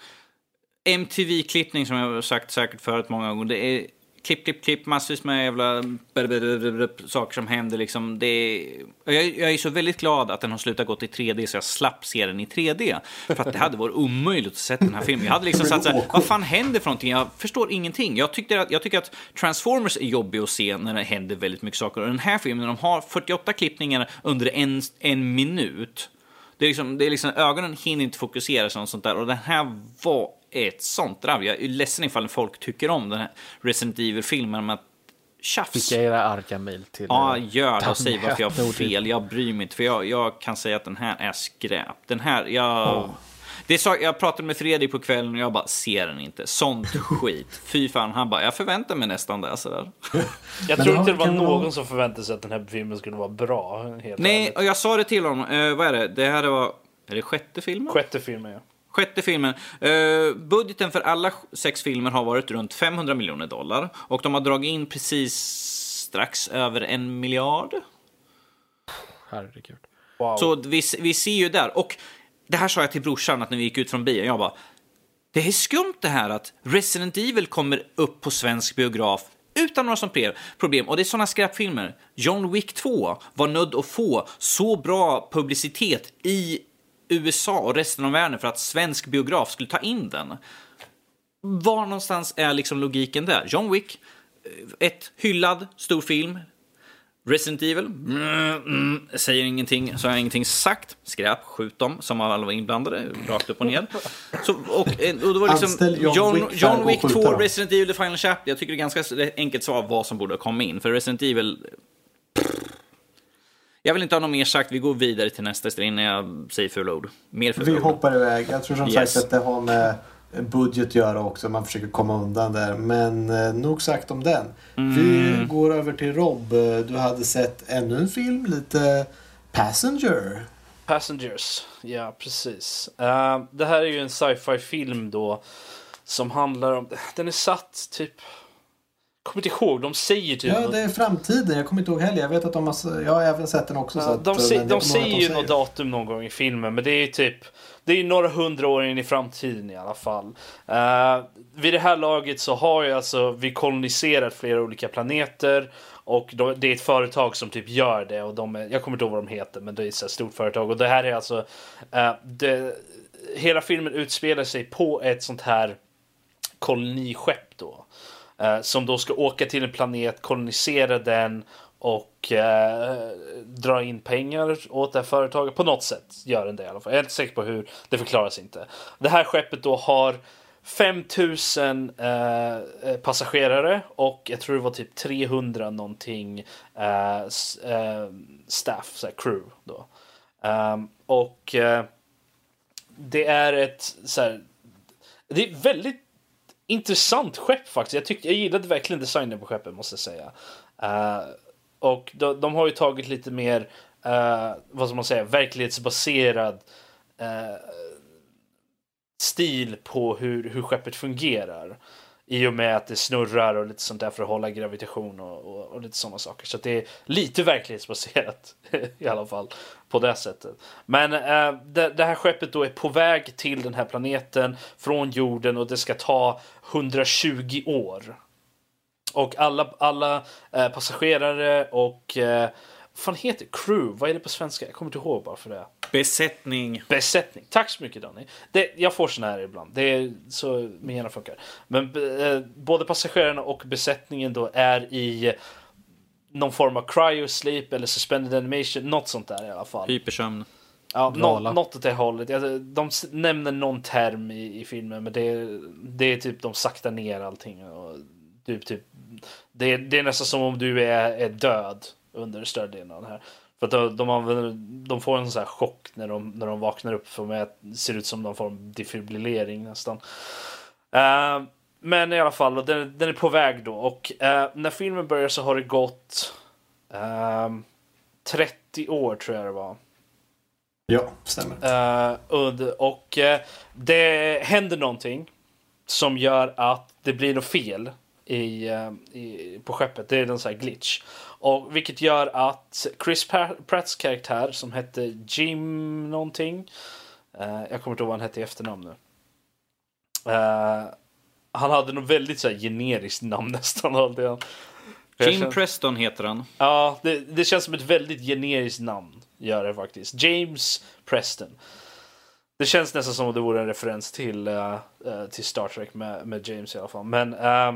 M T V-klippning, som jag har sagt säkert förut många gånger, det är klipp, klipp, klipp, massvis med jävla saker som händer liksom. Det är, jag, jag är så väldigt glad att den har slutat gått i tre D, så jag slapp se den i tre D, för att det hade varit omöjligt att se den här filmen. Jag hade liksom sagt så här, vad fan händer för någonting? Jag förstår ingenting. Jag tyckte att, jag tycker att Transformers är jobbig att se när det händer väldigt mycket saker, och den här filmen, när de har fyrtioåtta klippningar under en, en minut, det är, liksom, det är liksom, ögonen hinner inte fokusera sånt, sånt där. Och den här var ett sånt drav. Jag är ledsen ifall folk tycker om den här Resident Evil-filmen, men att tjafs. Skicka era arga mejl till... Ja, eh, gör det och säg varför jag har Danny fel. Jag bryr mig inte, för jag, jag kan säga att den här är skräp. Den här, jag... Oh. Det sa, jag pratade med Fredrik på kvällen och jag bara, ser den inte. Sånt skit. Fy fan, han bara, jag förväntar mig nästan det. Sådär. Jag Men tror det inte det var kan någon vara- som förväntade sig att den här filmen skulle vara bra. Helt Nej, ärligt. och jag sa det till honom. Eh, vad är det? Det här var... Är det sjätte filmen? Sjätte filmen, ja. Sjätte filmen. Uh, budgeten för alla sex filmer har varit runt femhundra miljoner dollar. Och de har dragit in precis strax över en miljard. Herregud. Wow. Så vi, vi ser ju där. Och det här sa jag till brorsan att när vi gick ut från bion. Jag bara, det är skumt det här att Resident Evil kommer upp på svensk biograf utan några som problem. Och det är sådana skräpfilmer. John Wick två var nödd att få så bra publicitet i U S A och resten av världen för att svensk biograf skulle ta in den. Var någonstans är liksom logiken där? John Wick, ett hyllad stor film. Resident Evil, mm, mm, säger ingenting, så har jag ingenting sagt. Skräp, skjut dem, som alla var inblandade, rakt upp och ner. Så, och, och då var liksom Anställ John John, Wick John och Wick skjuta två, dem. Resident Evil, The Final Chapter. Jag tycker det är ganska enkelt svar vad som borde komma in. För Resident Evil... Jag vill inte ha något mer sagt. Vi går vidare till nästa strid innan jag säger fula ord. Mer fula Vi ord. hoppar iväg. Jag tror som Yes. sagt att det har med budget att göra också. Man försöker komma undan där. Men eh, nog sagt om den. Mm. Vi går över till Rob. Du hade sett ännu en film. Lite Passenger. Passengers, ja precis. Uh, det här är ju en sci-fi film då som handlar om, den är satt typ, jag kommer inte ihåg, de säger typ Ja, något- det är framtiden. Jag kommer inte ihåg heller. Jag vet att de har, jag har även sett den också. så Ja, att, de, men se, jag de kommer ihåg säger att ju något datum någon gång i filmen, men det är ju typ, det är ju några hundra år in i framtiden i alla fall. Uh, vid det här laget så har ju alltså vi koloniserat flera olika planeter och då, det är ett företag som typ gör det och de är, jag kommer inte ihåg vad de heter, men det är ett så här stort företag och det här är alltså uh, det, hela filmen utspelar sig på ett sånt här koloniskepp då. Uh, som då ska åka till en planet, kolonisera den och eh, dra in pengar åt det här företaget. På något sätt gör den det i alla fall. Jag är inte säker på hur, det förklaras inte. Det här skeppet då har fem tusen eh, passagerare och jag tror det var typ trehundra någonting eh, s- eh, staff, så här, crew då. Um, och eh, det är ett så här, det är väldigt intressant skepp faktiskt. Jag tyckte jag gillade verkligen designen på skeppet, måste jag säga. Uh, och de, de har ju tagit lite mer uh, vad ska man säga, verklighetsbaserad uh, stil på hur, hur skeppet fungerar. I och med att det snurrar och lite sånt där för att hålla gravitation och, och, och lite sådana saker. Så att det är lite verklighetsbaserat i alla fall på det sättet. Men uh, det, det här skeppet då är på väg till den här planeten från jorden och det ska ta hundratjugo år. Och alla, alla eh, passagerare och eh, vad fan heter crew? Vad är det på svenska? Jag kommer inte ihåg bara för det. Besättning. Besättning. Tack så mycket, Danny. Det, jag får såna här ibland. Det är så min hjärna funkar. Men eh, både passagerarna och besättningen då är i någon form av cryosleep eller suspended animation. Något sånt där i alla fall. Hypersömn. Ja, Dvala. nå, något åt det hållet. Alltså, de s- nämner någon term i, i filmen, men det, är- det är typ de saktar ner allting. Och typ, typ, det, är, det är nästan som om du är, är död under större delen av det här. För att de, de, använder, de får en sån här chock när de, när de vaknar upp, för mig att det ser ut som någon form av defibrillering nästan. Uh, men i alla fall, den, den är på väg då. Och uh, när filmen börjar så har det gått uh, trettio år, tror jag det var. Ja, stämmer. Uh, och och uh, det händer någonting som gör att det blir något fel i, uh, i, på skeppet. Det är en sån här glitch. Och vilket gör att Chris Pratts karaktär, som hette Jim någonting, uh, jag kommer inte ihåg vad han hette i efternamn nu. Uh, han hade något väldigt så här generiskt namn nästan. Alltid. Jag Jim känner- Preston heter han. Ja, det, det känns som ett väldigt generiskt namn. Gör det faktiskt. James Preston. Det känns nästan som om det vore en referens till, uh, uh, till Star Trek med, med James i alla fall. Men uh,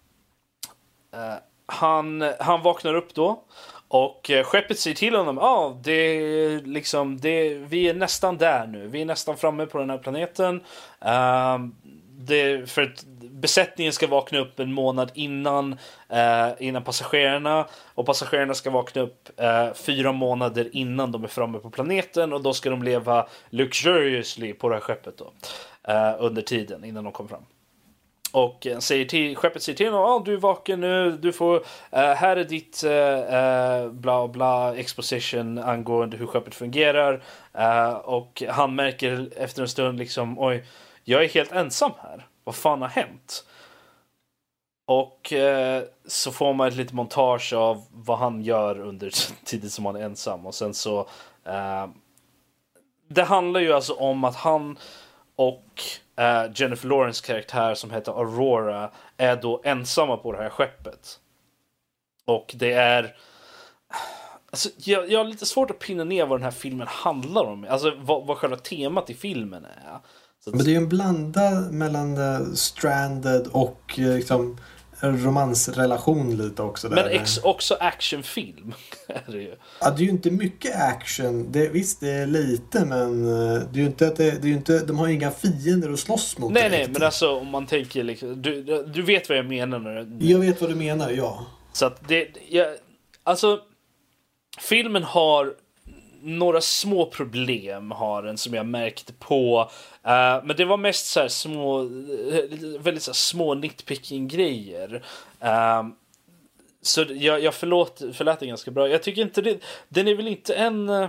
uh, han, han vaknar upp då. Och uh, skeppet säger till honom, ja, ah, det är liksom, det, vi är nästan där nu. Vi är nästan framme på den här planeten. Uh, det, för att besättningen ska vakna upp en månad innan, eh, innan passagerarna. Och passagerarna ska vakna upp eh, fyra månader innan de är framme på planeten. Och då ska de leva luxuriously på det här skeppet då. Eh, under tiden innan de kommer fram. Och eh, säger till, skeppet säger till honom, ah, du är vaken nu, du får, eh, här är ditt eh, bla bla exposition angående hur skeppet fungerar. Eh, och han märker efter en stund liksom, oj, jag är helt ensam här. Vad fan har hänt? Och eh, så får man ett litet montage av vad han gör under tiden som han är ensam. Och sen så eh, det handlar ju alltså om att han och eh, Jennifer Lawrence karaktär, som heter Aurora, är då ensamma på det här skeppet. Och det är, alltså, jag, jag har lite svårt att pinna ner vad den här filmen handlar om. Alltså vad, vad själva temat i filmen är. Så att, Men det är ju en blanda mellan uh, Stranded och uh, liksom en romansrelation lite också. Där. men ex, också actionfilm är det ju. Ja, det är ju inte mycket action. Det, visst, det är lite, men uh, det är ju inte att det, det är ju inte, de har ju inga fiender att slåss mot. Nej, direkt. nej, men alltså om man tänker liksom, du, du vet vad jag menar när Jag vet vad du menar, ja. Så att det, jag, alltså filmen har några små problem har den som jag märkte på. Uh, men det var mest så här små, väldigt så här små nitpicking-grejer. Uh, så jag, jag förlåt, förlät det ganska bra. Jag tycker inte det, den är väl inte en... Uh,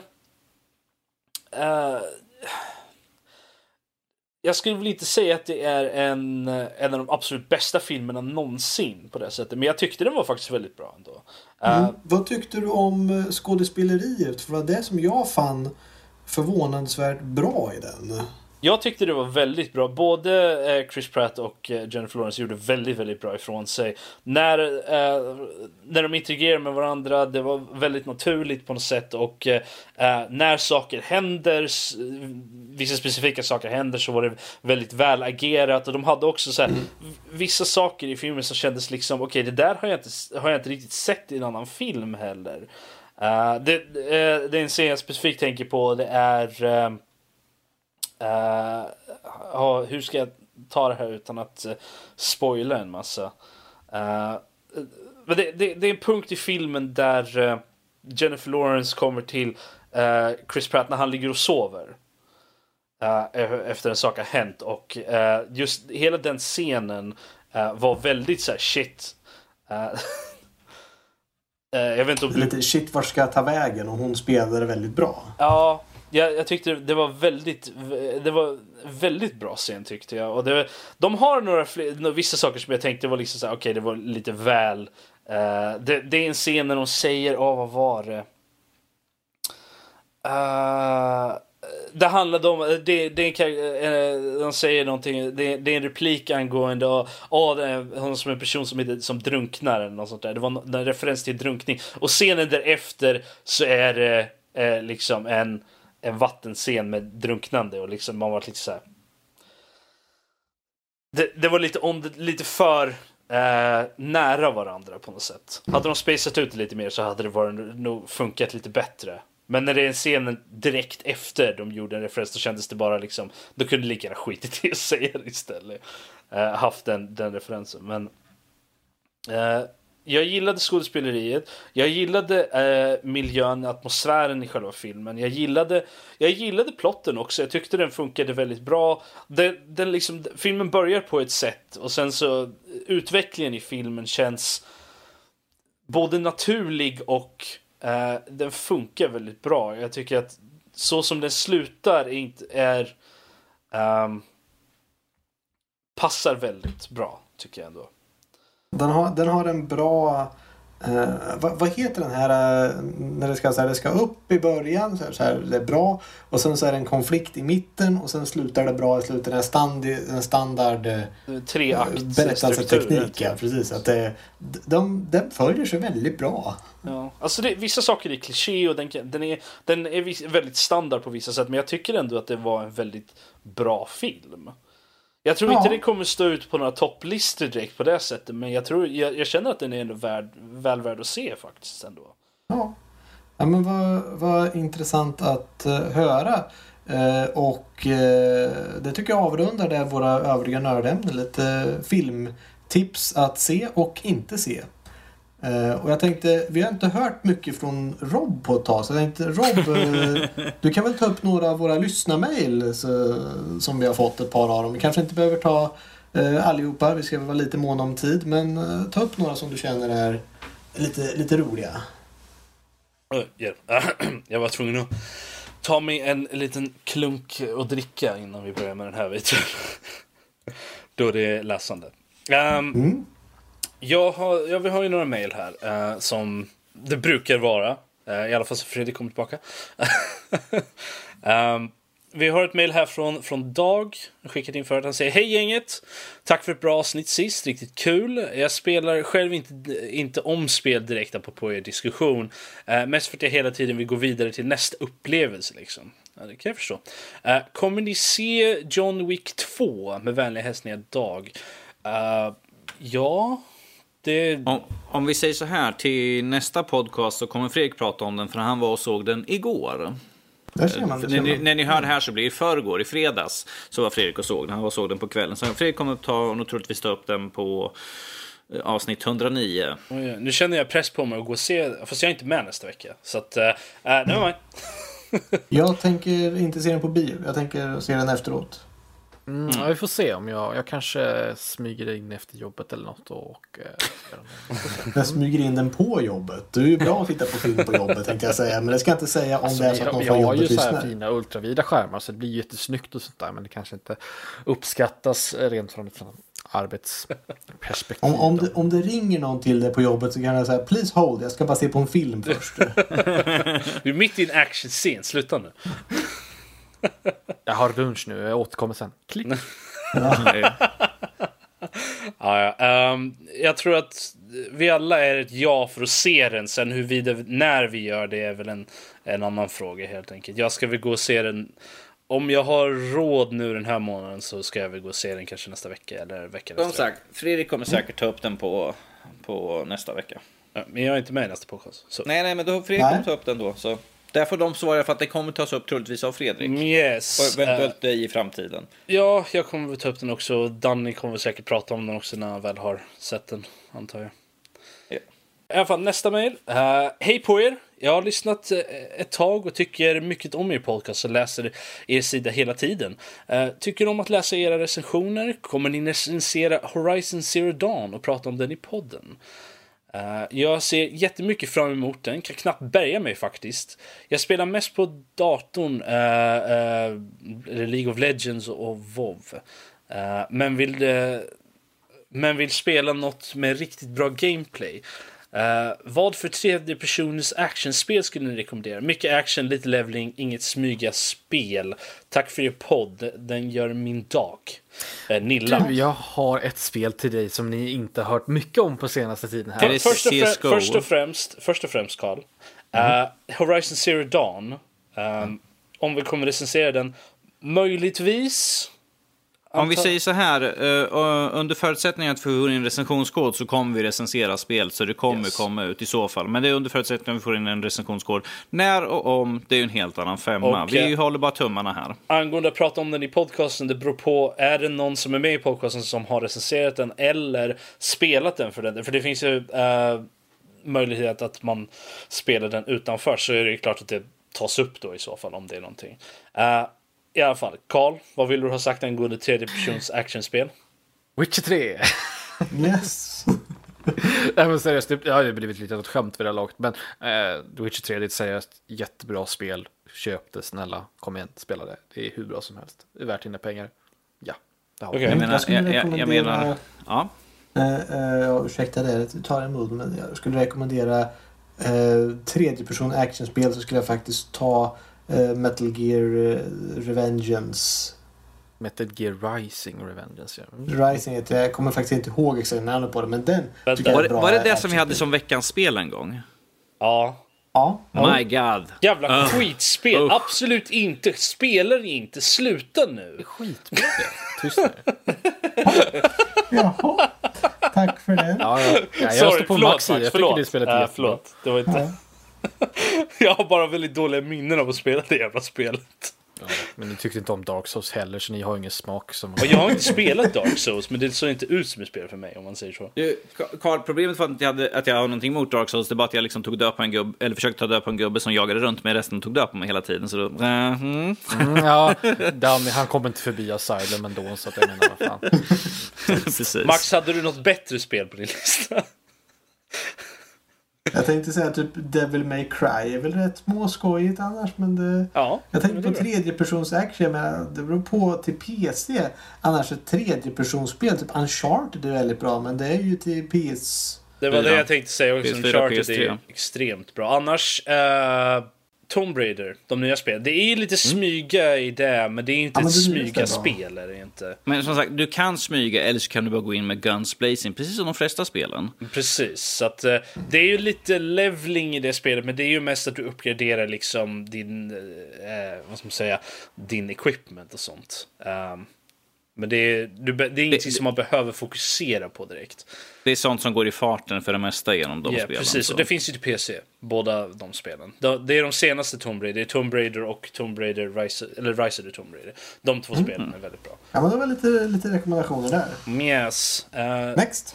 jag skulle väl inte säga att det är en, en av de absolut bästa filmerna någonsin på det sättet. Men jag tyckte den var faktiskt väldigt bra ändå. Mm. Uh, Vad tyckte du om skådespeleriet? För det var det som jag fann förvånansvärt bra i den. Jag tyckte det var väldigt bra. Både Chris Pratt och Jennifer Lawrence gjorde väldigt, väldigt bra ifrån sig. När, eh, när de interagerar med varandra, det var väldigt naturligt på något sätt. Och eh, när saker händer, vissa specifika saker händer, så var det väldigt väl agerat. Och de hade också så här, mm. vissa saker i filmen som kändes liksom, okej, okay, det där har jag, inte, har jag inte riktigt sett i en annan film heller. Uh, det, uh, det är en scen jag specifikt tänker på, det är... Uh, Uh, ja, hur ska jag ta det här utan att uh, spoila en massa? Uh, men det, det, det är en punkt i filmen där uh, Jennifer Lawrence kommer till uh, Chris Pratt när han ligger och sover uh, efter en sak har hänt, och uh, just hela den scenen uh, var väldigt så här shit. Uh, uh, jag vet inte om du... Lite shit, var ska jag ta vägen? Och hon spelade väldigt bra. Ja. Jag, jag tyckte det var väldigt det var väldigt bra scen tyckte jag, och det, de har några fler, vissa saker som jag tänkte var liksom så här, okej, okay, det var lite väl uh, det, det är en scen när de säger, åh, vad var det uh, det handlade om det, det är, de säger någonting, det, det är en replik angående och, och det är hon som en person som, är, som drunknar eller något sånt där. Det var en, en referens till drunkning, och scenen därefter så är det eh, liksom en en vattenscen med drunknande, och liksom man var lite så här. Det, det var lite om lite för eh, nära varandra på något sätt. Hade de spacat ut lite mer så hade det varit, nog funkat lite bättre. Men när det är en scen direkt efter de gjorde en referens, så kändes det bara liksom, då kunde lika gärna skitit i att säga det istället. Eh, haft den, den referensen. Men eh, jag gillade skådespeleriet. Jag gillade eh, miljön, atmosfären i själva filmen. Jag gillade, jag gillade plotten också. Jag tyckte den funkade väldigt bra. Den, den liksom, filmen börjar på ett sätt, och sen så utvecklingen i filmen känns både naturlig och eh, den funkar väldigt bra. Jag tycker att så som den slutar är, inte, är um, passar väldigt bra, tycker jag ändå. Den har, den har en bra... Eh, vad, vad heter den här... Eh, när det ska, så här, det ska upp i början, så här, så här, det är bra. Och sen så är det en konflikt i mitten. Och sen slutar det bra i slutet. En, stand, en standard... Eh, Treakt berättelseteknik, ja, precis. Att det, de, den följer sig väldigt bra. Ja. Alltså det, vissa saker är kliché och den, den, är, den är väldigt standard på vissa sätt. Men jag tycker ändå att det var en väldigt bra film. Jag tror ja. inte det kommer stå ut på några topplistor direkt på det sättet, men jag tror jag, jag känner att den är ändå värd, väl värd att se faktiskt ändå. Ja, ja men vad, vad intressant att uh, höra. Uh, och uh, det tycker jag avrundar där våra övriga nördämnen. Lite filmtips att se och inte se. Uh, och jag tänkte, vi har inte hört mycket från Rob på ett tag, så jag tänkte, Rob, uh, du kan väl ta upp några av våra lyssnarmail som vi har fått, ett par av dem. Vi kanske inte behöver ta uh, allihopa, vi ska vara lite måna om tid, men uh, ta upp några som du känner är lite, lite roliga. Uh, yeah. Jag var tvungen att ta mig en liten klunk och dricka innan vi börjar med den här biten. Då det är läsande. Um, mm. Jag har, ja, vi har ju några mejl här eh, som det brukar vara. Eh, I alla fall så Fredrik kommer tillbaka. um, vi har ett mejl här från, från Dag. Han skickat in för att han säger: hej gänget! Tack för ett bra avsnitt sist, riktigt kul. Jag spelar själv inte, inte om spel direkt på, på er diskussion. Eh, mest för att jag hela tiden vill gå vidare till nästa upplevelse liksom. Ja, det kan jag förstå. Eh, kommer ni se John Wick två med vänliga hälsningar Dag? Uh, ja... Det... Om, om vi säger så här, till nästa podcast så kommer Fredrik prata om den, för han var och såg den igår. Där ser man, där ser man. När, när ni hör det här så blir det i förrgår, i fredags, så var Fredrik och såg den. Han var och såg den på kvällen. Så Fredrik kommer att ta och troligtvis ta upp den på avsnitt hundranio. Oj, nu känner jag press på mig att gå och se, fast jag är inte med nästa vecka. Så att, äh, nej men. Jag tänker inte se den på bio. Jag tänker se den efteråt. Mm, ja, vi får se om jag, jag kanske smyger in efter jobbet eller något och eh, jag smyger in den på jobbet. Du är ju bra att titta på film på jobbet tänkte jag säga. Men det ska jag inte säga om alltså, det är så att någon vi får har jobbet ju så här lyssnar. fina ultravida skärmar så det blir jättesnyggt och sånt där, men det kanske inte uppskattas rent från ett arbetsperspektiv. Om, om, det, om det ringer någon till dig på jobbet så kan jag säga please hold, jag ska bara se på en film först. Du är mitt i en action-scen, sluta nu. Jag har lunch nu, jag återkommer sen. Klick. Ja, ja. Um, jag tror att vi alla är ett ja för att se den. Sen hur vi, när vi gör det är väl en, en annan fråga helt enkelt. Jag ska väl gå och se den. Om jag har råd nu den här månaden så ska jag väl gå och se den kanske nästa vecka eller veckan Som efter. sagt, Fredrik kommer säkert ta upp den på, på nästa vecka. Ja, men jag är inte med i nästa podcast. Så. Nej, nej, men då Fredrik Nej. kommer ta upp den då. Så där får de svara för att det kommer tas upp troligtvis av Fredrik. Yes. Och eventuellt dig i framtiden. Ja, jag kommer väl ta upp den också. Danny kommer väl säkert prata om den också när han väl har sett den, antar jag. Ja. I alla fall, nästa mejl. Uh, Hej på er! Jag har lyssnat uh, ett tag och tycker mycket om er podcast och läser er sida hela tiden. Uh, tycker om att läsa era recensioner. Kommer ni recensera Horizon Zero Dawn och prata om den i podden? Uh, jag ser jättemycket fram emot den. Kan knappt bärga mig faktiskt. Jag spelar mest på datorn uh, uh, League of Legends och WoW. Uh, men, vill, uh, men vill spela något med riktigt bra gameplay. Uh, vad för tredje personens actionspel skulle ni rekommendera? Mycket action, lite leveling, inget smyga spel. Tack för er podd. Den gör min dag. Uh, Nilla. Du, jag har ett spel till dig som ni inte har hört mycket om på senaste tiden här. Är det Först och, C S G O? frä- först och främst, först och främst Carl. Uh, Horizon Zero Dawn. Um, om vi kommer recensera den, möjligtvis. Om vi säger så här, uh, under förutsättning att vi får in en recensionskod så kommer vi recensera spel, så det kommer Yes. komma ut i så fall. Men det är under förutsättning att vi får in en recensionskod. När och om, det är ju en helt annan femma. Och, vi håller bara tummarna här. Angående att prata om den i podcasten, det beror på, är det någon som är med i podcasten som har recenserat den eller spelat den för den? För det finns ju uh, möjlighet att man spelar den utanför, så är det klart att det tas upp då i så fall om det är någonting. Uh, I alla fall, Carl, vad vill du ha sagt angående tredje persons actionspel? Witcher tre. Yes. Nej men seriöst, det, ja, det har blivit lite av ett skämt vid det här laget. Men eh, Witcher tre, det är ett seriöst jättebra spel. Köp det, snälla. Kom igen, spela det. Det är hur bra som helst. Det är värt dina pengar. Ja, det har vi. Okej. Jag menar, Jag skulle jag, jag, jag menar ja. Uh, uh, ursäkta det, jag tar emot, men jag skulle rekommendera uh, tredje person actionspel, så skulle jag faktiskt ta uh, Metal Gear uh, Revengeance. Metal Gear Rising och Revengeance. Ja. Mm. Rising heter, jag kommer faktiskt inte ihåg exakt namnet på det, men den Vänta. tycker jag Var är det, bra. var det det som vi actionspel. hade som veckans spel en gång? Ja. Ja. ja. My God. Jävla Uh. skitspel. Uh. Absolut inte. Spelar inte. Sluta nu. Skitbra det. Tyst nu. Jaha. Tack för det. Ja, ja. Ja, jag Sorry, står på förlåt, Max i. Max, Jag förlåt. tycker det spelet är Äh, jättebra. förlåt. Det var inte... Jag har bara väldigt dåliga minnen av att spela det jävla spelet. Ja, men ni tyckte inte om Dark Souls heller, så ni har ingen smak som... Och jag har inte spelat Dark Souls, men det såg inte ut som ett spel för mig, om man säger så. Du, Carl, problemet var att jag, hade, att jag har någonting emot Dark Souls. Det är bara att jag liksom tog död på en gubbe, eller försökte ta död på en gubbe som jagade runt mig, resten tog död på mig hela tiden. Så då, uh, mm. Mm, ja, Danny, han kommer inte förbi Asylum ändå, så att jag menar, vad fan. Precis. Max, hade du något bättre spel på din lista? Jag tänkte säga typ Devil May Cry är väl rätt småskojigt annars, men det... Ja. Jag tänkte men på det är bra. tredjepersons action, men det beror på till P C. Annars ett tredjepersonsspel, typ Uncharted är väldigt bra, men det är ju till P S... Det var Fyra. det jag tänkte säga också. P S fyra, Uncharted P S tre. är extremt bra. Annars, uh, Tomb Raider, de nya spelen. Det är lite smyga i det, men det är inte Ja, men ett det är smyga just det, spel är det inte. Men som sagt, du kan smyga eller så kan du bara gå in med guns blazing, precis som de flesta spelen. Precis, så att uh, det är ju lite leveling i det spelet, men det är ju mest att du uppgraderar liksom din, uh, vad ska man säga, din equipment och sånt. Um, men det är, du, det är ingenting som man behöver fokusera på direkt. Det är sånt som går i farten för det mesta genom de Ja, spelen. precis. så. Och det finns ju till P C, båda de spelen. Det är de senaste Tomb Raider, det är Tomb Raider och Tomb Raider Rise, eller Rise of the Tomb Raider. De två spelen är väldigt bra. Ja, men det var lite, lite rekommendationer där. Yes. Uh, Next.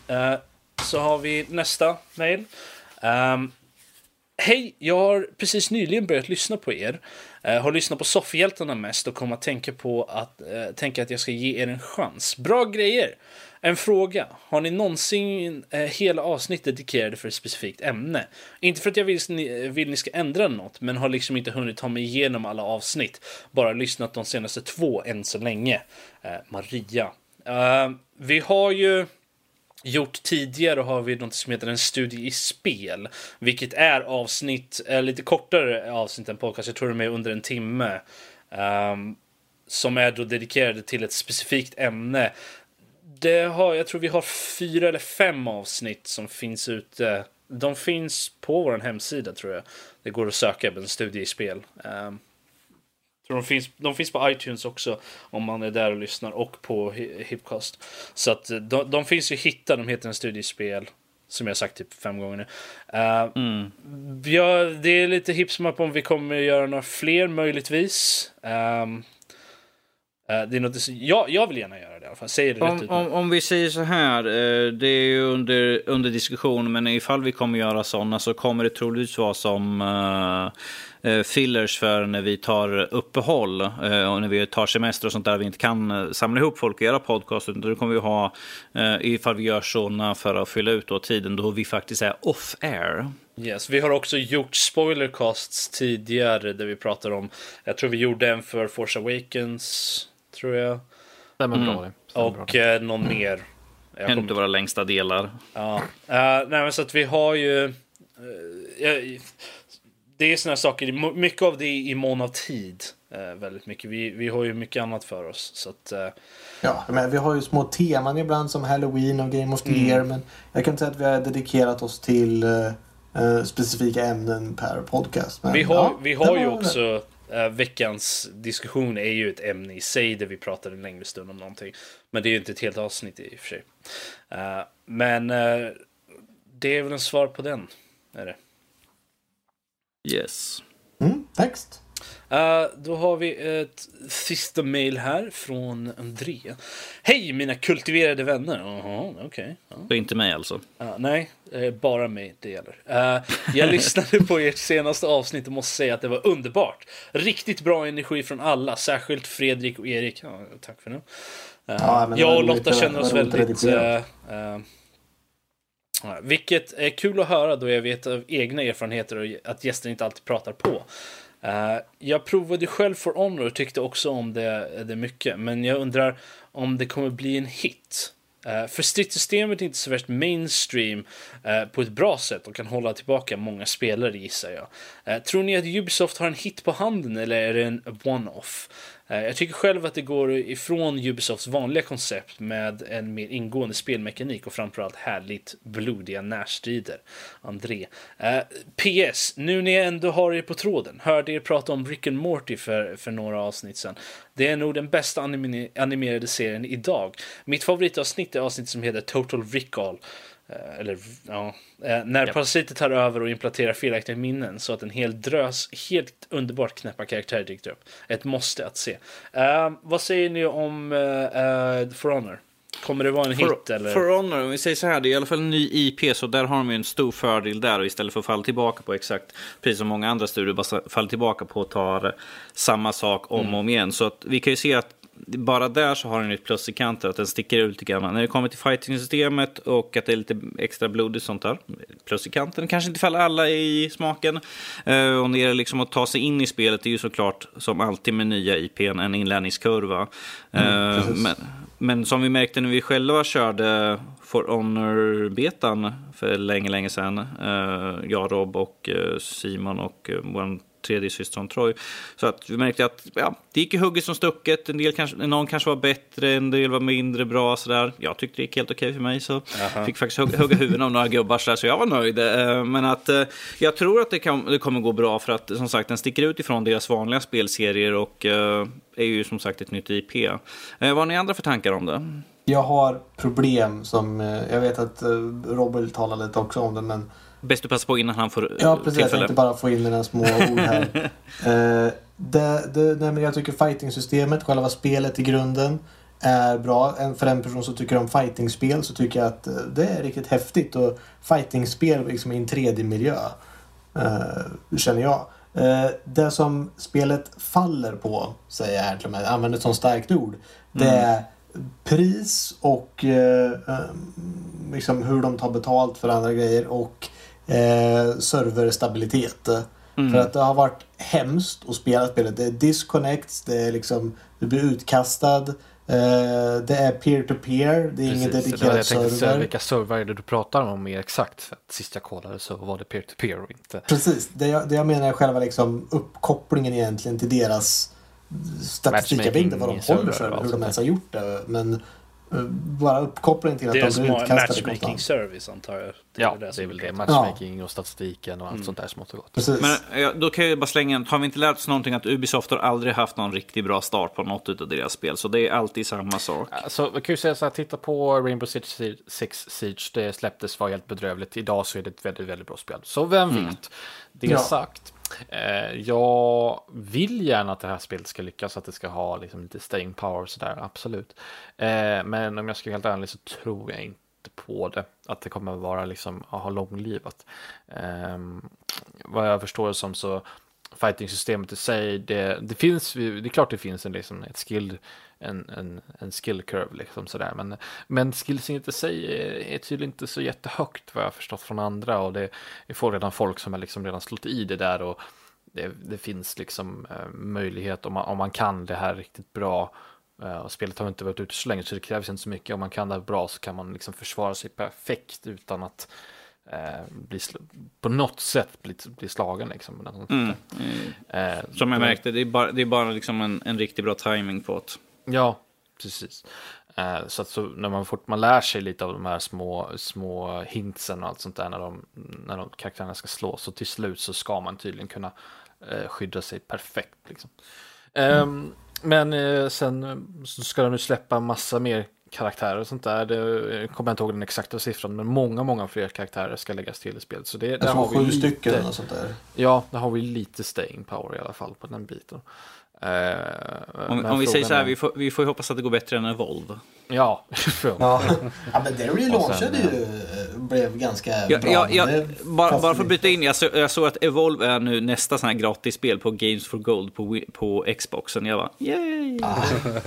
Uh, så har vi nästa mail. Um, Hej, jag har precis nyligen börjat lyssna på er. Uh, har lyssnat på Soffhjältarna mest och kommer att tänka på att uh, tänka att jag ska ge er en chans. Bra grejer! En fråga. Har ni någonsin uh, hela avsnitt dedikerade för ett specifikt ämne? Inte för att jag vill, vill ni ska ändra något, men har liksom inte hunnit ta mig igenom alla avsnitt. Bara lyssnat de senaste två än så länge. Uh, Maria. Uh, vi har ju gjort tidigare har vi något som heter en studie i spel, vilket är avsnitt, äh, lite kortare avsnitt än podcast, jag tror det är under en timme, um, som är då dedikerade till ett specifikt ämne. Det har, jag tror vi har fyra eller fem avsnitt som finns ute. De finns på vår hemsida, tror jag. Det går att söka på en studie i spel. Um, Så de finns, de finns på iTunes också om man är där och lyssnar, och på Hipcast. Så att de, de finns ju att hitta, de heter en studiespel som jag sagt typ fem gånger nu. Uh, mm. ja, det är lite hipsmapp om vi kommer göra några fler möjligtvis. Um, uh, det är något, ja, jag vill gärna göra det i alla fall. Säger det om, rätt ut. Om, om vi säger så här, det är ju under, under diskussion, men ifall vi kommer göra sådana så kommer det troligtvis vara som uh, fillers för när vi tar uppehåll och när vi tar semester och sånt där vi inte kan samla ihop folk och göra podcast, utan då kommer vi ha, ifall vi gör sådana för att fylla ut då tiden då vi faktiskt är off-air. Yes, vi har också gjort spoilercasts tidigare där vi pratar om, jag tror vi gjorde en för Force Awakens, tror jag. Stämmer bra det. Stämmer och bra. Eh, någon mer. Jag en av våra längsta delar. Ja, uh, nej, men så att vi har ju uh, jag, det är såna här saker, mycket av det i mån av tid, uh, väldigt mycket. Vi, vi har ju mycket annat för oss, så att uh, ja, men vi har ju små teman ibland som Halloween och Game of the mm. Year, men jag kan inte säga att vi har dedikerat oss till uh, specifika ämnen per podcast. Men, vi har, ja, vi har ju var också uh, veckans diskussion är ju ett ämne i sig där vi pratar en längre stund om någonting, men det är ju inte ett helt avsnitt i och för sig. Uh, men uh, det är väl en svar på den, är det? Yes. Mm, text. Uh, då har vi ett sista mail här från André. Hej mina kultiverade vänner. Jaha, okej. Okay. Ja. Så inte mig alltså? Uh, nej, uh, bara mig det gäller. Uh, jag lyssnade på ert senaste avsnitt och måste säga att det var underbart. Riktigt bra energi från alla, särskilt Fredrik och Erik. Ja, tack för nu. Uh, ja, jag och Lotta känner oss väldigt... Uh, uh, vilket är kul att höra då jag vet av egna erfarenheter och att gästen inte alltid pratar på. Uh, jag provade själv For Honor och tyckte också om det, det mycket, men jag undrar om det kommer bli en hit. Uh, för stridssystemet är inte så värst mainstream uh, på ett bra sätt och kan hålla tillbaka många spelare, gissar jag. Uh, tror ni att Ubisoft har en hit på handen eller är det en one-off? Uh, jag tycker själv att det går ifrån Ubisofts vanliga koncept med en mer ingående spelmekanik och framförallt härligt blodiga närstrider. André. Uh, P S. Nu när jag ändå har er på tråden, hörde er prata om Rick and Morty för, för några avsnitt sedan. Det är nog den bästa anime- animerade serien idag. Mitt favoritavsnitt är avsnitt som heter Total Recall. Uh, eller, ja, uh, när yep. parasiter tar över och implanterar felaktiga minnen så att en hel drös helt underbart knäppa karaktärer dyker upp. Ett måste att se. Uh, vad säger ni om uh, uh, For Honor? Kommer det vara en For, hit? Eller? For Honor, om vi säger så här, det är i alla fall en ny I P, så där har de ju en stor fördel där, och istället för att falla tillbaka på exakt precis som många andra studier bara faller tillbaka på och tar samma sak om och mm. om igen. Så att vi kan ju se att bara där så har den ett plus i kanten, att den sticker ut lite grann. När det kommer till fighting-systemet och att det är lite extra blodigt sånt där, plus i kanten. Kanske inte faller alla i smaken. Uh, och när det liksom att ta sig in i spelet är ju såklart som alltid med nya I P en inlärningskurva. Mm, uh, men, men som vi märkte när vi själva körde For Honor-betan för länge, länge sedan. Uh, jag, Rob och uh, Simon och uh, vår tredje systern Troy. Så att vi märkte att ja, det gick i hugget som stucket. En del kanske, någon kanske var bättre, en del var mindre bra. Sådär. Jag tyckte det gick helt okej för mig. Så Aha. fick faktiskt hugga, hugga huvuden av några gubbar så, där, så jag var nöjd. Men att jag tror att det, kan, det kommer gå bra, för att som sagt den sticker ut ifrån deras vanliga spelserier och uh, är ju som sagt ett nytt I P. Uh, vad har ni andra för tankar om det? Jag har problem som, uh, jag vet att uh, Robert talar lite också om det, men bäst du passar på innan han får ja, precis, tillfälle. Jag tänkte bara få in mina små ord här. uh, det, det, nej, men jag tycker fighting-systemet, själva spelet i grunden, är bra. För en person som tycker om fightingspel så tycker jag att det är riktigt häftigt. Och fightingspel liksom i en tre D-miljö, uh, känner jag. Uh, det som spelet faller på, säger jag här till och med, använder ett sånt starkt ord, det Mm. är pris och uh, liksom hur de tar betalt för andra grejer och uh, serverstabilitet. Mm. För att det har varit hemskt att spela spelet. Det är disconnects, det är liksom, du blir utkastad. Uh, det är peer-to-peer, det är ingen dedikerad server. Säga, vilka server är det du pratar om mer exakt? För att sist jag kollade så var det peer-to-peer och inte. Precis, det jag, det jag menar är själva liksom uppkopplingen egentligen till deras statistik. Jag vet inte vad de håller för, hur de ens har gjort det. Men uh, bara uppkopplingen till att deras de blir utkastade. Matchmaking service antar jag. Det ja, det är, det är väl det. Matchmaking ja. Och statistiken och allt mm. sånt där smått och gott. Precis. Men ja, då kan jag bara slänga en, har vi inte lärt oss någonting att Ubisoft har aldrig haft någon riktigt bra start på något av deras spel, så det är alltid samma sak. Så vi kan ju säga så här, titta på Rainbow Six Siege, det släpptes, var helt bedrövligt. Idag så är det ett väldigt, väldigt bra spel. Så vem vet? Mm. Det ja. sagt, eh, jag vill gärna att det här spelet ska lyckas, att det ska ha liksom lite staying power och sådär, absolut. Eh, men om jag ska vara helt ärlig så tror jag inte på det, att det kommer att vara liksom, att ha långlivat. Um, vad jag förstår som så fighting-systemet i sig, det, det finns, det är klart det finns en, liksom, ett skill, en, en, en skill curve liksom sådär, men, men skillsinget i sig är, är tydligen inte så jättehögt vad jag har förstått från andra, och det får redan folk som har liksom redan slått i det där, och det, det finns liksom uh, möjlighet om man, om man kan det här riktigt bra. Uh, och spelet har inte varit ute så länge, så det krävs inte så mycket. Om man kan det bra så kan man liksom försvara sig perfekt utan att uh, bli sl- på något sätt bli, bli slagen liksom. Mm. Mm. Uh, Som jag märkte, det är bara, det är bara liksom en, en riktigt bra timing på det. Ja, precis. Uh, så att så, när man fort man lär sig lite av de här små, små hintsen och allt sånt där när de, när de karaktärerna ska slå, så till slut så ska man tydligen kunna uh, skydda sig perfekt liksom. Mm. Um, Men eh, sen så ska de nu släppa massa mer karaktärer och sånt där. Det kommer jag inte ihåg den exakta siffran, men många, många fler karaktärer ska läggas till i spelet. Så det, där har vi sju lite, stycken och sånt där. Ja, där har vi lite staying power i alla fall på den biten. Eh, om om vi säger så här, är, vi, får, vi får ju hoppas att det går bättre än Evolve. Ja, ja. Ja, men det relaunchade ju blev ganska ja, bra. Ja, ja, bara, bara för att bryta in, jag, så, jag såg att Evolve är nu nästa sån här gratis spel på Games for Gold på, på Xboxen. Jag var, yay! Ah.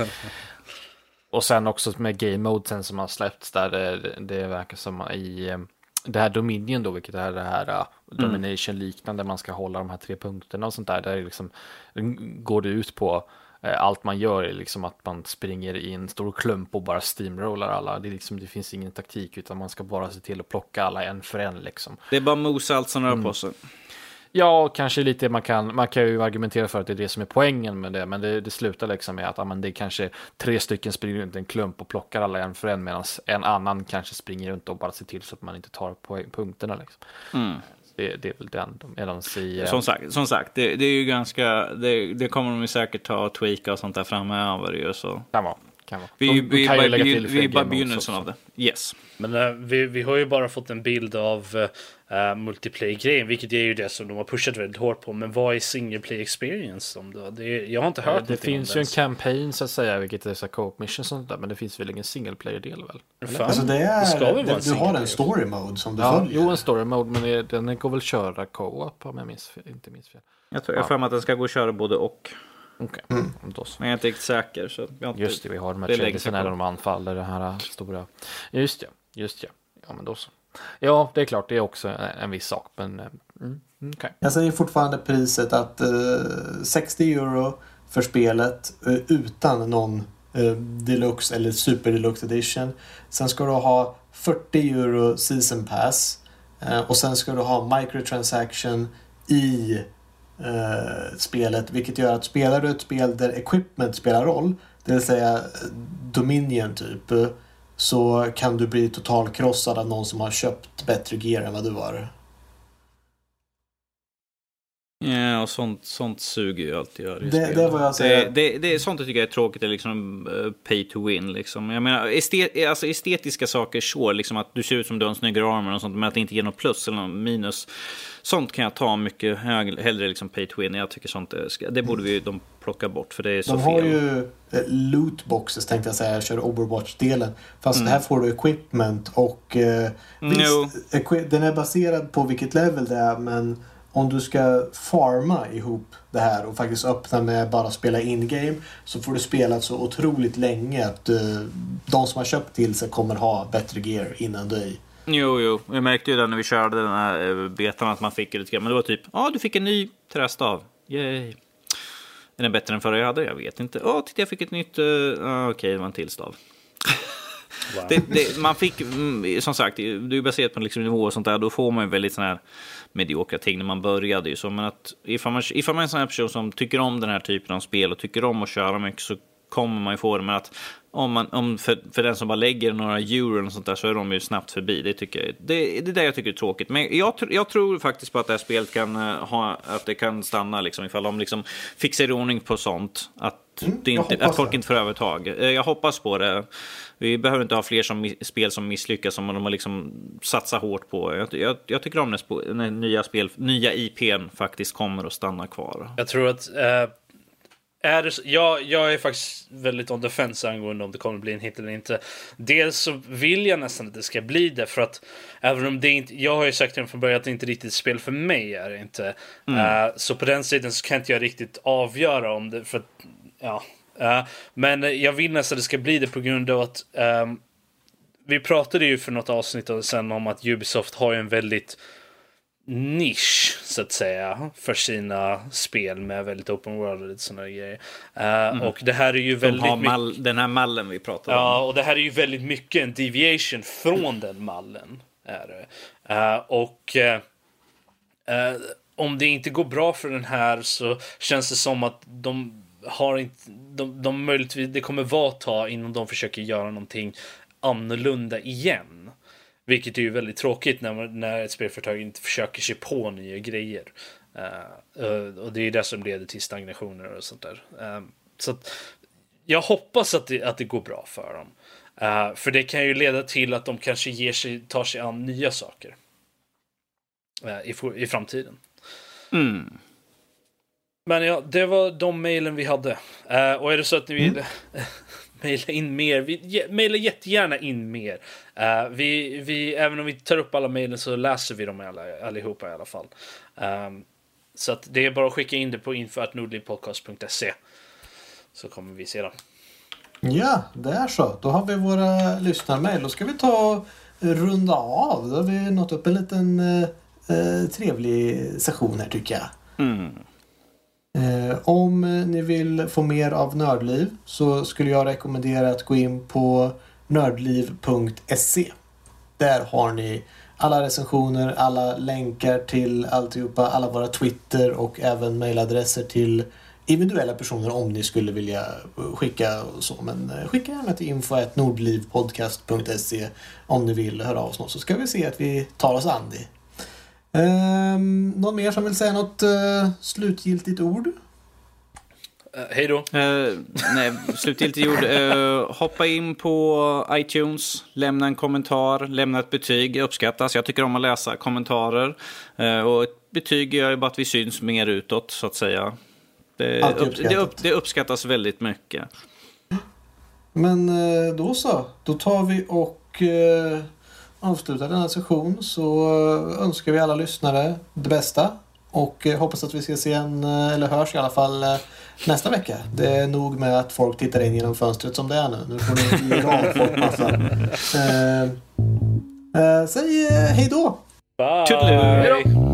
Och sen också med Game Mode sen som har släppts där, det, det verkar som i det här Dominion då, vilket är det här uh, Domination-liknande, man ska hålla de här tre punkterna och sånt där, där liksom, går det ut på uh, allt man gör är liksom att man springer i en stor klump och bara steamrollar alla. Det, är liksom, det finns ingen taktik, utan man ska bara se till att plocka alla en för en liksom. Det är bara mosa allt som rör mm. på sig. Ja, kanske lite, man kan, man kan ju argumentera för att det är det som är poängen med det, men det, det slutar liksom med att ja, men det är kanske tre stycken springer runt en klump och plockar alla en för en, medan en annan kanske springer runt och bara ser till så att man inte tar poäng, punkterna liksom. Mm. Det, det är väl den, medan i... Som sagt, som sagt det, det är ju ganska, det, det kommer de ju säkert ta och tweaka och sånt där framöver ju, så... Kan vara. Kan vara. Vi, de, vi, kan vi, vi, vi är bara begynnelsen av det. Yes. Men uh, vi, vi har ju bara fått en bild av uh, multiplayer-grejen, vilket är ju det som de har pushat väldigt hårt på. Men vad är single play experience om det? det är, jag har inte hört det. Det finns ju en campaign så att säga, vilket är så co-op mission och sånt där, men det finns väl ingen single player-del väl? Alltså det är, det ska väl det, du har en story mode som du ja, följer. Jo, en story mode, men det, den går väl köra co-op om jag minns, inte minns fel. Jag tror jag för mig att den ska gå och köra både och. Okej, okay. mm. Men jag är inte riktigt säker. Så jag har inte, just det, vi har de här tredje när de anfaller det här stora. Just det, just det. Ja, men då så. Ja, det är klart, det är också en, en viss sak, men mm, okay. Jag säger fortfarande priset att uh, sextio euro för spelet uh, utan någon uh, deluxe eller super deluxe edition. Sen ska du ha fyrtio euro season pass uh, och sen ska du ha microtransaction i Uh, spelet, vilket gör att spelar du ett spel där equipment spelar roll, det vill säga Dominion typ, uh, så kan du bli totalkrossad av någon som har köpt bättre gear än vad du har. Ja, och sånt, sånt suger ju alltid gör det, det, var jag säger. Det, det, det är sånt jag tycker är tråkigt, är liksom uh, pay to win liksom. Jag menar, estet, alltså estetiska saker så, liksom att du ser ut som du har en snyggare armor och sånt, men att det inte ger något plus eller något minus. Sånt kan jag ta mycket hög, hellre liksom pay to win. Jag tycker sånt, det borde vi, de plocka bort för det är så De fel. har ju eh, lootboxes tänkte jag säga, jag kör Overwatch-delen. Fast Mm. här får du equipment och eh, visst, equi- den är baserad på vilket level det är, men om du ska farma ihop det här och faktiskt öppna med bara spela in-game så får du spela så otroligt länge att uh, de som har köpt till sig kommer ha bättre gear innan dig. Jo, jo. Jag märkte ju det när vi körde den här betan att man fick lite grann. Men det var typ, ja ah, du fick en ny trästav. Yay. Är den bättre än förra jag hade? Jag vet inte. Ja, oh, titta jag fick ett nytt. Uh, ah, Okej, okay, det var en till stav. Wow. det, det, man fick, som sagt, det är baserat på liksom nivå och sånt där. Då får man ju väldigt sån här mediokra ting när man började ju så. Men att ifall man, ifall man är en sån här person som tycker om den här typen av spel och tycker om att köra mycket så kommer man ju få det. Men att om man, om för, för den som bara lägger några euro och sånt där så är de ju snabbt förbi. Det tycker jag, det, det är det jag tycker är tråkigt. Men jag, jag tror faktiskt på att det här spelet kan ha, att det kan stanna liksom ifall de liksom fixar i ordning på sånt. Att, mm, det inte, att folk det. inte får övertag. Jag hoppas på det. Vi behöver inte ha fler som, spel som misslyckas som de har liksom satsat hårt på. Jag, jag, jag tycker om när, när nya spel, nya I P:n faktiskt kommer att stanna kvar. Jag tror att eh, är det, jag, jag är faktiskt väldigt on defense angående om det kommer bli en hit eller inte. Dels så vill jag nästan att det ska bli det, för att även om det inte, jag har ju sagt från början att det inte är riktigt spel för mig är det inte. Mm. Uh, så på den sidan så kan inte jag riktigt avgöra om det, för att, ja. Uh, men jag vill nästan att det ska bli det på grund av att um, vi pratade ju för något avsnitt sen om att Ubisoft har ju en väldigt nisch så att säga för sina spel med väldigt open world och lite sådana grejer. Uh, mm. Och det här är ju väldigt De har mall, den här mallen vi pratade om. Ja, och det här är ju väldigt mycket en deviation från den mallen är det. Uh, och uh, uh, om det inte går bra för den här så känns det som att de har inte de, de möjligtvis det kommer vara ett tag innan de försöker göra någonting annorlunda igen. Vilket är ju väldigt tråkigt när, man, när ett spelföretag inte försöker sig på nya grejer. Uh, uh, och det är ju det som leder till stagnationer och sånt där. Uh, så att jag hoppas att det, att det går bra för dem. Uh, för det kan ju leda till att de kanske ger sig, tar sig an nya saker. Uh, i, i framtiden. Mm. Men ja, det var de mejlen vi hade. Uh, och är det så att ni vill... Mm. Maila in mer. Vi mejlar jättegärna in mer. Uh, vi, vi, även om vi tar upp alla mejlen så läser vi dem alla, allihopa i alla fall. Um, så att det är bara att skicka in det på info at nordlivpodcast punkt se så kommer vi se dem. Ja, det är så. Då har vi våra lyssnarmejl. Då ska vi ta runda av. Då har vi nått upp en liten eh, trevlig session här tycker jag. Mm. Eh, om ni vill få mer av Nördliv så skulle jag rekommendera att gå in på nördliv punkt se. Där har ni alla recensioner, alla länkar till alltihopa, alla våra Twitter och även mailadresser till individuella personer om ni skulle vilja skicka och så. Men skicka gärna till info at nordlivpodcast punkt se om ni vill höra av oss något, så ska vi se att vi tar oss an det. Um, någon mer som vill säga något uh, slutgiltigt ord? Uh, hej då. Uh, nej, slutgiltigt ord. Uh, hoppa in på iTunes, lämna en kommentar, lämna ett betyg. Det uppskattas. Jag tycker om att läsa kommentarer. Uh, och ett betyg gör ju bara att vi syns mer utåt, så att säga. Det, upp, det, upp, det uppskattas väldigt mycket. Men uh, då så. Då tar vi och... Uh... avslutar den här session, så önskar vi alla lyssnare det bästa och hoppas att vi ska se en, eller hörs i alla fall nästa vecka. Det är nog med att folk tittar in genom fönstret som det är nu. Nu får ni ge av folk massa. Eh, eh, säg hej då! Bye! Toodaloo.